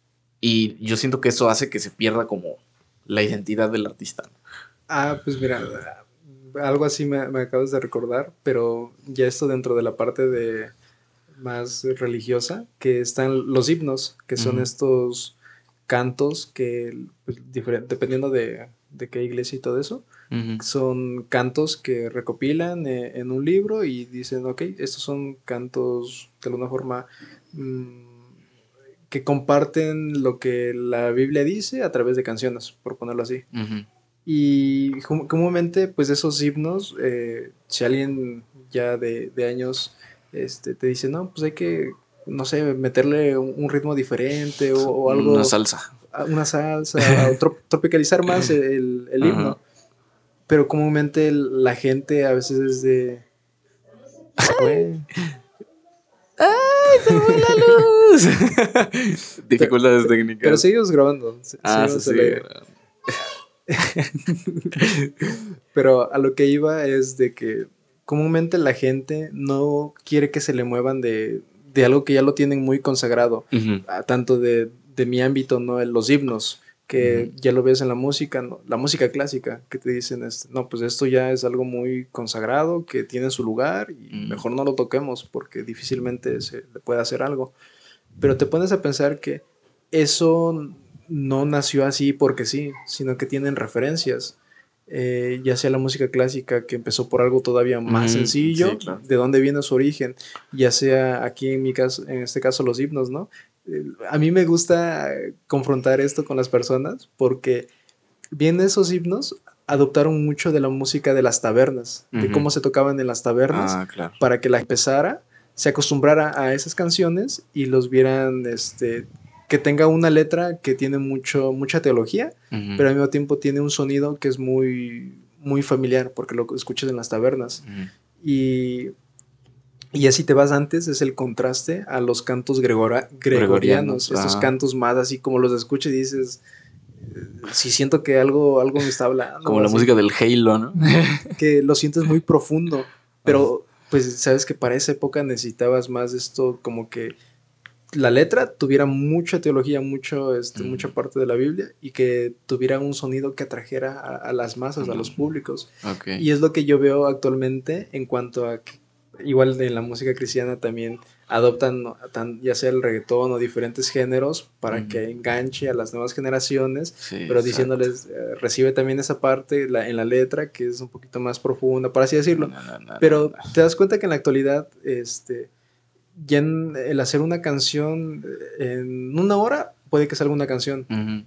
y yo siento que eso hace que se pierda como la identidad del artista. Ah, pues mira... Algo así me, me acabas de recordar, pero ya esto dentro de la parte de más religiosa, que están los himnos, que son uh-huh. estos cantos que, pues, diferente, dependiendo de, de qué iglesia y todo eso, uh-huh. son cantos que recopilan eh, en un libro y dicen, ok, estos son cantos de alguna forma mmm, que comparten lo que la Biblia dice a través de canciones, por ponerlo así. Uh-huh. Y comúnmente, pues esos himnos, eh, si alguien ya de, de años este, te dice, no, pues hay que, no sé, meterle un, un ritmo diferente o, o algo. Una salsa. Una salsa, o trop- tropicalizar más el, el himno. Uh-huh. Pero comúnmente la gente a veces es de... Güey, ¡Se fue la luz! Dificultades pero, técnicas. Pero seguimos grabando. Ah, sí, sí. Pero a lo que iba es de que comúnmente la gente no quiere que se le muevan de, de algo que ya lo tienen muy consagrado, uh-huh. a, tanto de, de mi ámbito, ¿no? Los himnos, que uh-huh. ya lo ves en la música, ¿no? La música clásica, que te dicen, este, no, pues esto ya es algo muy consagrado, que tiene su lugar y uh-huh. mejor no lo toquemos porque difícilmente se le puede hacer algo. Pero te pones a pensar que eso no nació así porque sí, sino que tienen referencias. Eh, ya sea la música clásica, que empezó por algo todavía más mm, sencillo, sí, claro. de dónde viene su origen, ya sea aquí en mi caso, en este caso los himnos, ¿no? Eh, a mí me gusta confrontar esto con las personas porque bien esos himnos adoptaron mucho de la música de las tabernas, uh-huh. de cómo se tocaban en las tabernas, ah, claro. para que la empezara, se acostumbrara a esas canciones y los vieran, este, que tenga una letra que tiene mucho, mucha teología, uh-huh. pero al mismo tiempo tiene un sonido que es muy, muy familiar, porque lo escuchas en las tabernas. Uh-huh. Y, y así te vas antes, es el contraste a los cantos gregora, gregorianos, gregorianos, estos ah. cantos más así como los escuchas y dices, sí siento que algo, algo me está hablando. Como la así, música del Halo, ¿no? Que lo sientes muy profundo, pero pues sabes que para esa época necesitabas más esto, como que la letra tuviera mucha teología, mucho, este, mm. mucha parte de la Biblia, y que tuviera un sonido que atrajera a, a las masas, mm. a los públicos. Okay. Y es lo que yo veo actualmente en cuanto a que, igual en la música cristiana también adoptan tan, ya sea el reggaetón o diferentes géneros para mm. que enganche a las nuevas generaciones, sí, pero diciéndoles, eh, recibe también esa parte la, en la letra que es un poquito más profunda, por así decirlo. No, no, no, pero no, no. Te das cuenta que en la actualidad, este... ya en el hacer una canción en una hora puede que salga una canción, uh-huh.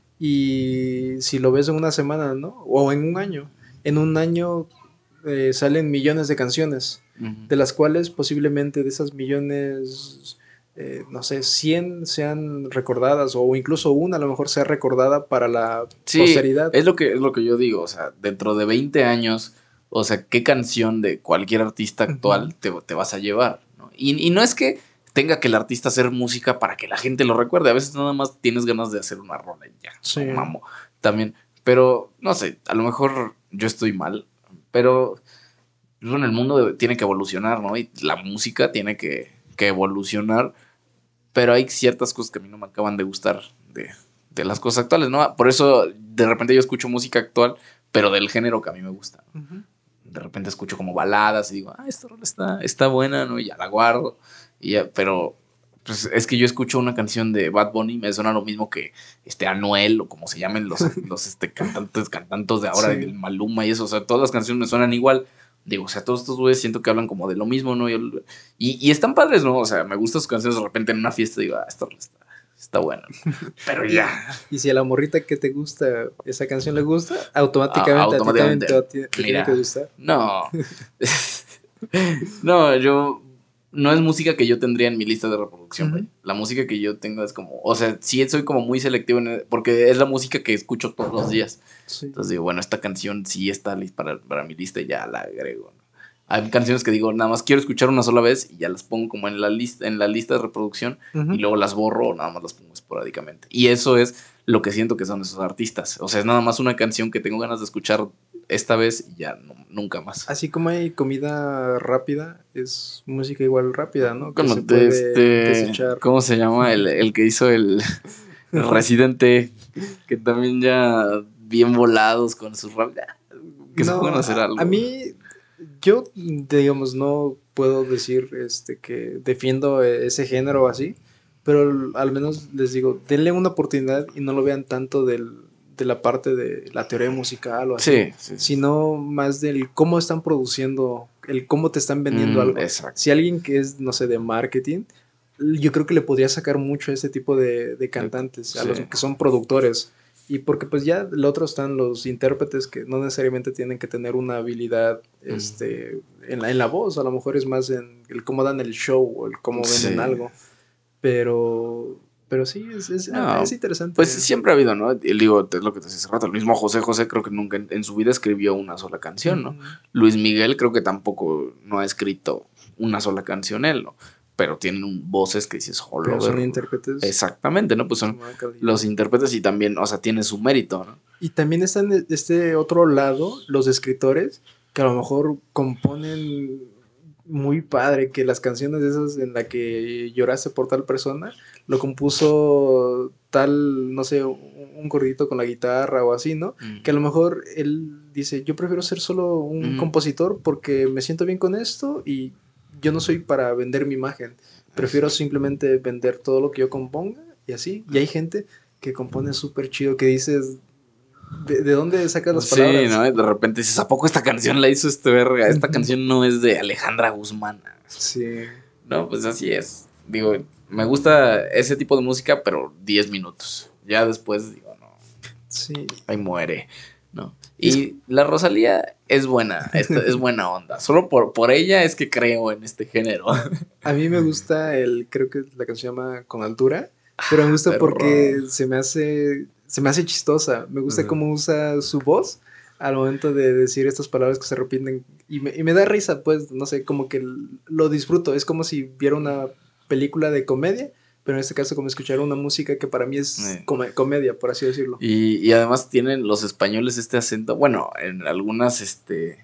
y si lo ves en una semana, ¿no? O en un año, en un año eh, salen millones de canciones, uh-huh. de las cuales posiblemente de esas millones, eh, no sé, cien sean recordadas, o incluso una a lo mejor sea recordada para la sí, posteridad. Es lo que, es lo que yo digo, o sea, dentro de veinte años, o sea, ¿qué canción de cualquier artista actual uh-huh. te, te vas a llevar? Y, y no es que tenga que el artista hacer música para que la gente lo recuerde. A veces nada más tienes ganas de hacer una rola y ya. Sí. Mamo. También. Pero, no sé, a lo mejor yo estoy mal. Pero bueno, el mundo tiene que evolucionar, ¿no? Y la música tiene que, que evolucionar. Pero hay ciertas cosas que a mí no me acaban de gustar de, de las cosas actuales, ¿no? Por eso de repente yo escucho música actual, pero del género que a mí me gusta, ¿no? Uh-huh. De repente escucho como baladas y digo, ah, esta rola está, está buena, ¿no? Y ya la guardo. Y ya, pero pues, es que yo escucho una canción de Bad Bunny y me suena lo mismo que este Anuel o como se llamen los, los este, cantantes, cantantes de ahora, sí. el Maluma y eso. O sea, todas las canciones me suenan igual. Digo, o sea, todos estos güeyes siento que hablan como de lo mismo, ¿no? Y, y, y están padres, ¿no? O sea, me gustan sus canciones de repente en una fiesta y digo, ah, esta rola está... Está bueno, pero ya. Y si a la morrita que te gusta esa canción le gusta, automáticamente, ah, automáticamente a ti también te, te mira, tiene que gustar. No. No, yo... No es música que yo tendría en mi lista de reproducción, güey. Uh-huh. La música que yo tengo es como... O sea, sí soy como muy selectivo en el, porque es la música que escucho todos los días. Sí. Entonces digo, bueno, esta canción sí está para, para mi lista y ya la agrego, ¿no? Hay canciones que digo, nada más quiero escuchar una sola vez y ya las pongo como en la lista, en la lista de reproducción, uh-huh. y luego las borro o nada más las pongo esporádicamente. Y eso es lo que siento que son esos artistas. O sea, es nada más una canción que tengo ganas de escuchar esta vez y ya no, nunca más. Así como hay comida rápida, es música igual rápida, ¿no? Que como se puede este, desechar. ¿Cómo se llama? El, el que hizo el, el Residente, que también ya bien volados con sus rap. Que no, se pueden hacer algo. A mí... Yo, digamos, no puedo decir este, que defiendo ese género así, pero al menos les digo, denle una oportunidad y no lo vean tanto del, de la parte de la teoría musical o así, sí, sí, sí. sino más del cómo están produciendo, el cómo te están vendiendo mm, algo. Exacto. Si alguien que es, no sé, de marketing, yo creo que le podría sacar mucho a ese tipo de, de cantantes, sí. a los que son productores. Y porque pues ya el otro están los intérpretes que no necesariamente tienen que tener una habilidad mm. este, en, la, en la voz, a lo mejor es más en el cómo dan el show o el cómo venden sí. algo, pero, pero sí, es, es, no, es interesante. Pues siempre ha habido, ¿no? Digo, es lo que te decía hace rato, el mismo José José creo que nunca en, en su vida escribió una sola canción, ¿no? Mm. Luis Miguel creo que tampoco no ha escrito una sola canción él, ¿no? pero tienen voces que dices, oh, pero son intérpretes. Exactamente, ¿no? Pues son los intérpretes y también, o sea, tiene su mérito, ¿no? Y también está en este otro lado los escritores que a lo mejor componen muy padre, que las canciones esas en la que lloraste por tal persona, lo compuso tal, no sé, un gordito con la guitarra o así, ¿no? Mm. Que a lo mejor él dice, yo prefiero ser solo un mm. compositor porque me siento bien con esto y yo no soy para vender mi imagen, prefiero simplemente vender todo lo que yo componga y así. Y hay gente que compone súper chido, que dices, ¿De, ¿de dónde sacas las palabras? Sí, ¿no? De repente dices, ¿a poco esta canción la hizo este verga? Esta uh-huh. canción no es de Alejandra Guzmán. Sí. No, pues así es. Digo, me gusta ese tipo de música, pero diez minutos. Ya después, digo, no. Sí. Ahí muere, ¿no? Y es... la Rosalía es buena, es, es buena onda. Solo por, por ella es que creo en este género. A mí me gusta el, creo que la canción se llama Con Altura, pero me gusta ah, porque se me hace... Se me hace chistosa, me gusta uh-huh. cómo usa su voz al momento de decir estas palabras que se repiten y me, y me da risa, pues, no sé, como que lo disfruto, es como si viera una película de comedia, pero en este caso como escuchar una música que para mí es uh-huh. com- comedia, por así decirlo. Y, y además tienen los españoles este acento, bueno, en algunas, este,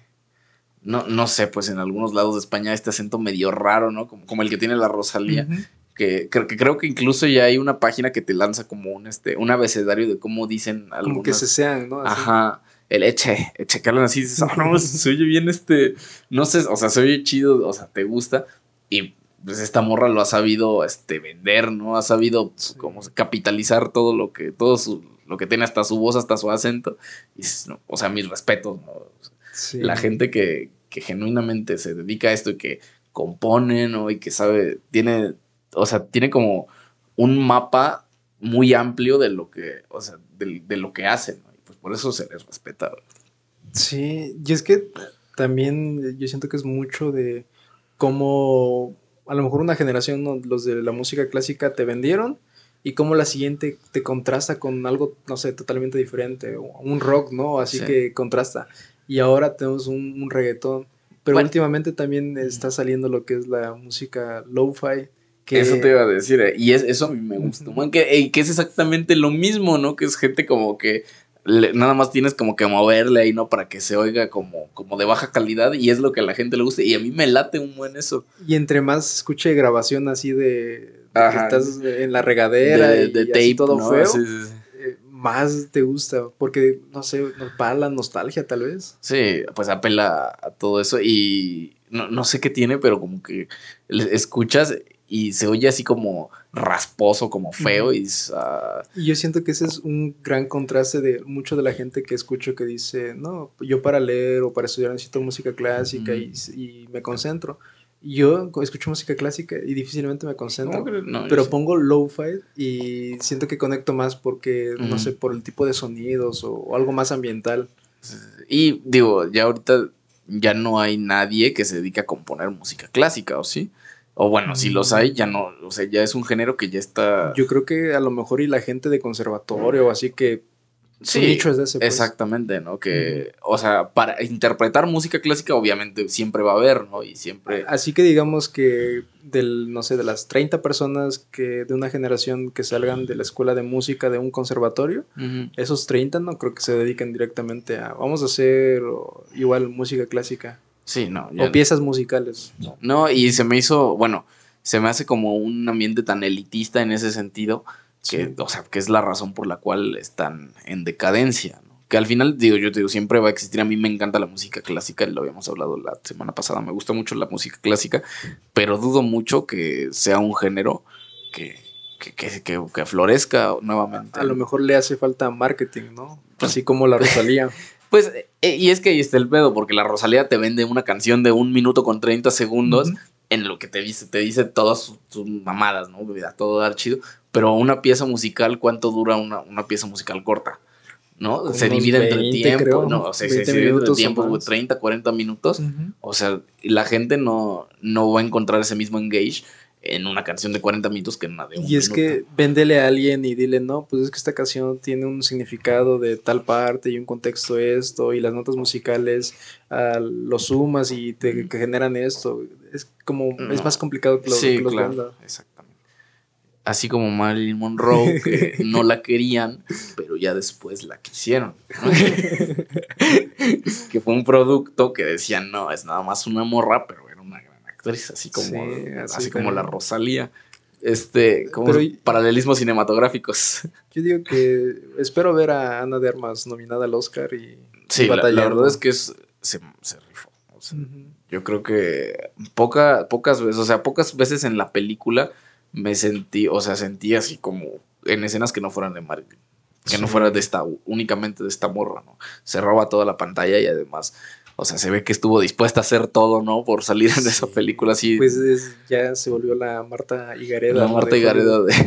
no, no sé, pues en algunos lados de España este acento medio raro, ¿no? Como, como el que tiene la Rosalía. Uh-huh. Que creo, que creo que incluso ya hay una página que te lanza como un este un abecedario de cómo dicen algunas... Como que se sean, ¿no? Así. Ajá, el eche, eche, que hablan así, dices, oh, no, se oye bien este, no sé, o sea, se oye chido, o sea, te gusta, y pues esta morra lo ha sabido este, vender, ¿no? Ha sabido sí. como capitalizar todo lo que, todo su, lo que tiene, hasta su voz, hasta su acento, y no, o sea, mis respetos, ¿no? Sí. La gente que, que genuinamente se dedica a esto y que compone, ¿no? Y que sabe, tiene... O sea, tiene como un mapa muy amplio de lo que, o sea, de, de lo que hacen, ¿no? Y pues por eso se les respeta, ¿verdad? Sí, y es que también yo siento que es mucho de cómo a lo mejor una generación, ¿no? Los de la música clásica te vendieron y cómo la siguiente te contrasta con algo, no sé, totalmente diferente, un rock, ¿no? Así sí. que contrasta. Y ahora tenemos un, un reggaetón, pero bueno, últimamente también está saliendo lo que es la música lo-fi. Que... Eso te iba a decir, eh, y es, eso a mí me gusta, uh-huh. que, que es exactamente lo mismo, ¿no? Que es gente como que le, nada más tienes como que moverle ahí, ¿no? Para que se oiga como, como de baja calidad y es lo que a la gente le gusta y a mí me late un buen eso. Y entre más escuche grabación así de, de que estás en la regadera de, de y tape, así todo ¿no? feo, sí, sí, sí. Eh, más te gusta, porque, no sé, para la nostalgia tal vez. Sí, pues apela a todo eso y no, no sé qué tiene, pero como que escuchas... Y se oye así como rasposo, como feo. Uh-huh. Y, uh... y yo siento que ese es un gran contraste de mucho de la gente que escucho que dice, no, yo para leer o para estudiar necesito música clásica uh-huh. y, y me concentro. Yo escucho música clásica y difícilmente me concentro, no, no, pero sí. pongo lo-fi y siento que conecto más porque, uh-huh. no sé, por el tipo de sonidos o, o algo más ambiental. Y digo, ya ahorita ya no hay nadie que se dedique a componer música clásica, ¿o sí? O bueno, si los hay, ya no, o sea, ya es un género que ya está... Yo creo que a lo mejor y la gente de conservatorio, así que... Sí, nicho es de ese, pues. Exactamente, ¿no? Que, uh-huh. o sea, para interpretar música clásica obviamente siempre va a haber, ¿no? Y siempre... Así que digamos que del, no sé, de las treinta personas que de una generación que salgan de la escuela de música de un conservatorio, uh-huh. esos treinta no creo que se dediquen directamente a... Vamos a hacer igual música clásica. Sí, no. O piezas musicales. No. no, y se me hizo, bueno, se me hace como un ambiente tan elitista en ese sentido, que, sí. o sea, que es la razón por la cual están en decadencia, ¿no? Que al final, digo, yo te digo, siempre va a existir, a mí me encanta la música clásica, lo habíamos hablado la semana pasada, me gusta mucho la música clásica, pero dudo mucho que sea un género que, que, que, que, que florezca nuevamente. A, a lo mejor le hace falta marketing, ¿no? Así como la Rosalía. Pues, eh, y es que ahí está el pedo, porque la Rosalía te vende una canción de un minuto con treinta segundos, uh-huh. en lo que te dice, te dice todas sus, sus mamadas, ¿no? Todo dar chido. Pero una pieza musical, ¿cuánto dura una, una pieza musical corta? ¿No? Con se divide veinte, entre tiempo, creo, ¿no? O sea, se, se divide entre tiempo, treinta, cuarenta minutos. Uh-huh. O sea, la gente no, no va a encontrar ese mismo engage en una canción de cuarenta minutos que en una de un Y es minuto. que véndele a alguien y dile, no, pues es que esta canción tiene un significado de tal parte y un contexto esto, y las notas musicales uh, lo sumas y te mm. generan esto. Es como, no. es más complicado que, lo, sí, que los claro, venda. Exactamente. Así como Marilyn Monroe, que no la querían, pero ya después la quisieron. Que fue un producto que decían, no, es nada más una morra, pero era una gran actriz, así como, sí, así así como la Rosalía. Este, como pero, paralelismos cinematográficos. Yo digo que espero ver a Ana de Armas nominada al Oscar y sí, y la, la verdad es que es, se, se rifó. O sea, uh-huh. Yo creo que poca, pocas veces, o sea, pocas veces en la película me sentí, o sea, sentí así como en escenas que no fueran de Marilyn, que sí. no fuera de esta, únicamente de esta morra, ¿no? Se roba toda la pantalla y además, o sea, se ve que estuvo dispuesta a hacer todo, ¿no? Por salir sí. en esa película así. Pues es, ya se volvió la Marta Higareda. La Marta Higareda de...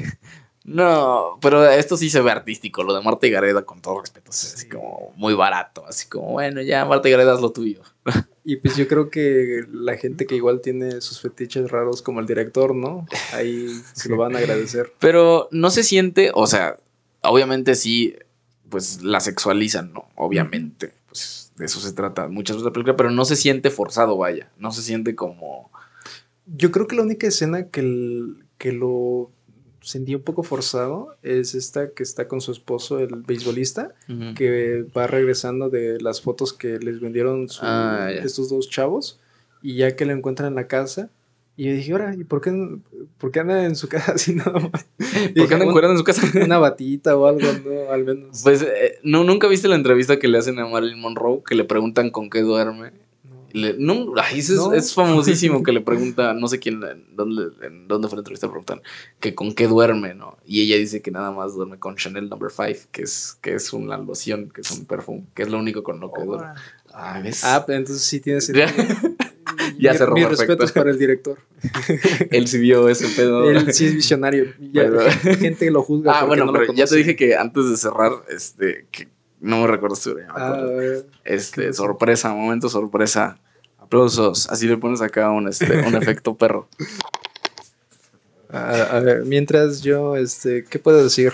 No, pero esto sí se ve artístico, lo de Marta Higareda, con todo respeto, es así sí. como muy barato, así como, bueno, ya Marta Higareda es lo tuyo. Y pues yo creo que la gente que igual tiene sus fetiches raros como el director, ¿no? Ahí se lo van a agradecer. Pero no se siente, o sea, obviamente sí, pues la sexualizan, ¿no? Obviamente, uh-huh. pues de eso se trata muchas veces la película, pero no se siente forzado, vaya, no se siente como... Yo creo que la única escena que, el, que lo sentí un poco forzado es esta que está con su esposo, el beisbolista, uh-huh. que va regresando de las fotos que les vendieron su, ah, yeah. estos dos chavos, y ya que lo encuentran en la casa, y yo dije, ahora, ¿y por qué, por qué anda en su casa así nada más? ¿Por qué anda encuerado en su casa? Una batita o algo, ¿no? Al menos. Pues, eh, no, ¿nunca viste la entrevista que le hacen a Marilyn Monroe? Que le preguntan con qué duerme. Le, no, ay, eso no. es, es famosísimo que le pregunta, no sé quién, en dónde, en dónde fue la entrevista, preguntan que con qué duerme, ¿no? Y ella dice que nada más duerme con Chanel Number five, que es, que es una loción, que es un perfume, que es lo único con lo que oh, duerme. Ah, ¿ves? Ah, entonces sí tiene sentido. Ya mi, cerró mis respetos para el director. Él sí vio ese pedo. Él sí es visionario. Ya, pero... gente lo juzga. Ah, bueno, no pero lo ya te dije que antes de cerrar, este, que no me recuerdo si me acuerdo. Ah, este, sorpresa, momento sorpresa. Aplausos, así le pones acá un, este, un efecto perro. A, a ver, mientras yo, este, ¿qué puedo decir?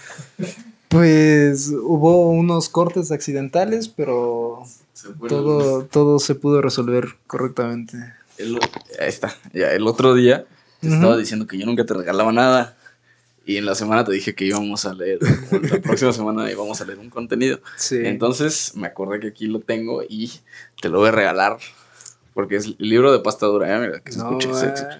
Pues hubo unos cortes accidentales, pero todo, todo se pudo resolver correctamente. El, ahí está, ya, el otro día te uh-huh. estaba diciendo que yo nunca te regalaba nada. Y en la semana te dije que íbamos a leer, la próxima semana íbamos a leer un contenido. Sí. Entonces me acordé que aquí lo tengo y te lo voy a regalar. Porque es el libro de pasta dura, ¿eh? Mira, que se no, escuche, que se escuche.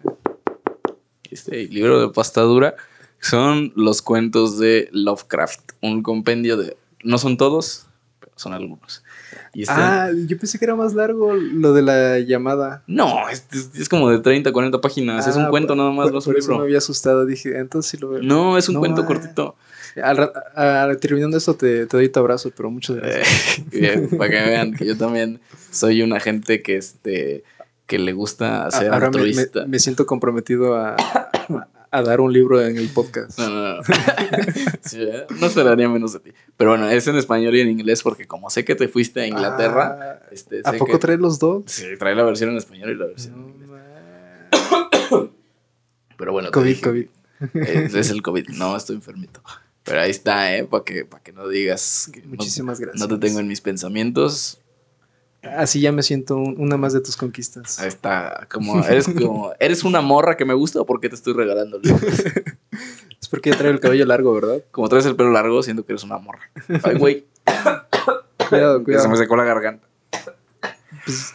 Este libro de pasta dura son los cuentos de Lovecraft. Un compendio de... No son todos, pero son algunos. Y este... Ah, yo pensé que era más largo lo de la llamada. No, es, es, es como de treinta, cuarenta páginas. Ah, es un cuento nada más. Por, no es un por libro. eso me había asustado. Dije, entonces sí lo veo. No, es un no, cuento ah. cortito. Al, al, terminando esto te, te doy tu abrazo, pero muchas gracias. Eh, bien, para que vean que yo también soy una gente que este que le gusta ser Ahora altruista. Me, me, me siento comprometido a, a, a dar un libro en el podcast. No, no, no. Sí, ¿eh? No esperaría menos de ti. Pero bueno, es en español y en inglés porque como sé que te fuiste a Inglaterra. Ah, este, ¿A sé poco que... trae los dos? Sí, trae la versión en español y la versión no, en inglés. Man. Pero bueno. COVID, dije, COVID. Es, es el COVID. No, estoy enfermito. Pero ahí está, ¿eh? Para que, pa que no digas que muchísimas no, gracias. No te tengo en mis pensamientos. Así ya me siento una más de tus conquistas. Ahí está. Como, eres como, ¿eres una morra que me gusta o por qué te estoy regalando libros? Es porque ya traigo el cabello largo, ¿verdad? Como traes el pelo largo, siento que eres una morra. Ay, güey. Cuidado, cuidado. Que se me secó la garganta. Pues,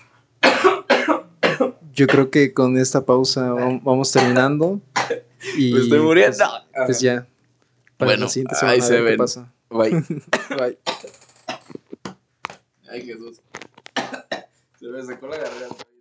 yo creo que con esta pausa vamos terminando. Y me estoy muriendo. Pues, pues ya. Para bueno, la siguiente semana ahí se ven. ¿Qué pasa? Bye. Bye. Ay, Jesús. Se me secó la garganta.